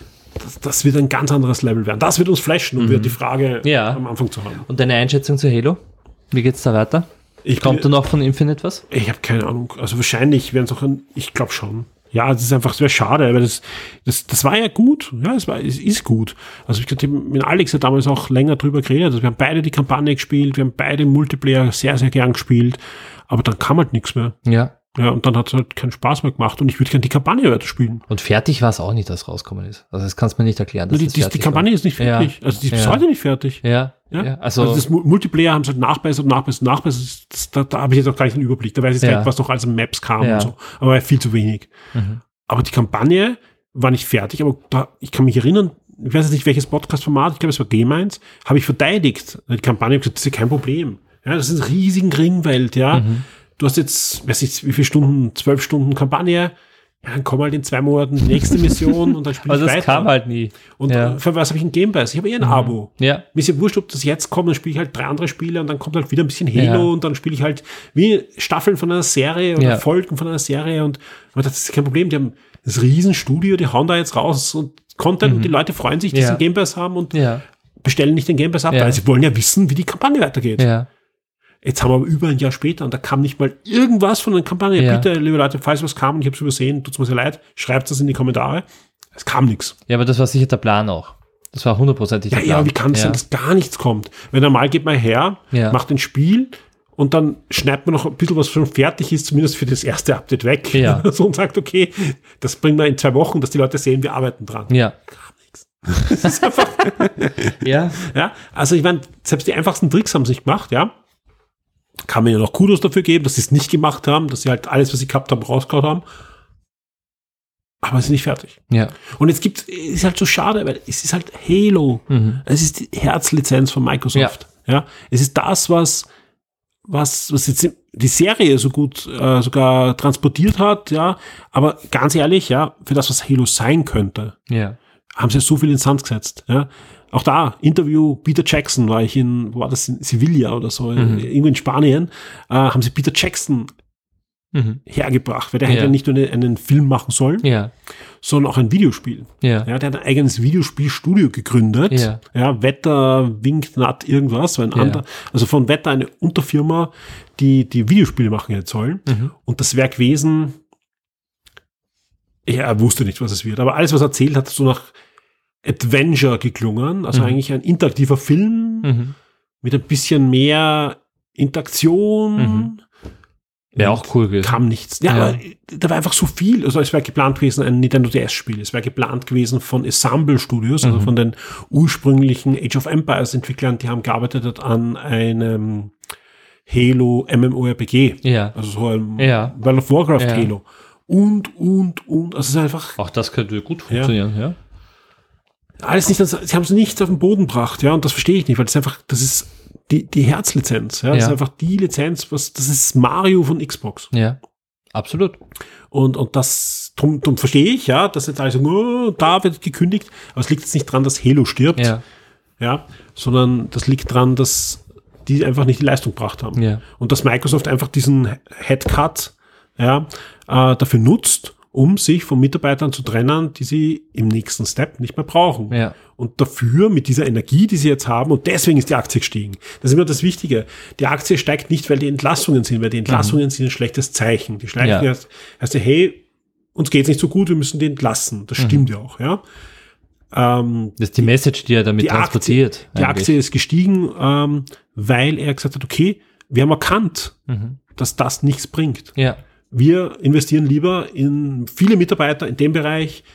das wird ein ganz anderes Level werden. Das wird uns flashen, um wieder die Frage am Anfang zu haben. Und deine Einschätzung zu Halo? Wie geht's da weiter? Kommt da noch von Infinite was? Ich habe keine Ahnung. Also wahrscheinlich werden es auch ich glaube schon. Ja, es ist einfach sehr schade, weil das war ja gut. Ja, es ist gut. Also ich glaube, mit Alex hat damals auch länger drüber geredet. Also wir haben beide die Kampagne gespielt, wir haben beide Multiplayer sehr, sehr gern gespielt, aber dann kam halt nichts mehr. Ja. Ja, und dann hat es halt keinen Spaß mehr gemacht und ich würde gerne die Kampagne weiterspielen. Und fertig war es auch nicht, dass rausgekommen ist. Also das kannst du mir nicht erklären. Dass die Kampagne ist nicht fertig. Ja. Also die ist bis heute nicht fertig. Ja. Also das Multiplayer haben sie halt nachbessert. Da habe ich jetzt auch gar nicht den Überblick. Da weiß ich jetzt gar nicht, was noch als Maps kam und so. Aber viel zu wenig. Mhm. Aber die Kampagne war nicht fertig, aber ich kann mich erinnern, ich weiß jetzt nicht, welches Podcast-Format, ich glaube, es war Game 1, habe ich verteidigt. Die Kampagne, gesagt, das ist ja kein Problem. Ja, das ist eine riesige Ringwelt, Du hast jetzt, weiß ich, wie viele Stunden, 12 Stunden Kampagne, dann komm halt in 2 Monaten die nächste Mission und dann spiele ich weiter. Also das kam halt nie. Und für was habe ich ein Game Pass? Ich habe ein Abo. Ja. Mir ist ja wurscht, ob das jetzt kommt, dann spiele ich halt 3 andere Spiele und dann kommt halt wieder ein bisschen Halo und dann spiele ich halt wie Staffeln von einer Serie oder Folgen von einer Serie und das ist kein Problem. Die haben das Riesenstudio, die hauen da jetzt raus und Content und die Leute freuen sich, dass sie einen Game Pass haben und bestellen nicht den Game Pass ab, weil sie wollen ja wissen, wie die Kampagne weitergeht. Ja. Jetzt haben wir aber über ein Jahr später und da kam nicht mal irgendwas von der Kampagne. Ja. Bitte, liebe Leute, falls was kam und ich habe es übersehen, tut's mir sehr leid, schreibt das in die Kommentare. Es kam nichts. Ja, aber das war sicher der Plan auch. Das war 100%ig der Plan. Ja, aber wie kann es sein, dass gar nichts kommt? Weil normal geht man her, macht ein Spiel und dann schneidet man noch ein bisschen, was schon fertig ist, zumindest für das erste Update weg. Ja. So und sagt, okay, das bringen wir in 2 Wochen, dass die Leute sehen, wir arbeiten dran. Ja. Gar nichts. Das ist einfach... Ja. Ja, also ich meine, selbst die einfachsten Tricks haben sie nicht gemacht, ja. Kann man ja noch Kudos dafür geben, dass sie es nicht gemacht haben, dass sie halt alles, was sie gehabt haben, rausgehauen haben. Aber es ist nicht fertig. Ja. Und jetzt ist halt so schade, weil es ist halt Halo. Es ist die Herzlizenz von Microsoft. Ja. Es ist das, was jetzt die Serie so gut sogar transportiert hat, ja. Aber ganz ehrlich, ja, für das, was Halo sein könnte, haben sie so viel ins Sand gesetzt, ja. Auch da, Interview, Peter Jackson, wo war das, in Sevilla oder so, irgendwo in Spanien, haben sie Peter Jackson hergebracht, weil der hätte ja nicht nur einen Film machen sollen, sondern auch ein Videospiel. Ja, der hat ein eigenes Videospielstudio gegründet. Ja, Wetter, Winknut, irgendwas, so ein anderer, also von Wetter eine Unterfirma, die Videospiele machen jetzt sollen. Und das wäre gewesen, er wusste nicht, was es wird, aber alles, was er erzählt hat, so nach Adventure geklungen, also eigentlich ein interaktiver Film mit ein bisschen mehr Interaktion. Wäre auch cool gewesen. Kam nichts. Ja, aber da war einfach so viel. Also es wäre geplant gewesen, ein Nintendo DS-Spiel. Es wäre geplant gewesen von Ensemble Studios, also von den ursprünglichen Age of Empires Entwicklern, die haben gearbeitet an einem Halo MMORPG. Also so ein World of Warcraft Halo. Und. Also es ist einfach... Auch das könnte gut funktionieren, ja. Alles nicht, sie haben es nicht auf den Boden gebracht, ja, und das verstehe ich nicht, weil das ist die Herzlizenz, ja, das ist einfach die Lizenz, das ist Mario von Xbox. Ja, absolut. Und das, drum verstehe ich, ja, dass jetzt alle sagen, da wird gekündigt, aber es liegt jetzt nicht dran, dass Halo stirbt, ja, sondern das liegt dran, dass die einfach nicht die Leistung gebracht haben. Ja. Und dass Microsoft einfach diesen Headcut, dafür nutzt, um sich von Mitarbeitern zu trennen, die sie im nächsten Step nicht mehr brauchen. Ja. Und dafür, mit dieser Energie, die sie jetzt haben, und deswegen ist die Aktie gestiegen. Das ist immer das Wichtige. Die Aktie steigt nicht, weil die Entlassungen sind, weil die Entlassungen sind ein schlechtes Zeichen. Die schleichen heißt, hey, uns geht's nicht so gut, wir müssen die entlassen. Das stimmt ja auch, ja. Das ist die Message, die er damit transportiert. Die Aktie ist gestiegen, weil er gesagt hat, okay, wir haben erkannt, dass das nichts bringt. Ja. Wir investieren lieber in viele Mitarbeiter in dem Bereich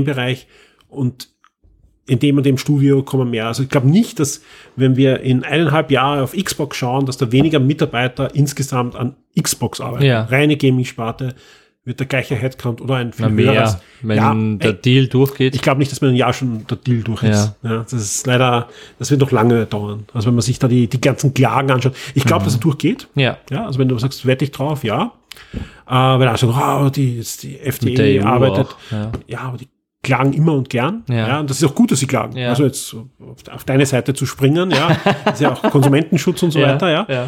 und in dem und dem Studio kommen mehr. Also ich glaube nicht, dass, wenn wir in 1,5 Jahre auf Xbox schauen, dass da weniger Mitarbeiter insgesamt an Xbox arbeiten. Ja. Reine Gaming-Sparte wird der gleiche Headcount oder ein viel höheres. Wenn der Deal durchgeht. Ich glaube nicht, dass mit einem Jahr schon der Deal durch ist. Ja, das ist leider, das wird noch lange dauern. Also wenn man sich da die ganzen Klagen anschaut. Ich glaube, dass er durchgeht. Ja. Also wenn du sagst, wette ich drauf, ja. Wenn er sagt, die FDP arbeitet. Auch, ja, aber die klagen immer und gern. Ja. Und das ist auch gut, dass sie klagen. Ja. Also jetzt auf deine Seite zu springen, ja. Das ist ja auch Konsumentenschutz und so weiter, ja.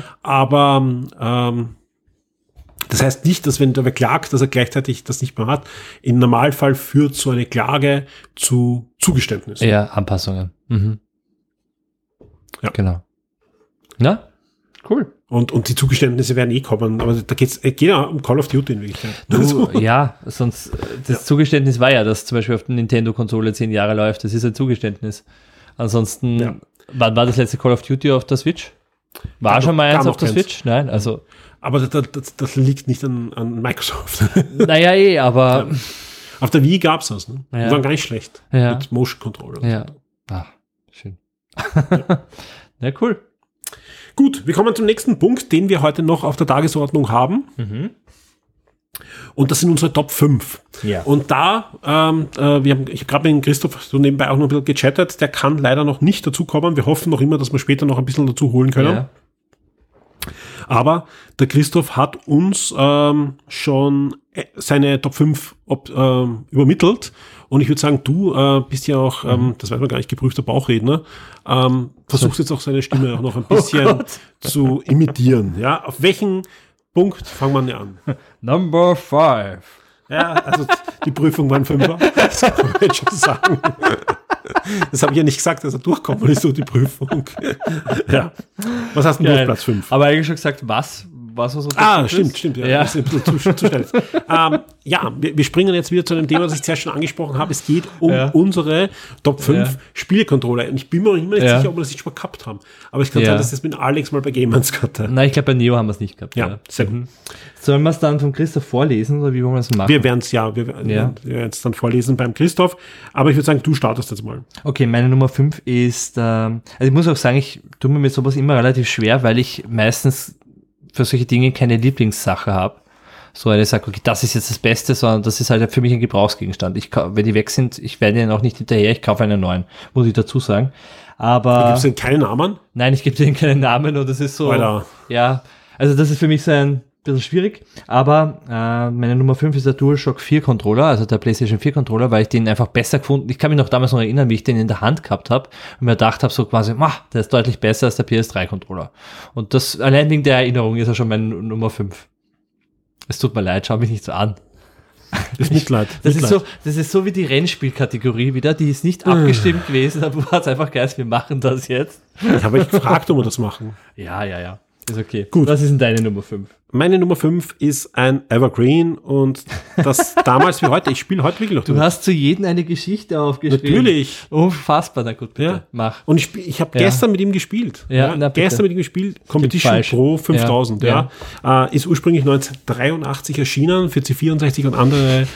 Aber das heißt nicht, dass wenn der klagt, dass er gleichzeitig das nicht mehr hat. Im Normalfall führt so eine Klage zu Zugeständnissen. Ja, Anpassungen. Ja. Genau. Na? Cool. Und die Zugeständnisse werden kommen, aber da geht ja um Call of Duty in Wirklichkeit. Sonst, das Zugeständnis war ja, dass zum Beispiel auf der Nintendo-Konsole 10 Jahre läuft, das ist ein Zugeständnis. Ansonsten, wann war das letzte Call of Duty auf der Switch? War schon mal eins auf der Switch? Nein, also. Aber das liegt nicht an Microsoft. Naja, aber. Ja. Auf der Wii gab's das, ne? Die waren gar nicht schlecht. Ja. Mit Motion Controller. Ja. Ach, schön. Na, cool. Gut, wir kommen zum nächsten Punkt, den wir heute noch auf der Tagesordnung haben. Und das sind unsere Top 5. Ja. Und da, ich habe gerade mit Christoph so nebenbei auch noch ein bisschen gechattet, der kann leider noch nicht dazu kommen. Wir hoffen noch immer, dass wir später noch ein bisschen dazu holen können. Ja. Aber der Christoph hat uns schon seine Top 5 übermittelt. Und ich würde sagen, du bist ja auch, das weiß man gar nicht, geprüfter Bauchredner, versuchst jetzt auch seine Stimme auch noch ein bisschen zu imitieren. Ja, auf welchen Punkt fangen wir denn an? Number 5. Ja, also die Prüfung war ein 5er. Das kann man jetzt schon sagen. Das habe ich ja nicht gesagt, dass er durchkommen ist durch die Prüfung. Ja. Was hast du denn auf Platz 5? Aber eigentlich schon gesagt, was so stimmt. Ja. Das ist ein bisschen zu schnell. Wir springen jetzt wieder zu einem Thema, das ich zuerst schon angesprochen habe. Es geht um unsere Top 5 Spielecontroller. Und ich bin mir noch immer nicht sicher, ob wir das nicht schon mal gehabt haben. Aber ich kann sagen, dass das mit Alex mal bei Gamers gehabt hat. Nein, ich glaube, bei Neo haben wir es nicht gehabt. Ja, sehr gut. Sollen wir es dann von Christoph vorlesen oder wie wollen wir es machen? Wir werden es dann vorlesen beim Christoph. Aber ich würde sagen, du startest jetzt mal. Okay, meine Nummer 5 ist, also ich muss auch sagen, ich tue mir mit sowas immer relativ schwer, weil ich meistens für solche Dinge keine Lieblingssache habe. So, ich sage, okay, das ist jetzt das Beste, sondern das ist halt für mich ein Gebrauchsgegenstand. Wenn die weg sind, ich werde ihnen auch nicht hinterher, ich kaufe einen neuen, muss ich dazu sagen. Aber Gibt es denn keinen Namen? Nein, ich gebe denen keinen Namen und das ist so, ja, also das ist für mich so ein bisschen schwierig, aber meine Nummer 5 ist der DualShock 4 Controller, also der PlayStation 4 Controller, weil ich den einfach besser gefunden, ich kann mich noch damals noch erinnern, wie ich den in der Hand gehabt habe und mir gedacht habe, so quasi, der ist deutlich besser als der PS3 Controller. Und das, allein wegen der Erinnerung ist er schon meine Nummer 5. Es tut mir leid, schau mich nicht so an. Das ist Mitleid. Das ist so wie die Rennspielkategorie wieder, die ist nicht abgestimmt gewesen, aber du hast einfach geil, wir machen das jetzt. Ich habe euch gefragt, ob wir das machen. Ja. Ist okay. Gut. Was ist denn deine Nummer 5? Meine Nummer 5 ist ein Evergreen und das damals wie heute. Ich spiele heute wirklich noch. Du hast zu jedem eine Geschichte aufgeschrieben. Natürlich. Unfassbar. Na gut, bitte, mach. Und ich habe gestern mit ihm gespielt. Gestern mit ihm gespielt. Competition Pro 5000. Ist ursprünglich 1983 erschienen für C64 und andere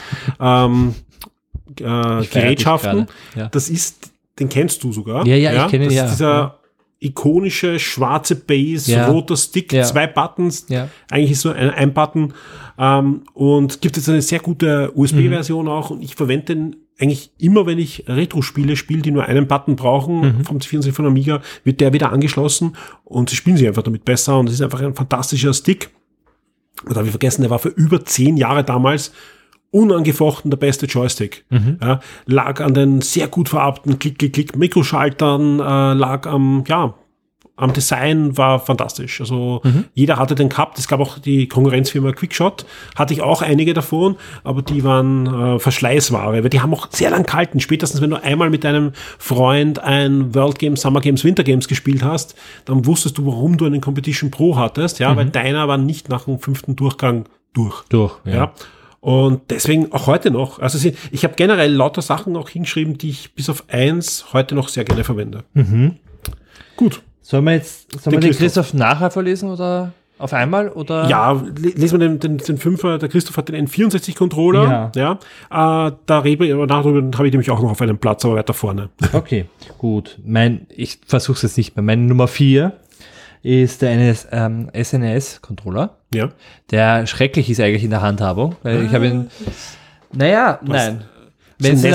Gerätschaften. Das ist, den kennst du sogar. Ich kenne ihn, das ist dieser ikonische schwarze Base, roter Stick, 2 Buttons. Eigentlich ist so ein Button. Und gibt jetzt eine sehr gute USB-Version auch. Und ich verwende den eigentlich immer, wenn ich Retro-Spiele spiele, die nur einen Button brauchen, vom C64 von Amiga, wird der wieder angeschlossen und sie spielen sich einfach damit besser. Und es ist einfach ein fantastischer Stick. Und da habe ich vergessen, der war für über 10 Jahre damals unangefochten der beste Joystick. Lag an den sehr gut verarbeiteten Mikroschaltern, lag am Design, war fantastisch. Also jeder hatte den gehabt. Es gab auch die Konkurrenzfirma Quickshot, hatte ich auch einige davon, aber die waren Verschleißware, weil die haben auch sehr lang gehalten. Spätestens, wenn du einmal mit deinem Freund ein World Games, Summer Games, Winter Games gespielt hast, dann wusstest du, warum du einen Competition Pro hattest, weil deiner war nicht nach dem 5. Durchgang durch. Und deswegen auch heute noch. Also ich habe generell lauter Sachen auch hingeschrieben, die ich bis auf 1 heute noch sehr gerne verwende. Gut. Sollen wir den Christoph nachher verlesen oder auf einmal? Oder? Ja, lesen wir den 5er. Der Christoph hat den N64-Controller. Darüber habe ich nämlich auch noch auf einem Platz, aber weiter vorne. Okay, gut. Ich versuche es jetzt nicht mehr. Meine Nummer 4 ist der SNES-Controller. Ja. Der schrecklich ist eigentlich in der Handhabung, weil ich habe ihn, nein. Wenn du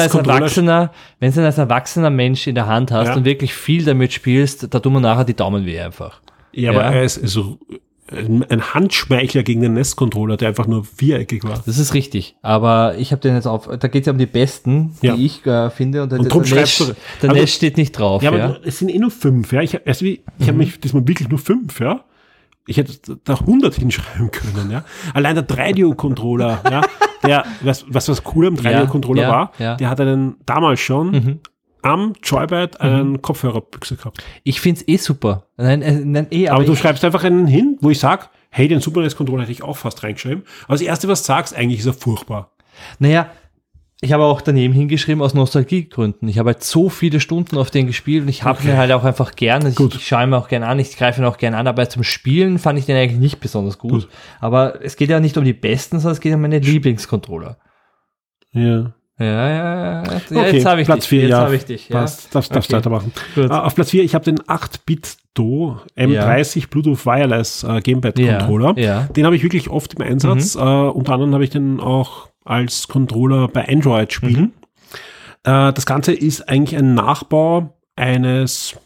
als erwachsener Mensch in der Hand hast und wirklich viel damit spielst, da tun wir nachher die Daumen weh einfach. Ja, aber er ist so ein Handschmeichler gegen den NES-Controller, der einfach nur viereckig war. Das ist richtig, aber ich habe den jetzt da geht es ja um die besten, die ich finde, und der NES steht nicht drauf. Ja, aber es sind nur 5, Ich habe mich diesmal wirklich nur 5, Ich hätte da 100 hinschreiben können, Allein der 3DO-Controller, der, was cool am 3DO-Controller war, der hat einen damals schon am Joypad einen Kopfhörerbüchse gehabt. Ich find's super. Aber du schreibst einfach einen hin, wo ich sag, hey, den Super NES-Controller hätte ich auch fast reingeschrieben. Aber das Erste, was du sagst, eigentlich ist er furchtbar. Ich habe auch daneben hingeschrieben aus Nostalgiegründen. Ich habe halt so viele Stunden auf den gespielt und ich habe mir halt auch einfach gern, ich schaue ihn mir auch gerne an, ich greife ihn auch gerne an, aber zum Spielen fand ich den eigentlich nicht besonders gut. Aber es geht ja nicht um die besten, sondern es geht um meine Lieblingscontroller. Ja. Ja, okay, jetzt habe ich Platz dich. 4, habe ich dich. Darfst weitermachen. Auf Platz 4, ich habe den 8-Bit-Do M30 Bluetooth Wireless Gamepad-Controller. Den habe ich wirklich oft im Einsatz. Unter anderem habe ich den auch als Controller bei Android-Spielen. Das Ganze ist eigentlich ein Nachbau eines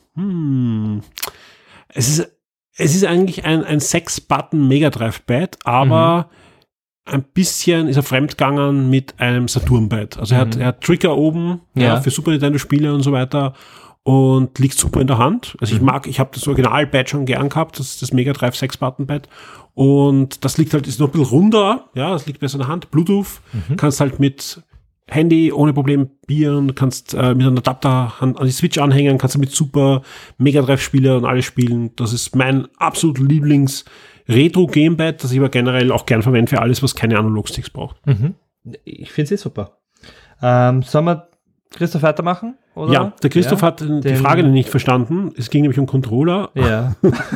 es ist eigentlich ein 6-Button Mega Drive-Pad, aber ein bisschen ist er fremdgegangen mit einem Saturn-Pad. Also er hat Trigger oben für Super Nintendo-Spiele und so weiter und liegt super in der Hand. Also ich habe das Original-Pad schon gern gehabt, das Mega Drive 6-Button-Pad. Und das liegt halt, ist noch ein bisschen runder, das liegt besser in der Hand. Bluetooth, kannst halt mit Handy ohne Problem bieren, kannst mit einem Adapter an die Switch anhängen, kannst du mit super Mega Drive-Spieler und alles spielen. Das ist mein absolut Lieblings-Retro-Gamepad, das ich aber generell auch gern verwende für alles, was keine Analogsticks braucht. Ich finde es super. Sollen wir Christoph weitermachen? Oder? Ja, der Christoph hat die Frage nicht verstanden. Es ging nämlich um Controller. Ja.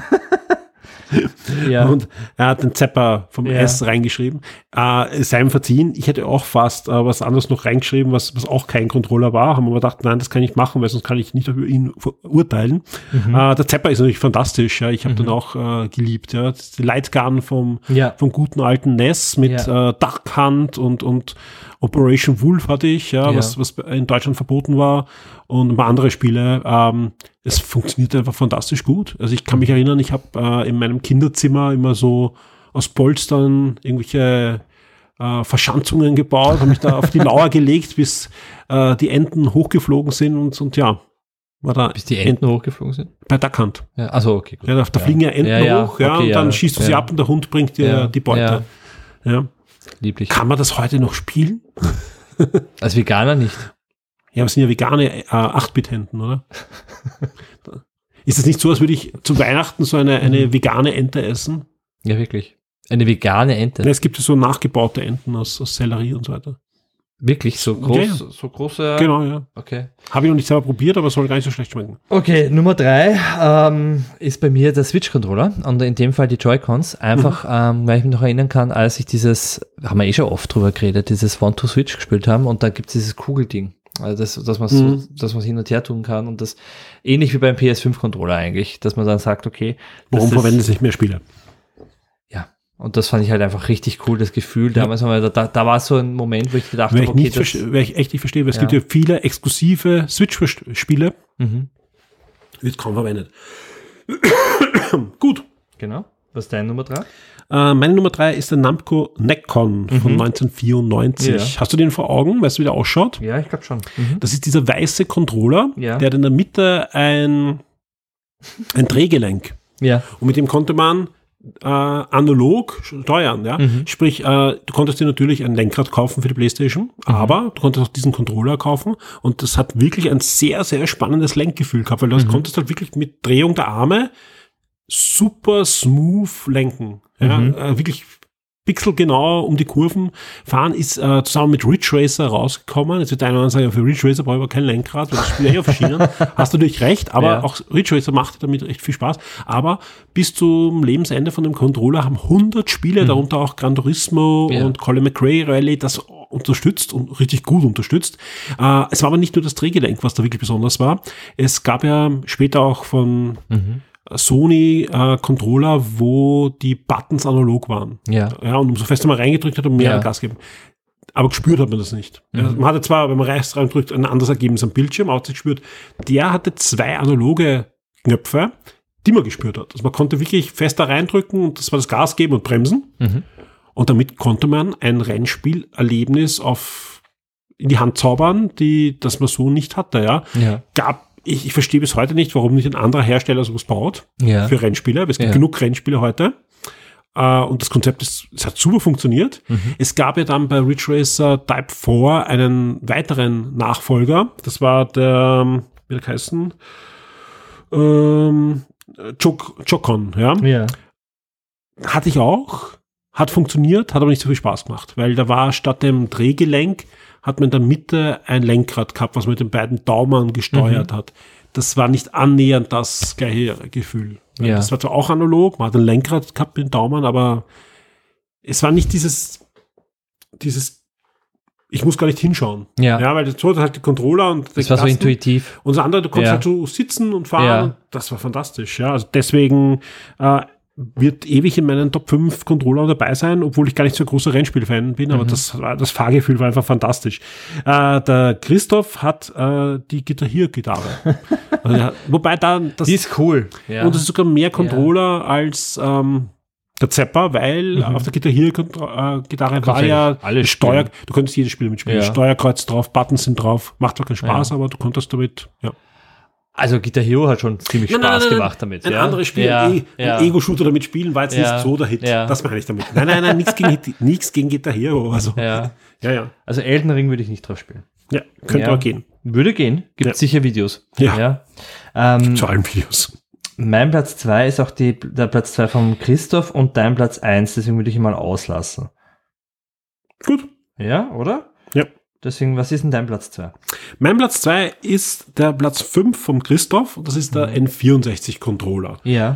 Ja. Und er hat den Zepper vom S reingeschrieben. Sei ihm verziehen. Ich hätte auch fast was anderes noch reingeschrieben, was auch kein Controller war. Haben wir gedacht, nein, das kann ich machen, weil sonst kann ich nicht über ihn urteilen. Der Zepper ist natürlich fantastisch. Ja. Ich habe den auch geliebt. Ja. Das ist die Lightgun vom guten alten NES mit Duck Hunt und Operation Wolf hatte ich, was in Deutschland verboten war, und ein paar andere Spiele. Es funktioniert einfach fantastisch gut. Also ich kann mich erinnern, ich habe in meinem Kinderzimmer immer so aus Polstern irgendwelche Verschanzungen gebaut, habe mich da auf die Lauer gelegt, bis die Enten hochgeflogen sind und ja. War da bis die Enten hochgeflogen sind? Bei Duck Hunt. Ja, also okay, gut. Ja, da fliegen ja Enten hoch, okay, und dann schießt du sie ab und der Hund bringt dir die Beute. Ja. Lieblich. Kann man das heute noch spielen? Als Veganer nicht. Ja, aber es sind ja vegane 8-Bit-Enten, oder? Ist es nicht so, als würde ich zu Weihnachten so eine vegane Ente essen? Ja, wirklich. Eine vegane Ente? Ja, es gibt ja so nachgebaute Enten aus Sellerie und so weiter. Wirklich? So groß? Okay. So große? Genau, ja. Okay. Habe ich noch nicht selber probiert, aber soll gar nicht so schlecht schmecken. Okay, Nummer 3 ist bei mir der Switch-Controller und in dem Fall die Joy-Cons. Einfach, weil ich mich noch erinnern kann, als ich haben wir schon oft drüber geredet, dieses One-to-Switch gespielt haben, und da gibt es dieses Kugelding. Also dass man hin und her tun kann, und das ähnlich wie beim PS5-Controller eigentlich, dass man dann sagt, okay. Warum verwenden sich mehr Spiele? Ja, und das fand ich halt einfach richtig cool, das Gefühl. Damals da war so ein Moment, wo ich gedacht habe, okay, weil ich echt nicht verstehe, weil es gibt ja viele exklusive Switch-Spiele, wird kaum verwendet. Gut. Genau. Was ist deine Nummer 3? Meine Nummer 3 ist der Namco Neccon von 1994. Ja. Hast du den vor Augen? Weißt du, wie der ausschaut? Ja, ich glaube schon. Das ist dieser weiße Controller, der hat in der Mitte ein Drehgelenk. Ja. Und mit dem konnte man analog steuern. Ja? Sprich, du konntest dir natürlich ein Lenkrad kaufen für die PlayStation, aber du konntest auch diesen Controller kaufen, und das hat wirklich ein sehr, sehr spannendes Lenkgefühl gehabt, weil du konntest halt wirklich mit Drehung der Arme super smooth lenken. Ja, wirklich pixelgenau um die Kurven fahren, ist zusammen mit Ridge Racer rausgekommen. Jetzt wird einer oder andere sagen, für Ridge Racer brauche ich aber kein Lenkrad, weil das Spiel auf Schienen. Hast du natürlich recht, aber auch Ridge Racer macht damit echt viel Spaß. Aber bis zum Lebensende von dem Controller haben 100 Spiele, darunter auch Gran Turismo und Colin McRae Rally, das unterstützt und richtig gut unterstützt. Es war aber nicht nur das Drehgelenk, was da wirklich besonders war. Es gab ja später auch von Sony Controller, wo die Buttons analog waren. Ja, und umso fester man reingedrückt hat, mehr Gas geben. Aber gespürt hat man das nicht. Man hatte zwar, wenn man rechts reindrückt, ein anderes Ergebnis am Bildschirm, aber gespürt. Der hatte 2 analoge Knöpfe, die man gespürt hat. Also man konnte wirklich fester reindrücken, und das war das Gas geben und bremsen. Und damit konnte man ein Rennspielerlebnis in die Hand zaubern, das man so nicht hatte. Ja. Ich verstehe bis heute nicht, warum nicht ein anderer Hersteller sowas baut für Rennspiele. Es gibt genug Rennspiele heute. Und das Konzept es hat super funktioniert. Es gab ja dann bei Ridge Racer Type 4 einen weiteren Nachfolger. Das war der, wie der heißen? Jocon, ja. Hatte ich auch. Hat funktioniert, hat aber nicht so viel Spaß gemacht, weil da war statt dem Drehgelenk hat man in der Mitte ein Lenkrad gehabt, was man mit den beiden Daumen gesteuert hat. Das war nicht annähernd das gleiche Gefühl. Ja. Das war zwar auch analog, man hat ein Lenkrad gehabt mit den Daumen, aber es war nicht dieses ich muss gar nicht hinschauen. Ja, weil das war halt die Controller und das war so intuitiv. Und das andere, du konntest halt so sitzen und fahren. Ja. Das war fantastisch. Ja, also deswegen wird ewig in meinen Top 5 Controller dabei sein, obwohl ich gar nicht so ein großer Rennspiel-Fan bin, aber das Fahrgefühl war einfach fantastisch. Der Christoph hat die Guitar Hero-Gitarre. Wobei die ist cool. Ja. Und es ist sogar mehr Controller als der Zepper, weil auf der Guitar Hero-Gitarre war ja alles du konntest jedes Spiel mitspielen. Ja. Steuerkreuz drauf, Buttons sind drauf, macht zwar keinen Spaß, aber du konntest damit, Also Guitar Hero hat schon ziemlich Spaß gemacht damit. Ein anderes Spiel, ein Ego-Shooter damit spielen, war jetzt nicht so der Hit. Ja. Das meine ich damit. Nein, nichts gegen Guitar Hero. Also. Ja. Also Elden Ring würde ich nicht drauf spielen. Ja, könnte auch gehen. Würde gehen. Gibt sicher Videos. Ja. Zu allen Videos. Mein Platz 2 ist auch der Platz 2 von Christoph und dein Platz 1, deswegen würde ich ihn mal auslassen. Gut. Ja, oder? Ja. Deswegen, was ist denn dein Platz 2? Mein Platz 2 ist der Platz 5 vom Christoph und das ist der N64-Controller. Ja.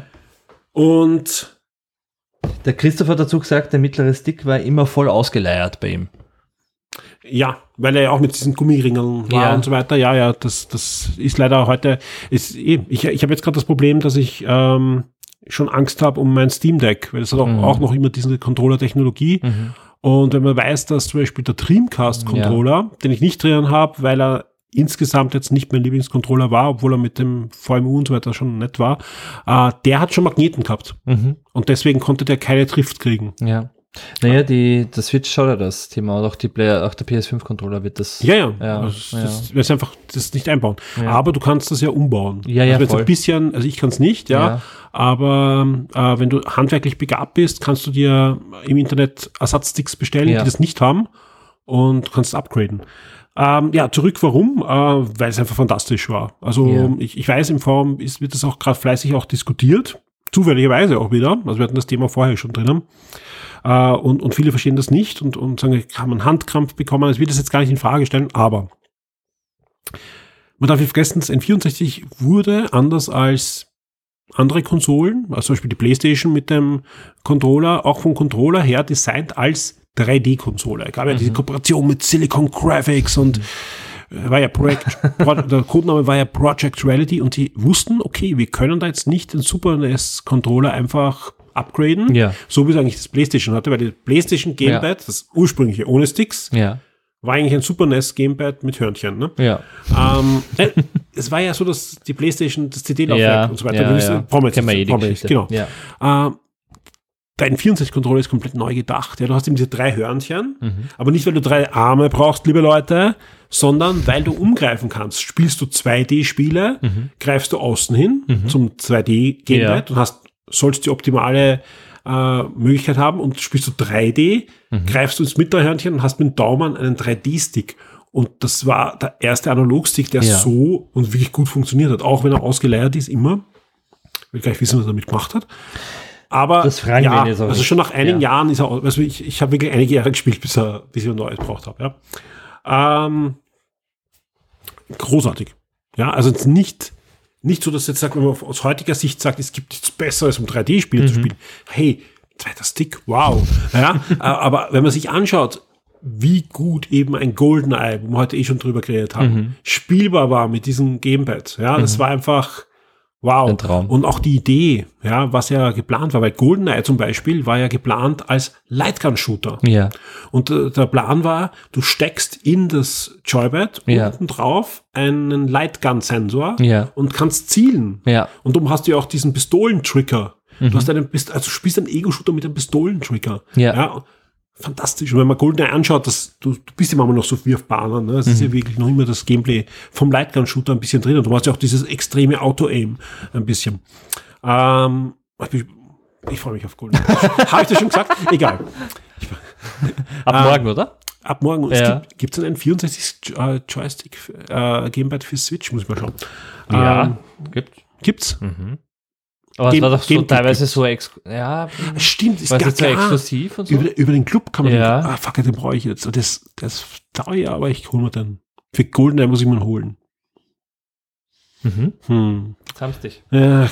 Und der Christoph hat dazu gesagt, der mittlere Stick war immer voll ausgeleiert bei ihm. Ja, weil er ja auch mit diesen Gummiringeln war und so weiter. Ja, das ist leider heute, ich habe jetzt gerade das Problem, dass ich schon Angst habe um mein Steam Deck, weil es hat auch noch immer diese Controller-Technologie. Und wenn man weiß, dass zum Beispiel der Dreamcast-Controller, den ich nicht drin habe, weil er insgesamt jetzt nicht mein Lieblingscontroller war, obwohl er mit dem VMU und so weiter schon nett war, der hat schon Magneten gehabt. Und deswegen konnte der keine Drift kriegen. Ja. Naja, der Switch schaut ja das Thema, und auch der PS5-Controller wird das. Ja. Das ist einfach das nicht einbauen. Ja. Aber du kannst das ja umbauen. Ja, also jetzt ein bisschen, also ich kann es nicht, aber wenn du handwerklich begabt bist, kannst du dir im Internet Ersatzsticks bestellen, die das nicht haben und kannst es upgraden. Zurück warum? Weil es einfach fantastisch war. Also ich weiß, im Forum wird das auch gerade fleißig auch diskutiert, zufälligerweise auch wieder. Also wir hatten das Thema vorher schon drinnen. Und viele verstehen das nicht und sagen, kann man Handkrampf bekommen. Ich will das jetzt gar nicht in Frage stellen, aber man darf nicht vergessen, das N64 wurde anders als andere Konsolen, also zum Beispiel die PlayStation mit dem Controller, auch vom Controller her designt als 3D-Konsole. Es gab ja diese Kooperation mit Silicon Graphics und war ja der Codename war ja Project Reality und die wussten, okay, wir können da jetzt nicht den Super NES-Controller einfach upgraden, so wie es eigentlich das PlayStation hatte, weil das PlayStation Gamepad, das ursprüngliche ohne Sticks, war eigentlich ein Super NES Gamepad mit Hörnchen. Ne? Ja. Es war ja so, dass die PlayStation, das CD-Laufwerk und so weiter, genau. Ja. Dein N64-Controller ist komplett neu gedacht. Ja, du hast eben diese 3 Hörnchen, aber nicht, weil du 3 Arme brauchst, liebe Leute, sondern weil du umgreifen kannst. Spielst du 2D-Spiele, greifst du außen hin zum 2D-Gamepad und sollst die optimale Möglichkeit haben und spielst du 3D, greifst du ins Mittelhörnchen und hast mit dem Daumen einen 3D-Stick. Und das war der erste Analogstick, der so und wirklich gut funktioniert hat, auch wenn er ausgeleiert ist, immer. Ich will gleich wissen, was er damit gemacht hat. Aber das fragen wir jetzt auch also schon nach einigen Jahren ist er, also ich habe wirklich einige Jahre gespielt, bis ich ein neues gebraucht habe. Ja. Großartig. Ja, also nicht so, dass jetzt sagt, wenn man aus heutiger Sicht sagt, es gibt nichts Besseres, um 3D-Spiele zu spielen. Hey, zweiter Stick, wow. Ja, aber wenn man sich anschaut, wie gut eben ein GoldenEye, wo wir heute schon drüber geredet haben, spielbar war mit diesem Gamepad. Ja, das war einfach wow. Ein Traum. Und auch die Idee, was ja geplant war, weil GoldenEye zum Beispiel war ja geplant als Lightgun-Shooter. Ja. Und der Plan war, du steckst in das Joypad unten drauf einen Lightgun-Sensor und kannst zielen. Ja. Und darum hast du ja auch diesen Pistolentrigger. Du hast du spielst einen Ego-Shooter mit einem Pistolentrigger. Ja. Fantastisch. Und wenn man GoldenEye anschaut, du bist ja manchmal noch so wie auf Bahnen. Ne? Es ist ja wirklich noch immer das Gameplay vom Lightgun-Shooter ein bisschen drin. Und du hast ja auch dieses extreme Auto-Aim ein bisschen. Ich freue mich auf GoldenEye. Habe ich das schon gesagt? Egal. Ab morgen, oder? Ab morgen. Gibt es einen 64 Joystick Gamepad für Switch? Muss ich mal schauen. Gibt's? Aber es war doch so teilweise so stimmt, ist gar so exklusiv und so. Über den Club kann man den brauche ich jetzt. Und das ist teuer, aber ich hole mir den. Für GoldenEye muss ich mir holen. Jetzt haben's dich. Ach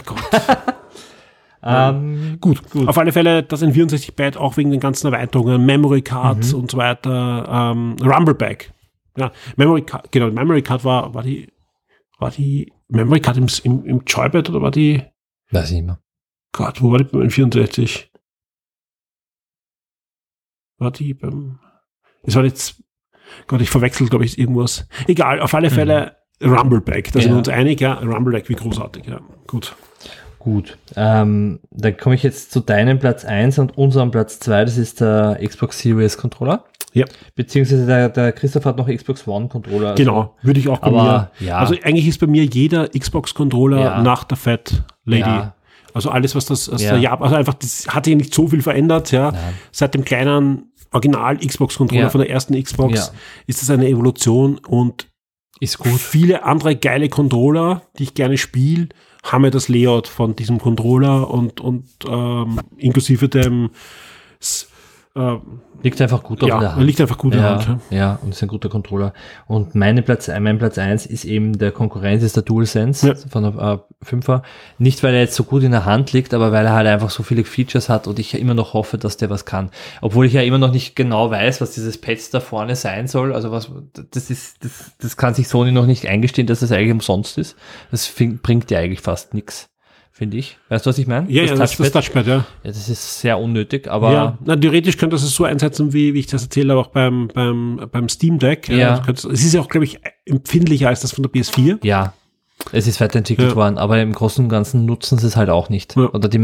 Gott. Gut. Auf alle Fälle, das N64-Pad, auch wegen den ganzen Erweiterungen, Memory Card und so weiter, Rumbleback. Ja, Memory Card war die Memory Card im Joypad oder war die? Weiß ich immer. Gott, wo war die beim N64? War die beim... Es war jetzt... Gott, ich verwechsel, glaube ich, irgendwas. Egal, auf alle Fälle Rumbleback. Da sind wir uns einig, Rumbleback, wie großartig, Gut. Dann komme ich jetzt zu deinem Platz 1 und unserem Platz 2. Das ist der Xbox Series Controller. Ja. Beziehungsweise der Christoph hat noch Xbox One-Controller. Also, Genau, würde ich auch bei mir. Ja. Also eigentlich ist bei mir jeder Xbox-Controller nach der Fat Lady. Ja. Also alles, was das aus der Japan, also einfach, das hat sich nicht so viel verändert, ja. Nein. Seit dem kleinen Original-Xbox-Controller von der ersten Xbox ist es eine Evolution und ist gut. Viele andere geile Controller, die ich gerne spiele, haben ja das Layout von diesem Controller und inklusive dem liegt einfach gut auf der Hand. Liegt einfach gut in der Hand. Ja, und ist ein guter Controller. Und mein Platz 1 ist eben der Konkurrenz, ist der DualSense von der 5er. Nicht, weil er jetzt so gut in der Hand liegt, aber weil er halt einfach so viele Features hat und ich ja immer noch hoffe, dass der was kann. Obwohl ich ja immer noch nicht genau weiß, was dieses Pads da vorne sein soll. Also das kann sich Sony noch nicht eingestehen, dass das eigentlich umsonst ist. Das bringt ja eigentlich fast nichts. Finde ich. Weißt du, was ich meine? Ja, das Touchpad, ja. Das ist sehr unnötig, aber... Ja, theoretisch könnte es so einsetzen, wie ich das erzähle, auch beim Steam Deck. Ja. Es ist ja auch, glaube ich, empfindlicher als das von der PS4. Ja, es ist weiterentwickelt worden, aber im Großen und Ganzen nutzen sie es halt auch nicht. Ja. Oder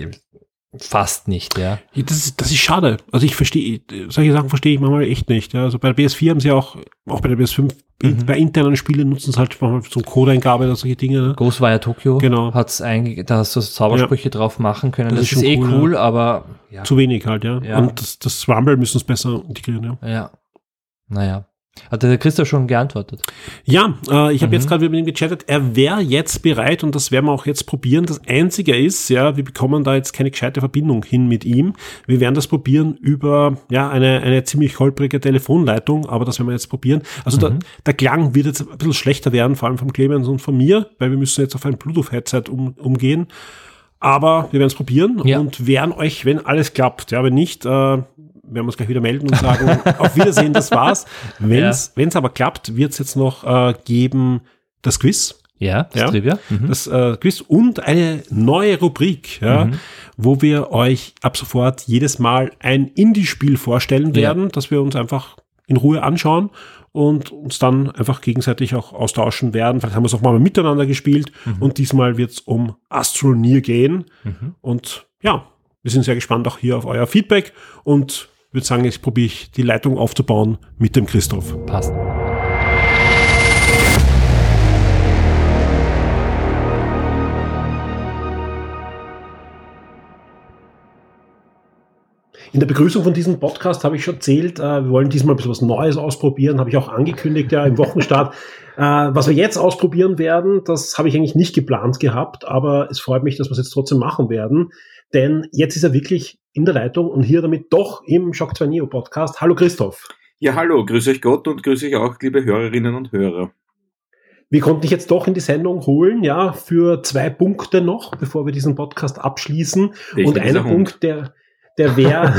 fast nicht, ja. Das ist schade. Also ich verstehe, solche Sachen verstehe ich manchmal echt nicht. Ja. Also bei der PS4 haben sie auch bei der PS5, bei internen Spielen nutzen es halt manchmal so Codeeingabe oder solche Dinge. Ne? Ghostwire Tokyo hat's da hast du Zaubersprüche drauf machen können. Das ist cool, aber zu wenig halt, ja. Und das Rumble müssen es besser integrieren, ja. Ja. Naja. Hat der Christoph schon geantwortet? Ja, ich habe jetzt gerade mit ihm gechattet, er wäre jetzt bereit und das werden wir auch jetzt probieren. Das Einzige ist, wir bekommen da jetzt keine gescheite Verbindung hin mit ihm. Wir werden das probieren über eine ziemlich holprige Telefonleitung, aber das werden wir jetzt probieren. Also der Klang wird jetzt ein bisschen schlechter werden, vor allem vom Clemens und von mir, weil wir müssen jetzt auf ein Bluetooth-Headset umgehen. Aber wir werden es probieren und werden euch, wenn alles klappt, wenn nicht, werden wir uns gleich wieder melden und sagen, auf Wiedersehen, das war's. Wenn es aber klappt, wird es jetzt noch geben das Quiz. Ja, das Trivia. Das Quiz und eine neue Rubrik, wo wir euch ab sofort jedes Mal ein Indie-Spiel vorstellen werden, das wir uns einfach in Ruhe anschauen und uns dann einfach gegenseitig auch austauschen werden. Vielleicht haben wir es auch mal miteinander gespielt und diesmal wird es um Astroneer gehen. Und wir sind sehr gespannt auch hier auf euer Feedback und würde sagen, jetzt probiere ich die Leitung aufzubauen mit dem Christoph. Passt. In der Begrüßung von diesem Podcast habe ich schon erzählt, wir wollen diesmal ein bisschen was Neues ausprobieren, habe ich auch angekündigt, im Wochenstart. Was wir jetzt ausprobieren werden, das habe ich eigentlich nicht geplant gehabt, aber es freut mich, dass wir es jetzt trotzdem machen werden, denn jetzt ist er wirklich in der Leitung und hier damit doch im Shock 2 Neo Podcast. Hallo Christoph. Ja, hallo, grüße euch Gott und grüße euch auch, liebe Hörerinnen und Hörer. Wir konnten dich jetzt doch in die Sendung holen, für 2 Punkte noch, bevor wir diesen Podcast abschließen. Und einer Punkt, der wäre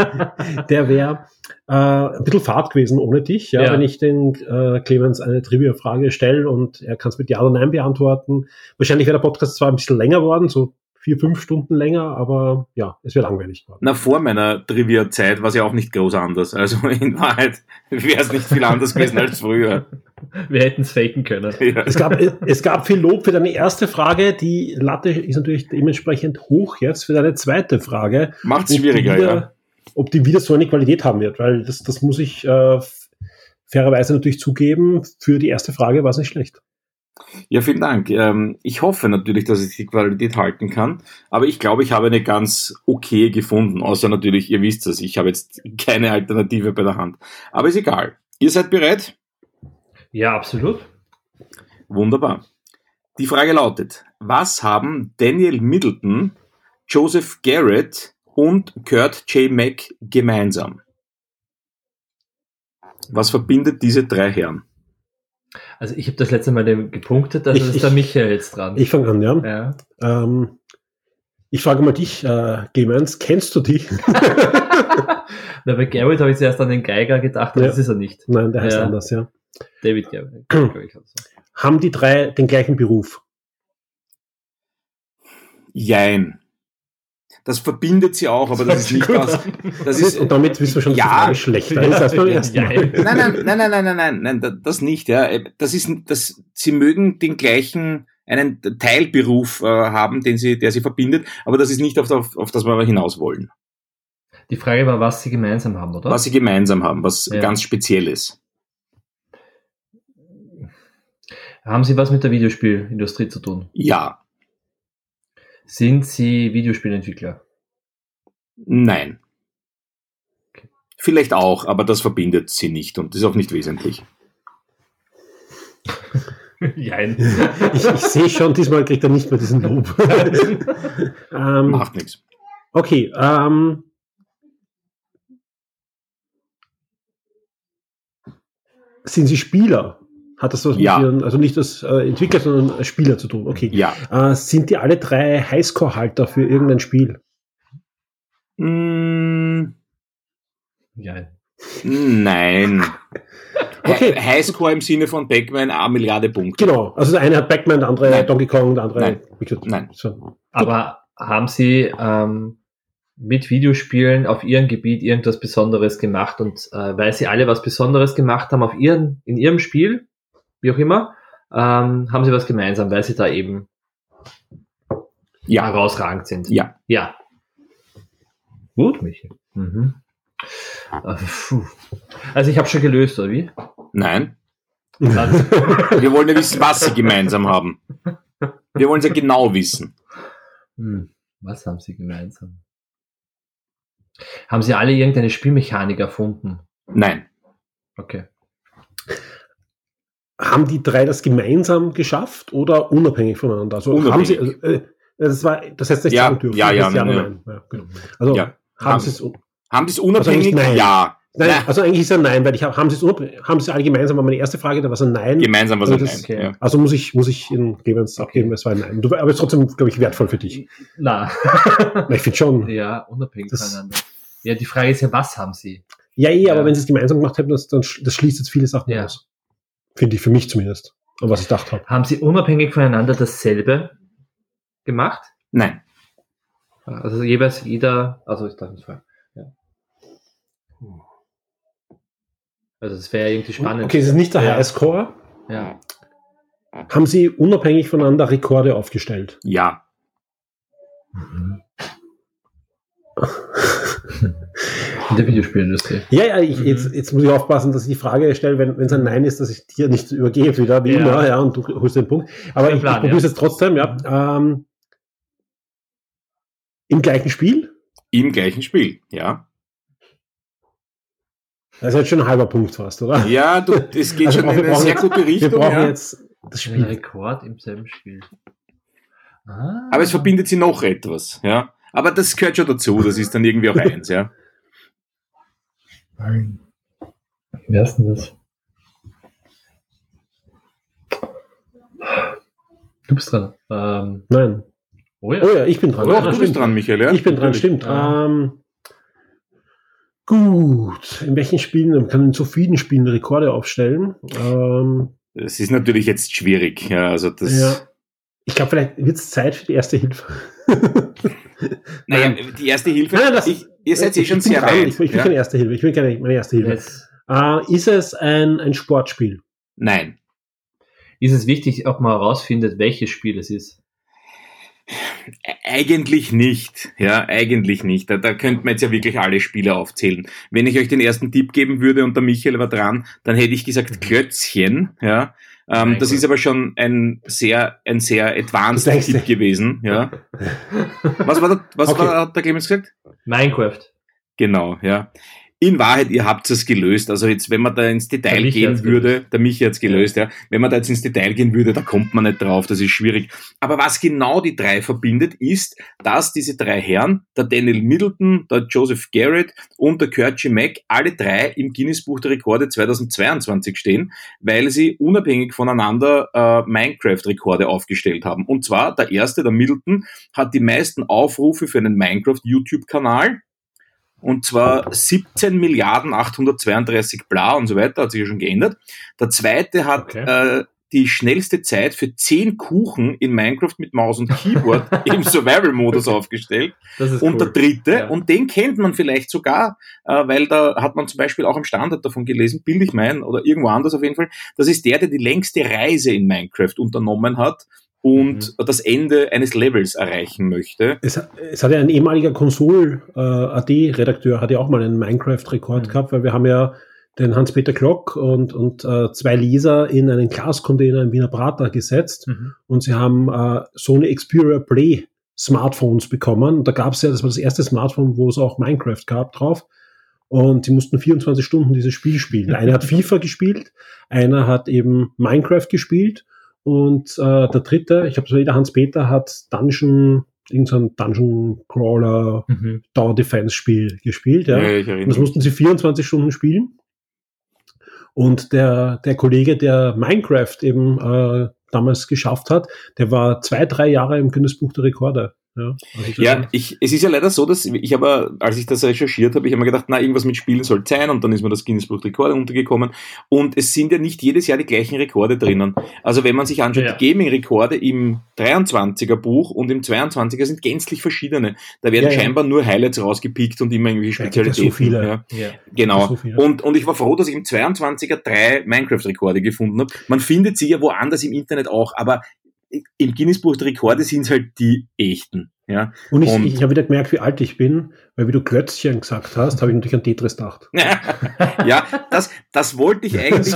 ein bisschen Fahrt gewesen ohne dich, wenn ich den Clemens eine Trivia-Frage stelle und er kann es mit Ja oder Nein beantworten. Wahrscheinlich wäre der Podcast zwar ein bisschen länger geworden, so 4-5 Stunden länger, aber es wäre langweilig geworden. Na, vor meiner Trivia-Zeit war es ja auch nicht groß anders. Also in Wahrheit wäre es nicht viel anders gewesen als früher. Wir hätten es faken können. Ja. Es gab viel Lob für deine erste Frage. Die Latte ist natürlich dementsprechend hoch jetzt für deine zweite Frage. Macht es schwieriger, Ob die wieder so eine Qualität haben wird, weil das muss ich fairerweise natürlich zugeben. Für die erste Frage war es nicht schlecht. Ja, vielen Dank. Ich hoffe natürlich, dass ich die Qualität halten kann, aber ich glaube, ich habe eine ganz okay gefunden, außer natürlich, ihr wisst es, ich habe jetzt keine Alternative bei der Hand. Aber ist egal. Ihr seid bereit? Ja, absolut. Wunderbar. Die Frage lautet, was haben Daniel Middleton, Joseph Garrett und Kurt J. Mack gemeinsam? Was verbindet diese 3 Herren? Also ich habe das letzte Mal gepunktet, also ist der Michael jetzt dran. Ich fange an, ja. Ich frage mal dich, Clemens, kennst du die? Na, bei Garrett habe ich zuerst an den Geiger gedacht, aber das ist er nicht. Nein, der heißt anders, ja. David Garrett. Haben die 3 den gleichen Beruf? Jein. Das verbindet sie auch, aber das ist nicht das. Und damit wissen wir schon, dass es schlechter ist als beim ersten Mal. Nein, das nicht. Ja. Sie mögen den gleichen, einen Teilberuf haben, der sie verbindet, aber das ist nicht auf das wir hinaus wollen. Die Frage war, was sie gemeinsam haben, oder? Was sie gemeinsam haben, was ganz Spezielles. Haben sie was mit der Videospielindustrie zu tun? Ja. Sind sie Videospielentwickler? Nein. Okay. Vielleicht auch, aber das verbindet sie nicht und ist auch nicht wesentlich. Jein. Ich sehe schon, diesmal kriegt er nicht mehr diesen Lob. Macht nichts. Okay, sind Sie Spieler? Hat das was mit Ihren, also nicht als Entwickler, sondern als Spieler zu tun? Okay. Ja. Sind die alle drei Highscore-Halter für irgendein Spiel? Nein. Okay. Highscore im Sinne von Pac-Man, 1 Milliarde Punkte. Genau, also der eine hat Pac-Man, der andere Donkey Kong, der andere... Nein. So. Aber haben Sie mit Videospielen auf Ihrem Gebiet irgendwas Besonderes gemacht und weil Sie alle was Besonderes gemacht haben in Ihrem Spiel, wie auch immer, haben Sie was gemeinsam, weil Sie da eben herausragend sind? Ja. Gut, Michi. Mhm. Also ich habe schon gelöst, oder wie? Nein. Wir wollen ja wissen, was sie gemeinsam haben. Wir wollen es ja genau wissen. Was haben sie gemeinsam? Haben sie alle irgendeine Spielmechanik erfunden? Nein. Okay. Haben die drei das gemeinsam geschafft oder unabhängig voneinander? Also unabhängig. Haben sie, das heißt nicht sagen dürfen. Nein. Genau. Also haben sie es unabhängig? Also ja. Nein, also eigentlich ist ja nein, weil haben sie es alle gemeinsam, war meine erste Frage, da war es ein Nein. Gemeinsam war es ein Nein. Okay. Ja. Also muss ich in Clemens abgeben, es war ein Nein. Aber es ist trotzdem, glaube ich, wertvoll für dich. Na. Ich finde schon. Ja, unabhängig voneinander. Ja, die Frage ist ja, was haben sie? Ja, aber wenn sie es gemeinsam gemacht hätten, das schließt jetzt viele Sachen aus. Finde ich, für mich zumindest. Und was ich gedacht habe. Haben sie unabhängig voneinander dasselbe gemacht? Nein. Also jeweils jeder, also ich darf nicht fragen. Ja. Also das wäre irgendwie spannend. Okay, es ist nicht der Highscore. Ja. Haben sie unabhängig voneinander Rekorde aufgestellt? Ja. In der Videospielindustrie. Ja, jetzt muss ich aufpassen, dass ich die Frage stelle, wenn es ein Nein ist, dass ich dir nicht übergebe wieder, wie immer, und du holst den Punkt. Aber ich probiere es jetzt trotzdem, im gleichen Spiel? Im gleichen Spiel, ja. Das ist jetzt schon ein halber Punkt fast, oder? Ja, das geht schon in eine sehr gute Richtung. Wir brauchen jetzt das Spiel. Ein Rekord im selben Spiel. Aber es verbindet sie noch etwas, ja. Aber das gehört schon dazu, das ist dann irgendwie auch eins, ja. Wer ist denn das? Du bist dran. Nein. Oh ja, ich bin dran. Du bist dran, Michael, ja. Ich bin dran, stimmt. Gut. In welchen Spielen? Man kann in so vielen Spielen Rekorde aufstellen. Das ist natürlich jetzt schwierig, ja. Also das. Ja. Ich glaube, vielleicht wird es Zeit für die Erste Hilfe. Naja, die Erste Hilfe. Ihr seid schon sehr weit. Ich will keine Erste Hilfe. Ich will keine meine Erste Hilfe. Ist es ein Sportspiel? Nein. Ist es wichtig, ob man herausfindet, welches Spiel es ist? Eigentlich nicht, ja, eigentlich nicht. Da könnte man jetzt ja wirklich alle Spiele aufzählen. Wenn ich euch den ersten Tipp geben würde und der Michael war dran, dann hätte ich gesagt Klötzchen, ja. Das ist aber schon ein sehr advanced Tipp gewesen, ja. Was hat der Clemens gesagt? Minecraft. Genau, ja. In Wahrheit, ihr habt es gelöst. Also jetzt, wenn man da ins Detail gehen würde, der Michi hat's gelöst, ja. Wenn man da jetzt ins Detail gehen würde, da kommt man nicht drauf, das ist schwierig. Aber was genau die drei verbindet, ist, dass diese drei Herren, der Daniel Middleton, der Joseph Garrett und der Kurt G. Mac, alle drei im Guinness-Buch der Rekorde 2022 stehen, weil sie unabhängig voneinander Minecraft-Rekorde aufgestellt haben. Und zwar, der erste, der Middleton, hat die meisten Aufrufe für einen Minecraft-YouTube-Kanal. Und zwar 17.832 bla und so weiter, hat sich ja schon geändert. Der zweite hat die schnellste Zeit für 10 Kuchen in Minecraft mit Maus und Keyboard im Survival-Modus aufgestellt. Das ist und cool. Der dritte, und den kennt man vielleicht sogar, weil da hat man zum Beispiel auch im Standard davon gelesen, bilde ich mein, oder irgendwo anders auf jeden Fall, das ist der die längste Reise in Minecraft unternommen hat. und das Ende eines Levels erreichen möchte. Es hat ja ein ehemaliger Konsol-AD-Redakteur, hat ja auch mal einen Minecraft-Rekord gehabt, weil wir haben ja den Hans-Peter Klock und 2 Leser in einen Glascontainer im Wiener Prater gesetzt und sie haben Sony Xperia Play Smartphones bekommen. Und da gab es ja, das war das erste Smartphone, wo es auch Minecraft gab drauf. Und die mussten 24 Stunden dieses Spiel spielen. Einer hat FIFA gespielt, einer hat eben Minecraft gespielt und der dritte, ich habe so jeder Hans-Peter hat irgendein Dungeon Crawler Tower Defense Spiel gespielt. Ja. Ich erinnere Und das mussten sie 24 Stunden spielen. Und der Kollege, der Minecraft eben damals geschafft hat, der war 2-3 Jahre im Guinness-Buch der Rekorde. Ja, es ist ja leider so, dass ich aber, als ich das recherchiert habe, ich habe mir gedacht, irgendwas mit Spielen soll sein, und dann ist mir das Guinness-Buch der Rekorde untergekommen, und es sind ja nicht jedes Jahr die gleichen Rekorde drinnen. Also wenn man sich anschaut, die Gaming-Rekorde im 23er Buch und im 22er sind gänzlich verschiedene. Da werden scheinbar nur Highlights rausgepickt und immer irgendwie Spezialitäten. So viele. Ja. Genau. So viele. Und ich war froh, dass ich im 22er 3 Minecraft-Rekorde gefunden habe. Man findet sie ja woanders im Internet auch, aber im Guinness-Buch der Rekorde sind es halt die echten. Ja. Und ich habe wieder gemerkt, wie alt ich bin, weil wie du Klötzchen gesagt hast, habe ich natürlich an Tetris gedacht. Ja, das wollte ich eigentlich.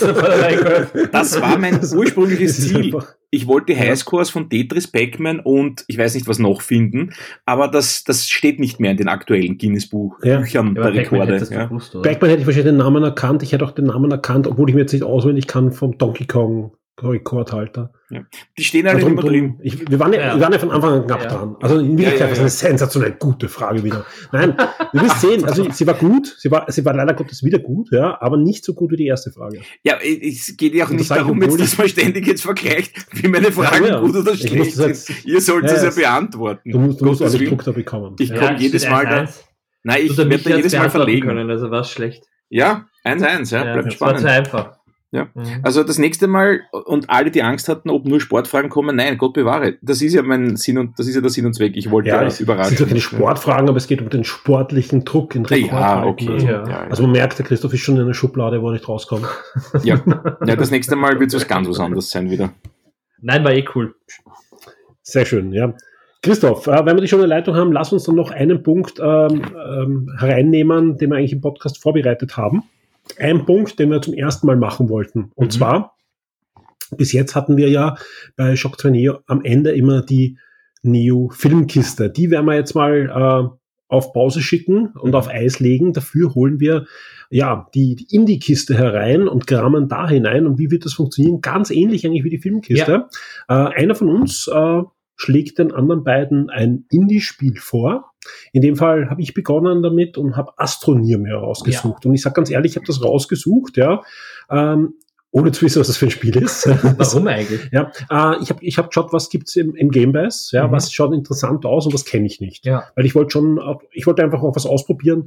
Das war mein ursprüngliches Ziel. Ich wollte die Highscores von Tetris, Pac-Man und ich weiß nicht was noch finden, aber das steht nicht mehr in den aktuellen Guinness-Buch-Büchern der Rekorde. Pac-Man hätte ich wahrscheinlich den Namen erkannt, ich hätte auch den Namen erkannt, obwohl ich mir jetzt nicht auswendig kann vom Donkey Kong Rekordhalter. Ja. Die stehen alle immer drin. Wir waren ja von Anfang an knapp dran. Also in Wirklichkeit das ist eine sensationell gute Frage wieder. Nein, wir müssen sehen, also sie war gut, sie war leider Gottes wieder gut, ja, aber nicht so gut wie die erste Frage. Ja, es geht ja auch nicht darum, dass man ständig jetzt vergleicht, wie meine Fragen gut oder schlecht sind. Ihr sollt es ja beantworten. Du musst alle Druck da bekommen. Ich komme jedes Mal da. Nein, ich werde da jedes Mal verlegen. Können, also war es schlecht. Ja, 1-1, bleibt spannend. War zu einfach. Ja, also das nächste Mal, und alle, die Angst hatten, ob nur Sportfragen kommen, nein, Gott bewahre. Das ist ja der Sinn und Zweck. Ich wollte überraschen. Es sind zwar keine Sportfragen, aber es geht um den sportlichen Druck in Rekordhalten. Also man merkt, der Christoph ist schon in einer Schublade, wo er nicht rauskommt. Ja, das nächste Mal wird es ganz was anderes sein wieder. Nein, war cool. Sehr schön, ja. Christoph, wenn wir dich schon in der Leitung haben, lass uns dann noch einen Punkt hereinnehmen, den wir eigentlich im Podcast vorbereitet haben. Ein Punkt, den wir zum ersten Mal machen wollten. Und zwar, bis jetzt hatten wir ja bei Shock 2 Neo am Ende immer die Neo-Filmkiste. Die werden wir jetzt mal auf Pause schicken und auf Eis legen. Dafür holen wir die Indie-Kiste herein und kramen da hinein. Und wie wird das funktionieren? Ganz ähnlich eigentlich wie die Filmkiste. Ja. Einer von uns schlägt den anderen beiden ein Indie-Spiel vor. In dem Fall habe ich begonnen damit und habe Astroneer mir rausgesucht. Ja. Und ich sage ganz ehrlich, ich habe das rausgesucht, ohne zu wissen, was das für ein Spiel ist. Warum eigentlich? Ja, ich hab geschaut, was gibt's im Game Pass, was schaut interessant aus und was kenne ich nicht. Ja. Weil ich wollte einfach auch was ausprobieren,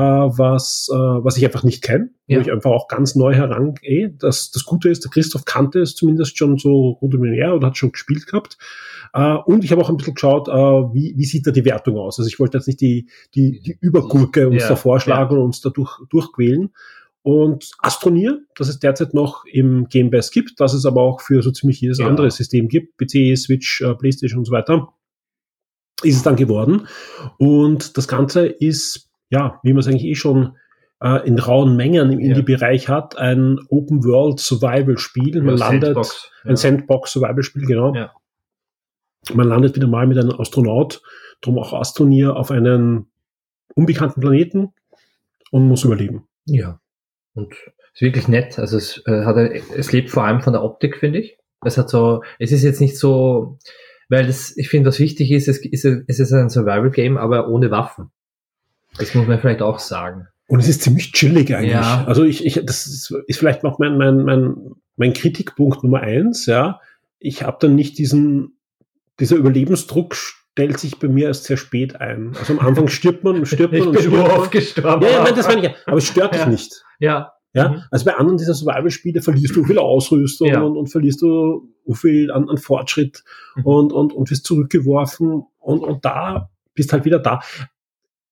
was ich einfach nicht kenne, wo ich einfach auch ganz neu herangehe. Das Gute ist, der Christoph kannte es zumindest schon so rudimentär oder hat schon gespielt gehabt. Und ich habe auch ein bisschen geschaut, wie sieht da die Wertung aus. Also ich wollte jetzt nicht die Übergurke uns da vorschlagen und uns da durchquälen. Und Astroneer, das es derzeit noch im Game Pass gibt, das es aber auch für so ziemlich jedes andere System gibt, PC, Switch, PlayStation und so weiter, ist es dann geworden. Und das Ganze ist, wie man es eigentlich schon in rauen Mengen im Indie-Bereich hat, ein Open-World-Survival-Spiel. Man landet, ein Sandbox-Survival-Spiel, genau. Ja. Man landet wieder mal mit einem Astronaut, drum auch Astroneer, auf einen unbekannten Planeten und muss überleben. Ja. Und ist wirklich nett. Also es lebt vor allem von der Optik, finde ich. Es ist jetzt nicht so, weil ich finde, was wichtig ist, es ist ein Survival-Game, aber ohne Waffen. Das muss man vielleicht auch sagen. Und es ist ziemlich chillig eigentlich. Ja. Also das ist vielleicht noch mein Kritikpunkt Nummer 1, ja. Ich habe dann nicht dieser Überlebensdruck stellt sich bei mir erst sehr spät ein. Also am Anfang stirbt man. Ich bin nur oft gestorben. Ja, nein, das meine ich. Aber es stört dich nicht. Ja. Ja, also bei anderen dieser Survival-Spiele verlierst du viel Ausrüstung und verlierst du viel an Fortschritt und wirst zurückgeworfen und da bist halt wieder da.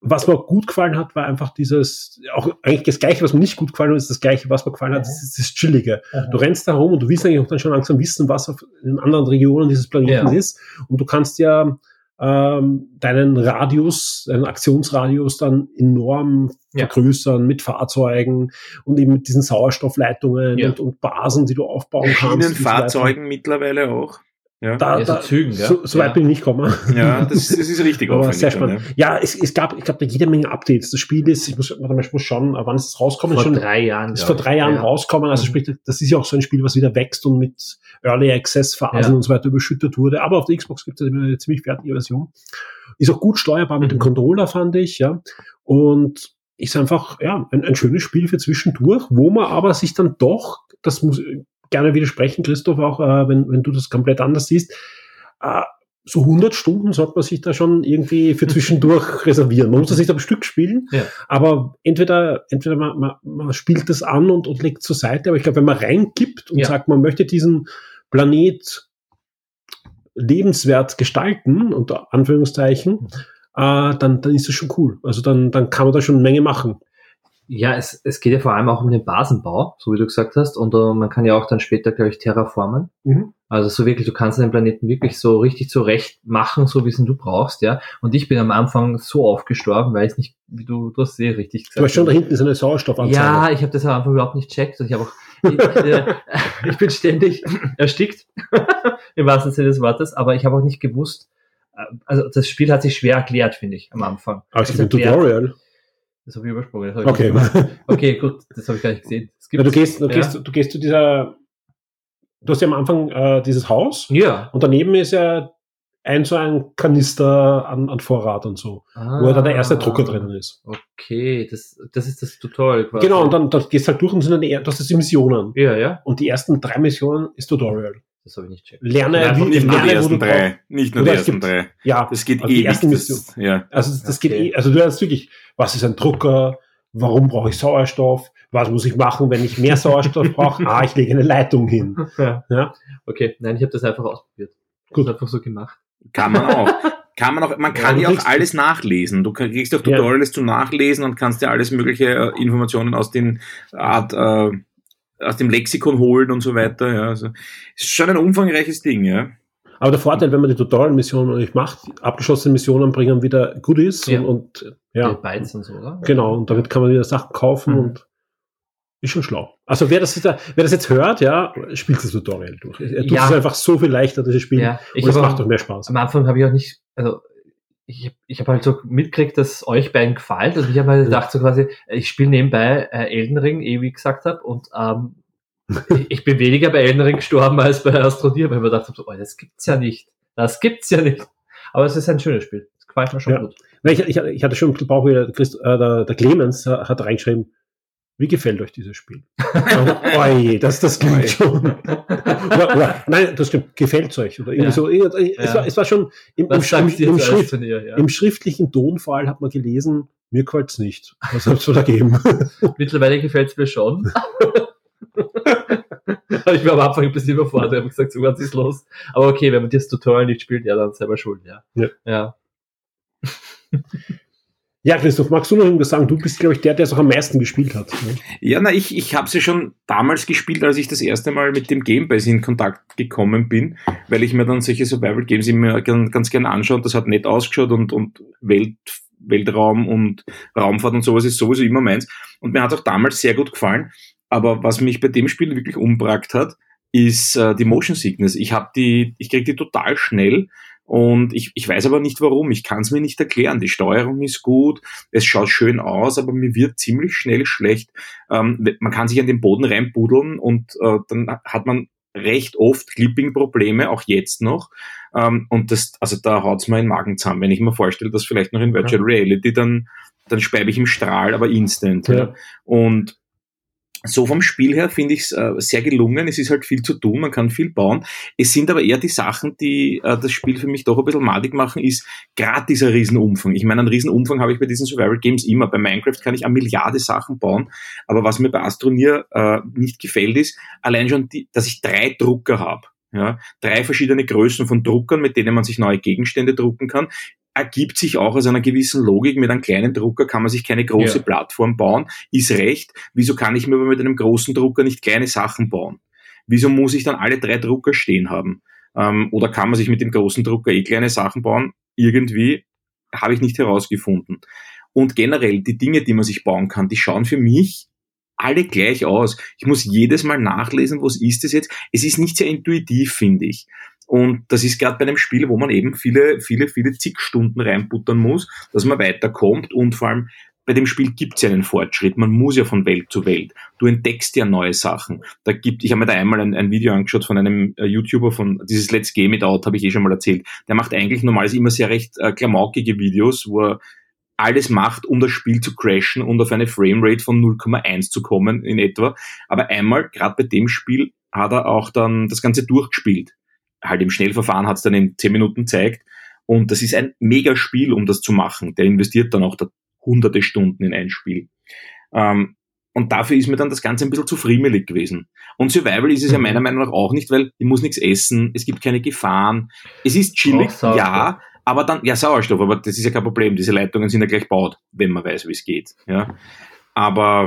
was mir gut gefallen hat, war einfach dieses, auch eigentlich das Gleiche, was mir nicht gut gefallen hat, ist das Gleiche, was mir gefallen hat, das Chillige. Du rennst da rum und du willst eigentlich auch dann schon langsam wissen, was auf den anderen Regionen dieses Planeten ist. Und du kannst ja deinen Radius, deinen Aktionsradius dann enorm vergrößern mit Fahrzeugen und eben mit diesen Sauerstoffleitungen und Basen, die du aufbauen kannst. Schienenfahrzeugen mittlerweile auch. Ja, so Zügen, so weit bin ich nicht gekommen. Ja, das ist richtig aufwendig. Sehr spannend. Ja, es gab, ich glaube, da jede Menge Updates. Das Spiel ist, ich muss schauen, wann ist es rauskommen? Vor 3 Jahren. Ist vor 3 Jahren rauskommen. Also sprich, das ist ja auch so ein Spiel, was wieder wächst und mit Early Access Phasen und so weiter überschüttet wurde. Aber auf der Xbox gibt es eine ziemlich fertige Version. Ist auch gut steuerbar mit dem Controller, fand ich, ja. Und ist einfach, ein schönes Spiel für zwischendurch, wo man aber sich dann doch, das muss gerne widersprechen, Christoph, auch wenn du das komplett anders siehst, so 100 Stunden sollte man sich da schon irgendwie für zwischendurch reservieren. Man muss das nicht am Stück spielen, aber entweder man spielt das an und legt zur Seite, aber ich glaube, wenn man reinkippt und sagt, man möchte diesen Planet lebenswert gestalten, unter Anführungszeichen, dann ist das schon cool. Also dann kann man da schon eine Menge machen. Ja, es geht ja vor allem auch um den Basenbau, so wie du gesagt hast, und man kann ja auch dann später, glaube ich, terraformen. Also so wirklich, du kannst den Planeten wirklich so richtig zurecht machen, so wie es du brauchst, ja. Und ich bin am Anfang so aufgestorben, weil ich nicht, wie du hast sehr richtig gesagt. Du weißt schon, da hinten ist eine Sauerstoffanzeige. Ja, ich habe das am Anfang überhaupt nicht checkt und ich habe auch, ich bin ständig erstickt, im wahrsten Sinne des Wortes, aber ich habe auch nicht gewusst, also das Spiel hat sich schwer erklärt, finde ich, am Anfang. Aber es gibt ein Tutorial. Das habe ich übersprungen. Okay, gut, das habe ich gar nicht gesehen. Du gehst zu dieser, du hast ja am Anfang dieses Haus. Ja. Und daneben ist ja so ein Kanister an Vorrat und so, wo ja dann der erste Drucker drinnen ist. Okay, das ist das Tutorial quasi. Genau, und dann gehst halt durch und sind dann das ist die Missionen. Ja. Und die ersten 3 Missionen ist Tutorial. Das habe ich nicht checkt. Nicht nur die ersten 3. Ja, das geht die erste Mission. Also das geht also du hast wirklich, was ist ein Drucker? Warum brauche ich Sauerstoff? Was muss ich machen, wenn ich mehr Sauerstoff brauche? Ich lege eine Leitung hin. Ja. Okay, nein, ich habe das einfach ausprobiert. Gut, einfach so gemacht. Kann man auch. Man kann ja auch alles nachlesen. Du kriegst auch Tutorials zum Nachlesen und kannst dir alles mögliche Informationen aus dem Lexikon holen und so weiter. Ja, also ist schon ein umfangreiches Ding, ja. Aber der Vorteil, wenn man die Tutorial-Missionen nicht macht, abgeschlossene Missionen bringen wieder Goodies und die Bytes und so, oder? Genau, und damit kann man wieder Sachen kaufen und ist schon schlau. Also wer das jetzt hört, spielt das Tutorial durch. Es ist einfach so viel leichter, dieses Spiel. Ja, und es macht doch mehr Spaß. Am Anfang habe ich auch nicht, also ich habe halt so mitgekriegt, dass euch beiden gefällt. Und ich habe halt gedacht, so quasi, ich spiele nebenbei Elden Ring, wie ich gesagt habe, und ich bin weniger bei Elden Ring gestorben als bei Astroneer, weil ich mir gedacht habe, so, das gibt's ja nicht. Aber es ist ein schönes Spiel. Das gefällt mir schon gut. Ich hatte schon ein bisschen Bauch, wie der Clemens hat reingeschrieben, wie gefällt euch dieses Spiel? Das klingt schon. Nein, das stimmt. Gefällt es euch? Oder irgendwie so. Es war schon im schriftlichen Tonfall hat man gelesen, mir gefällt es nicht. Was soll es da geben? Mittlerweile gefällt es mir schon. Ich war am Anfang ein bisschen überfordert, ich habe gesagt, so was ist los. Aber okay, wenn man das Tutorial nicht spielt, dann selber schuld, ja. Ja, Christoph, magst du noch irgendwas sagen? Du bist, glaube ich, der es auch am meisten gespielt hat. Ja, ich habe sie schon damals gespielt, als ich das erste Mal mit dem Game Pass in Kontakt gekommen bin, weil ich mir dann solche Survival Games immer ganz gerne anschaue. Das hat nett ausgeschaut und Weltraum und Raumfahrt und sowas ist sowieso immer meins. Und mir hat auch damals sehr gut gefallen. Aber was mich bei dem Spiel wirklich umgebracht hat, ist die Motion Sickness. Ich krieg die total schnell. Und ich weiß aber nicht warum, ich kann es mir nicht erklären. Die Steuerung ist gut, es schaut schön aus, aber mir wird ziemlich schnell schlecht. Man kann sich an den Boden reinbuddeln und dann hat man recht oft Clipping-Probleme, auch jetzt noch. Und da haut's mir in den Magen zusammen, wenn ich mir vorstelle, dass vielleicht noch in Virtual Reality, dann speibe ich im Strahl, aber instant. Ja. Und so vom Spiel her finde ich es sehr gelungen. Es ist halt viel zu tun, man kann viel bauen. Es sind aber eher die Sachen, die das Spiel für mich doch ein bisschen madig machen, ist gerade dieser Riesenumfang. Ich meine, einen Riesenumfang habe ich bei diesen Survival Games immer. Bei Minecraft kann ich 1 Milliarde Sachen bauen, aber was mir bei Astroneer nicht gefällt ist, allein schon, dass ich 3 Drucker habe. Ja, 3 verschiedene Größen von Druckern, mit denen man sich neue Gegenstände drucken kann. ergibt sich auch aus einer gewissen Logik. Mit einem kleinen Drucker kann man sich keine große Plattform bauen. Ist recht. Wieso kann ich mir aber mit einem großen Drucker nicht kleine Sachen bauen? Wieso muss ich dann alle 3 Drucker stehen haben? Oder kann man sich mit dem großen Drucker kleine Sachen bauen? Irgendwie habe ich nicht herausgefunden. Und generell, die Dinge, die man sich bauen kann, die schauen für mich alle gleich aus. Ich muss jedes Mal nachlesen, was ist das jetzt? Es ist nicht sehr intuitiv, finde ich. Und das ist gerade bei einem Spiel, wo man eben viele zig Stunden reinbuttern muss, dass man weiterkommt. Und vor allem bei dem Spiel gibt es ja einen Fortschritt. Man muss ja von Welt zu Welt. Du entdeckst ja neue Sachen. Ich habe mir da einmal ein Video angeschaut von einem YouTuber von dieses Let's Game It Out, habe ich schon mal erzählt. Der macht eigentlich normalerweise immer sehr recht klamaukige Videos, wo er alles macht, um das Spiel zu crashen und auf eine Framerate von 0,1 zu kommen in etwa. Aber einmal, gerade bei dem Spiel, hat er auch dann das Ganze durchgespielt. Halt im Schnellverfahren hat es dann in 10 Minuten gezeigt. Und das ist ein mega Spiel, um das zu machen. Der investiert dann auch da hunderte Stunden in ein Spiel. Und dafür ist mir dann das Ganze ein bisschen zu friemelig gewesen. Und Survival ist es ja meiner Meinung nach auch nicht, weil ich muss nichts essen, es gibt keine Gefahren. Es ist chillig, ja, aber dann, ja, Sauerstoff, aber das ist ja kein Problem. Diese Leitungen sind ja gleich gebaut, wenn man weiß, wie es geht. Ja. Aber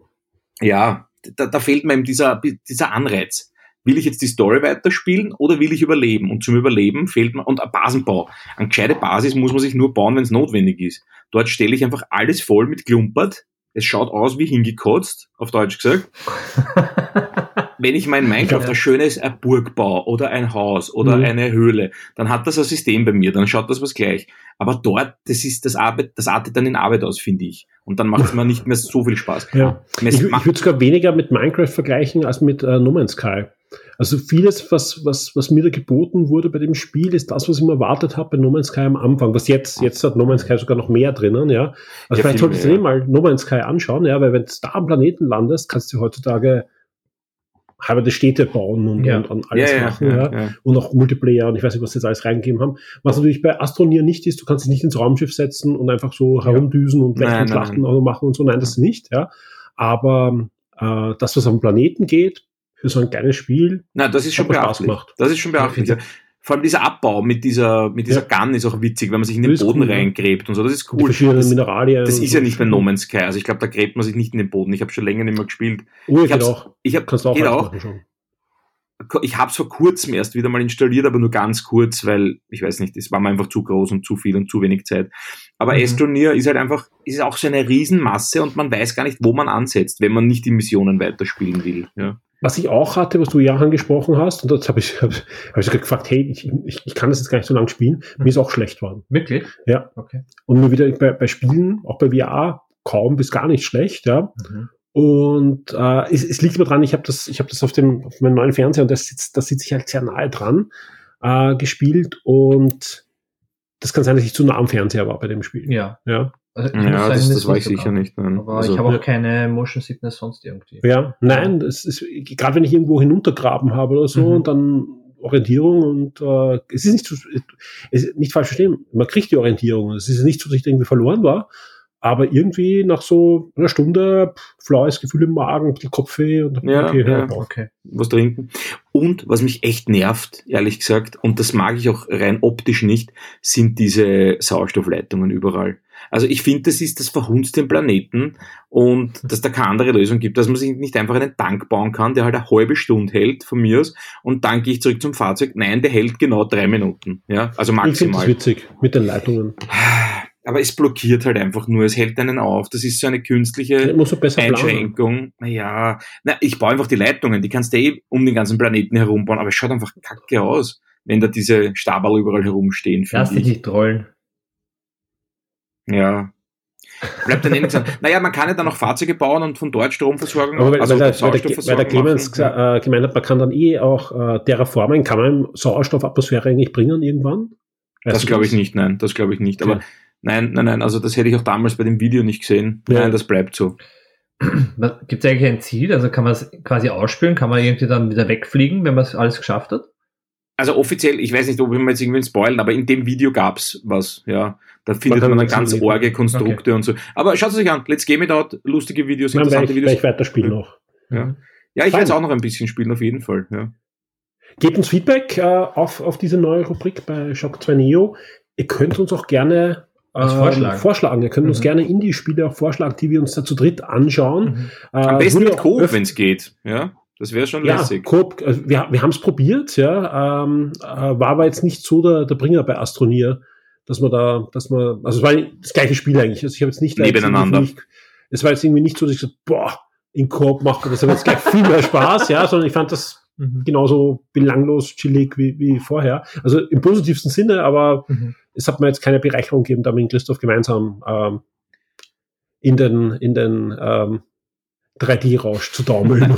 ja, da fehlt mir eben dieser Anreiz. Will ich jetzt die Story weiterspielen oder will ich überleben? Und zum Überleben fehlt mir, und ein Basenbau. Eine gescheite Basis muss man sich nur bauen, wenn es notwendig ist. Dort stelle ich einfach alles voll mit Klumpert. Es schaut aus wie hingekotzt, auf Deutsch gesagt. Wenn ich mein Minecraft ein schönes Burg baue oder ein Haus oder eine Höhle, dann hat das ein System bei mir, dann schaut das was gleich. Aber dort, das artet dann in Arbeit aus, finde ich. Und dann macht es mir nicht mehr so viel Spaß. Ja. Ich würde sogar weniger mit Minecraft vergleichen als mit No Man's Sky. Also vieles, was mir da geboten wurde bei dem Spiel, ist das, was ich mir erwartet habe bei No Man's Sky am Anfang. Was jetzt hat No Man's Sky sogar noch mehr drinnen, ja. Also vielleicht solltest du mal No Man's Sky anschauen, ja, weil wenn du da am Planeten landest, kannst du heutzutage halbe Städte bauen und alles machen, ja. Und auch Multiplayer und ich weiß nicht, was sie jetzt alles reingegeben haben. Was natürlich bei Astroneer nicht ist, du kannst dich nicht ins Raumschiff setzen und einfach so herumdüsen und Schlachten machen und so. Nein, das nicht, ja. Aber das, was am Planeten geht, für so ein kleines Spiel. Na, das ist schon beachtlich. Das ist schon beachtlich. Ja. Vor allem dieser Abbau mit dieser Gun ist auch witzig, wenn man sich in den Boden reingräbt und so. Das ist cool. Das, Mineralien. Das ist ja nicht bei No Man's Sky. Also ich glaube, da gräbt man sich nicht in den Boden. Ich habe schon länger nicht mehr gespielt. Kannst du auch. Ich habe es vor kurzem erst wieder mal installiert, aber nur ganz kurz, weil, ich weiß nicht, es war mir einfach zu groß und zu viel und zu wenig Zeit. Aber Astroneer ist halt einfach, ist auch so eine Riesenmasse und man weiß gar nicht, wo man ansetzt, wenn man nicht die Missionen weiterspielen will. Ja. Was ich auch hatte, was du ja angesprochen hast, und das habe ich sogar gefragt, hey, ich kann das jetzt gar nicht so lange spielen, mir ist auch schlecht worden. Wirklich? Ja. Okay. Und mir wieder bei Spielen, auch bei VR, kaum bis gar nicht schlecht, ja. Und es liegt mir dran, ich hab das auf meinem neuen Fernseher und das sitze ich halt sehr nahe dran gespielt und das kann sein, dass ich zu nah am Fernseher war bei dem Spiel. Ja. Also das war ich sicher nicht. Nein. Aber ich habe auch keine Motion Sickness sonst irgendwie. Ja, nein, das ist, gerade wenn ich irgendwo hinuntergraben habe oder so und dann Orientierung und es ist nicht falsch verstehen, man kriegt die Orientierung. Es ist nicht so, dass ich irgendwie verloren war, aber irgendwie nach so einer Stunde flaues Gefühl im Magen, ein bisschen Kopfweh und okay. Was trinken. Und was mich echt nervt, ehrlich gesagt, und das mag ich auch rein optisch nicht, sind diese Sauerstoffleitungen überall. Also ich finde, das ist das Verhunzte im Planeten und dass da keine andere Lösung gibt, dass man sich nicht einfach einen Tank bauen kann, der halt eine halbe Stunde hält von mir aus und dann gehe ich zurück zum Fahrzeug. Nein, der hält genau 3 Minuten. Ja, also maximal. Ich finde das witzig mit den Leitungen. Aber es blockiert halt einfach nur, es hält einen auf. Das ist so eine künstliche Einschränkung. Naja, ich baue einfach die Leitungen, die kannst du um den ganzen Planeten herumbauen, aber es schaut einfach kacke aus, wenn da diese Staberl überall herumstehen. Lass dich nicht trollen. Ja. Bleibt dann nichts an. Naja, man kann ja dann auch Fahrzeuge bauen und von dort Stromversorgung, weil der Clemens gemeint hat, man kann dann auch terraformen, kann man Sauerstoffatmosphäre eigentlich bringen irgendwann? Das glaube ich nicht, nein, das glaube ich nicht. Aber nein, also das hätte ich auch damals bei dem Video nicht gesehen. Ja. Nein, das bleibt so. Gibt es eigentlich ein Ziel? Also kann man es quasi ausspielen? Kann man irgendwie dann wieder wegfliegen, wenn man es alles geschafft hat? Also offiziell, ich weiß nicht, ob wir jetzt irgendwie spoilern, aber in dem Video gab's was, ja. Da findet man dann ganz orge Konstrukte und so. Aber schaut es euch an, Let's Game It Out, lustige Videos, interessante Videos. Ich weiterspielen noch. Ja, ich werde es auch noch ein bisschen spielen, auf jeden Fall, ja. Gebt uns Feedback auf diese neue Rubrik bei Shock 2 Neo. ihr könnt uns auch gerne vorschlagen. Ihr könnt uns gerne Indie-Spiele auch vorschlagen, die wir uns da zu dritt anschauen. Am besten mit Coop, wenn es geht. Ja, das wäre schon lässig. Coop, wir haben es probiert, war aber jetzt nicht so der Bringer bei Astroneer, also es war das gleiche Spiel eigentlich. Also ich habe jetzt nicht nebeneinander. Es war jetzt irgendwie nicht so, dass ich gesagt, in Coop macht das aber jetzt gleich viel mehr Spaß, sondern ich fand das genauso belanglos, chillig wie vorher. Also im positivsten Sinne, aber es hat mir jetzt keine Bereicherung gegeben, da mit Christoph gemeinsam in den 3D-Rausch zu daumeln.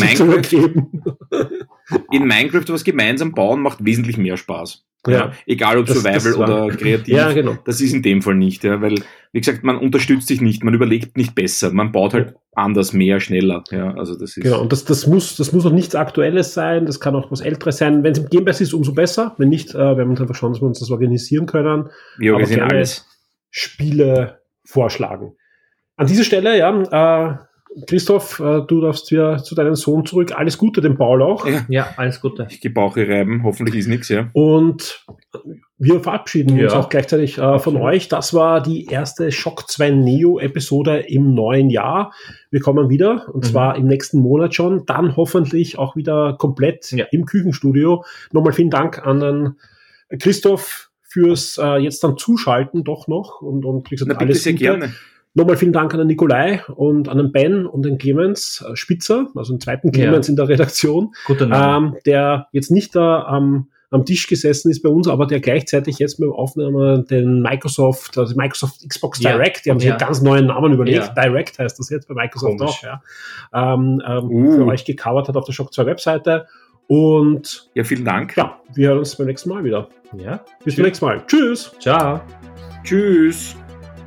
In Minecraft was gemeinsam bauen macht wesentlich mehr Spaß. Ja. Egal ob Survival oder kreativ. Ja, genau. Das ist in dem Fall nicht, weil, wie gesagt, man unterstützt sich nicht, man überlegt nicht besser, man baut halt anders, mehr, schneller. Ja, also das ist. Genau, und das muss auch nichts Aktuelles sein, das kann auch was Älteres sein. Wenn es im Game Pass ist, umso besser. Wenn nicht, werden wir uns einfach schauen, dass wir uns das organisieren können. Wir organisieren alles. Spiele vorschlagen. An dieser Stelle, Christoph, du darfst wieder zu deinem Sohn zurück. Alles Gute, dem Paul auch. Ja, alles Gute. Ich gehe Bauche reiben, hoffentlich ist nichts, ja. Und wir verabschieden uns auch gleichzeitig von euch. Das war die erste Shock 2 Neo-Episode im neuen Jahr. Wir kommen wieder, und zwar im nächsten Monat schon. Dann hoffentlich auch wieder komplett im Küchenstudio. Nochmal vielen Dank an den Christoph fürs jetzt dann Zuschalten doch noch. Und wie gesagt, alles sehr gerne. Nochmal vielen Dank an den Nikolai und an den Ben und den Clemens Spitzer, also den zweiten Clemens in der Redaktion, der jetzt nicht da am Tisch gesessen ist bei uns, aber der gleichzeitig jetzt beim Aufnehmen den Microsoft Xbox Direct, die haben sich einen ganz neuen Namen überlegt, Direct heißt das jetzt bei Microsoft auch, für euch gecovert hat auf der Shock 2 Webseite. Und vielen Dank. Ja, wir hören uns beim nächsten Mal wieder. Ja. Bis zum nächsten Mal. Tschüss. Ciao. Tschüss.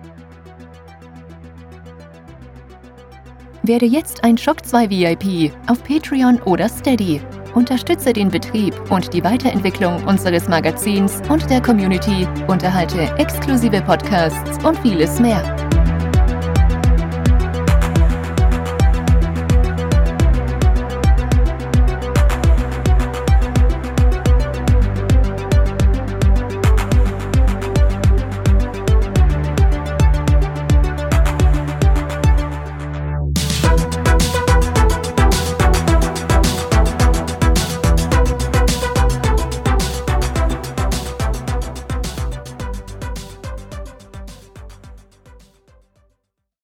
Werde jetzt ein Shock 2 VIP auf Patreon oder Steady. Unterstütze den Betrieb und die Weiterentwicklung unseres Magazins und der Community, unterhalte exklusive Podcasts und vieles mehr.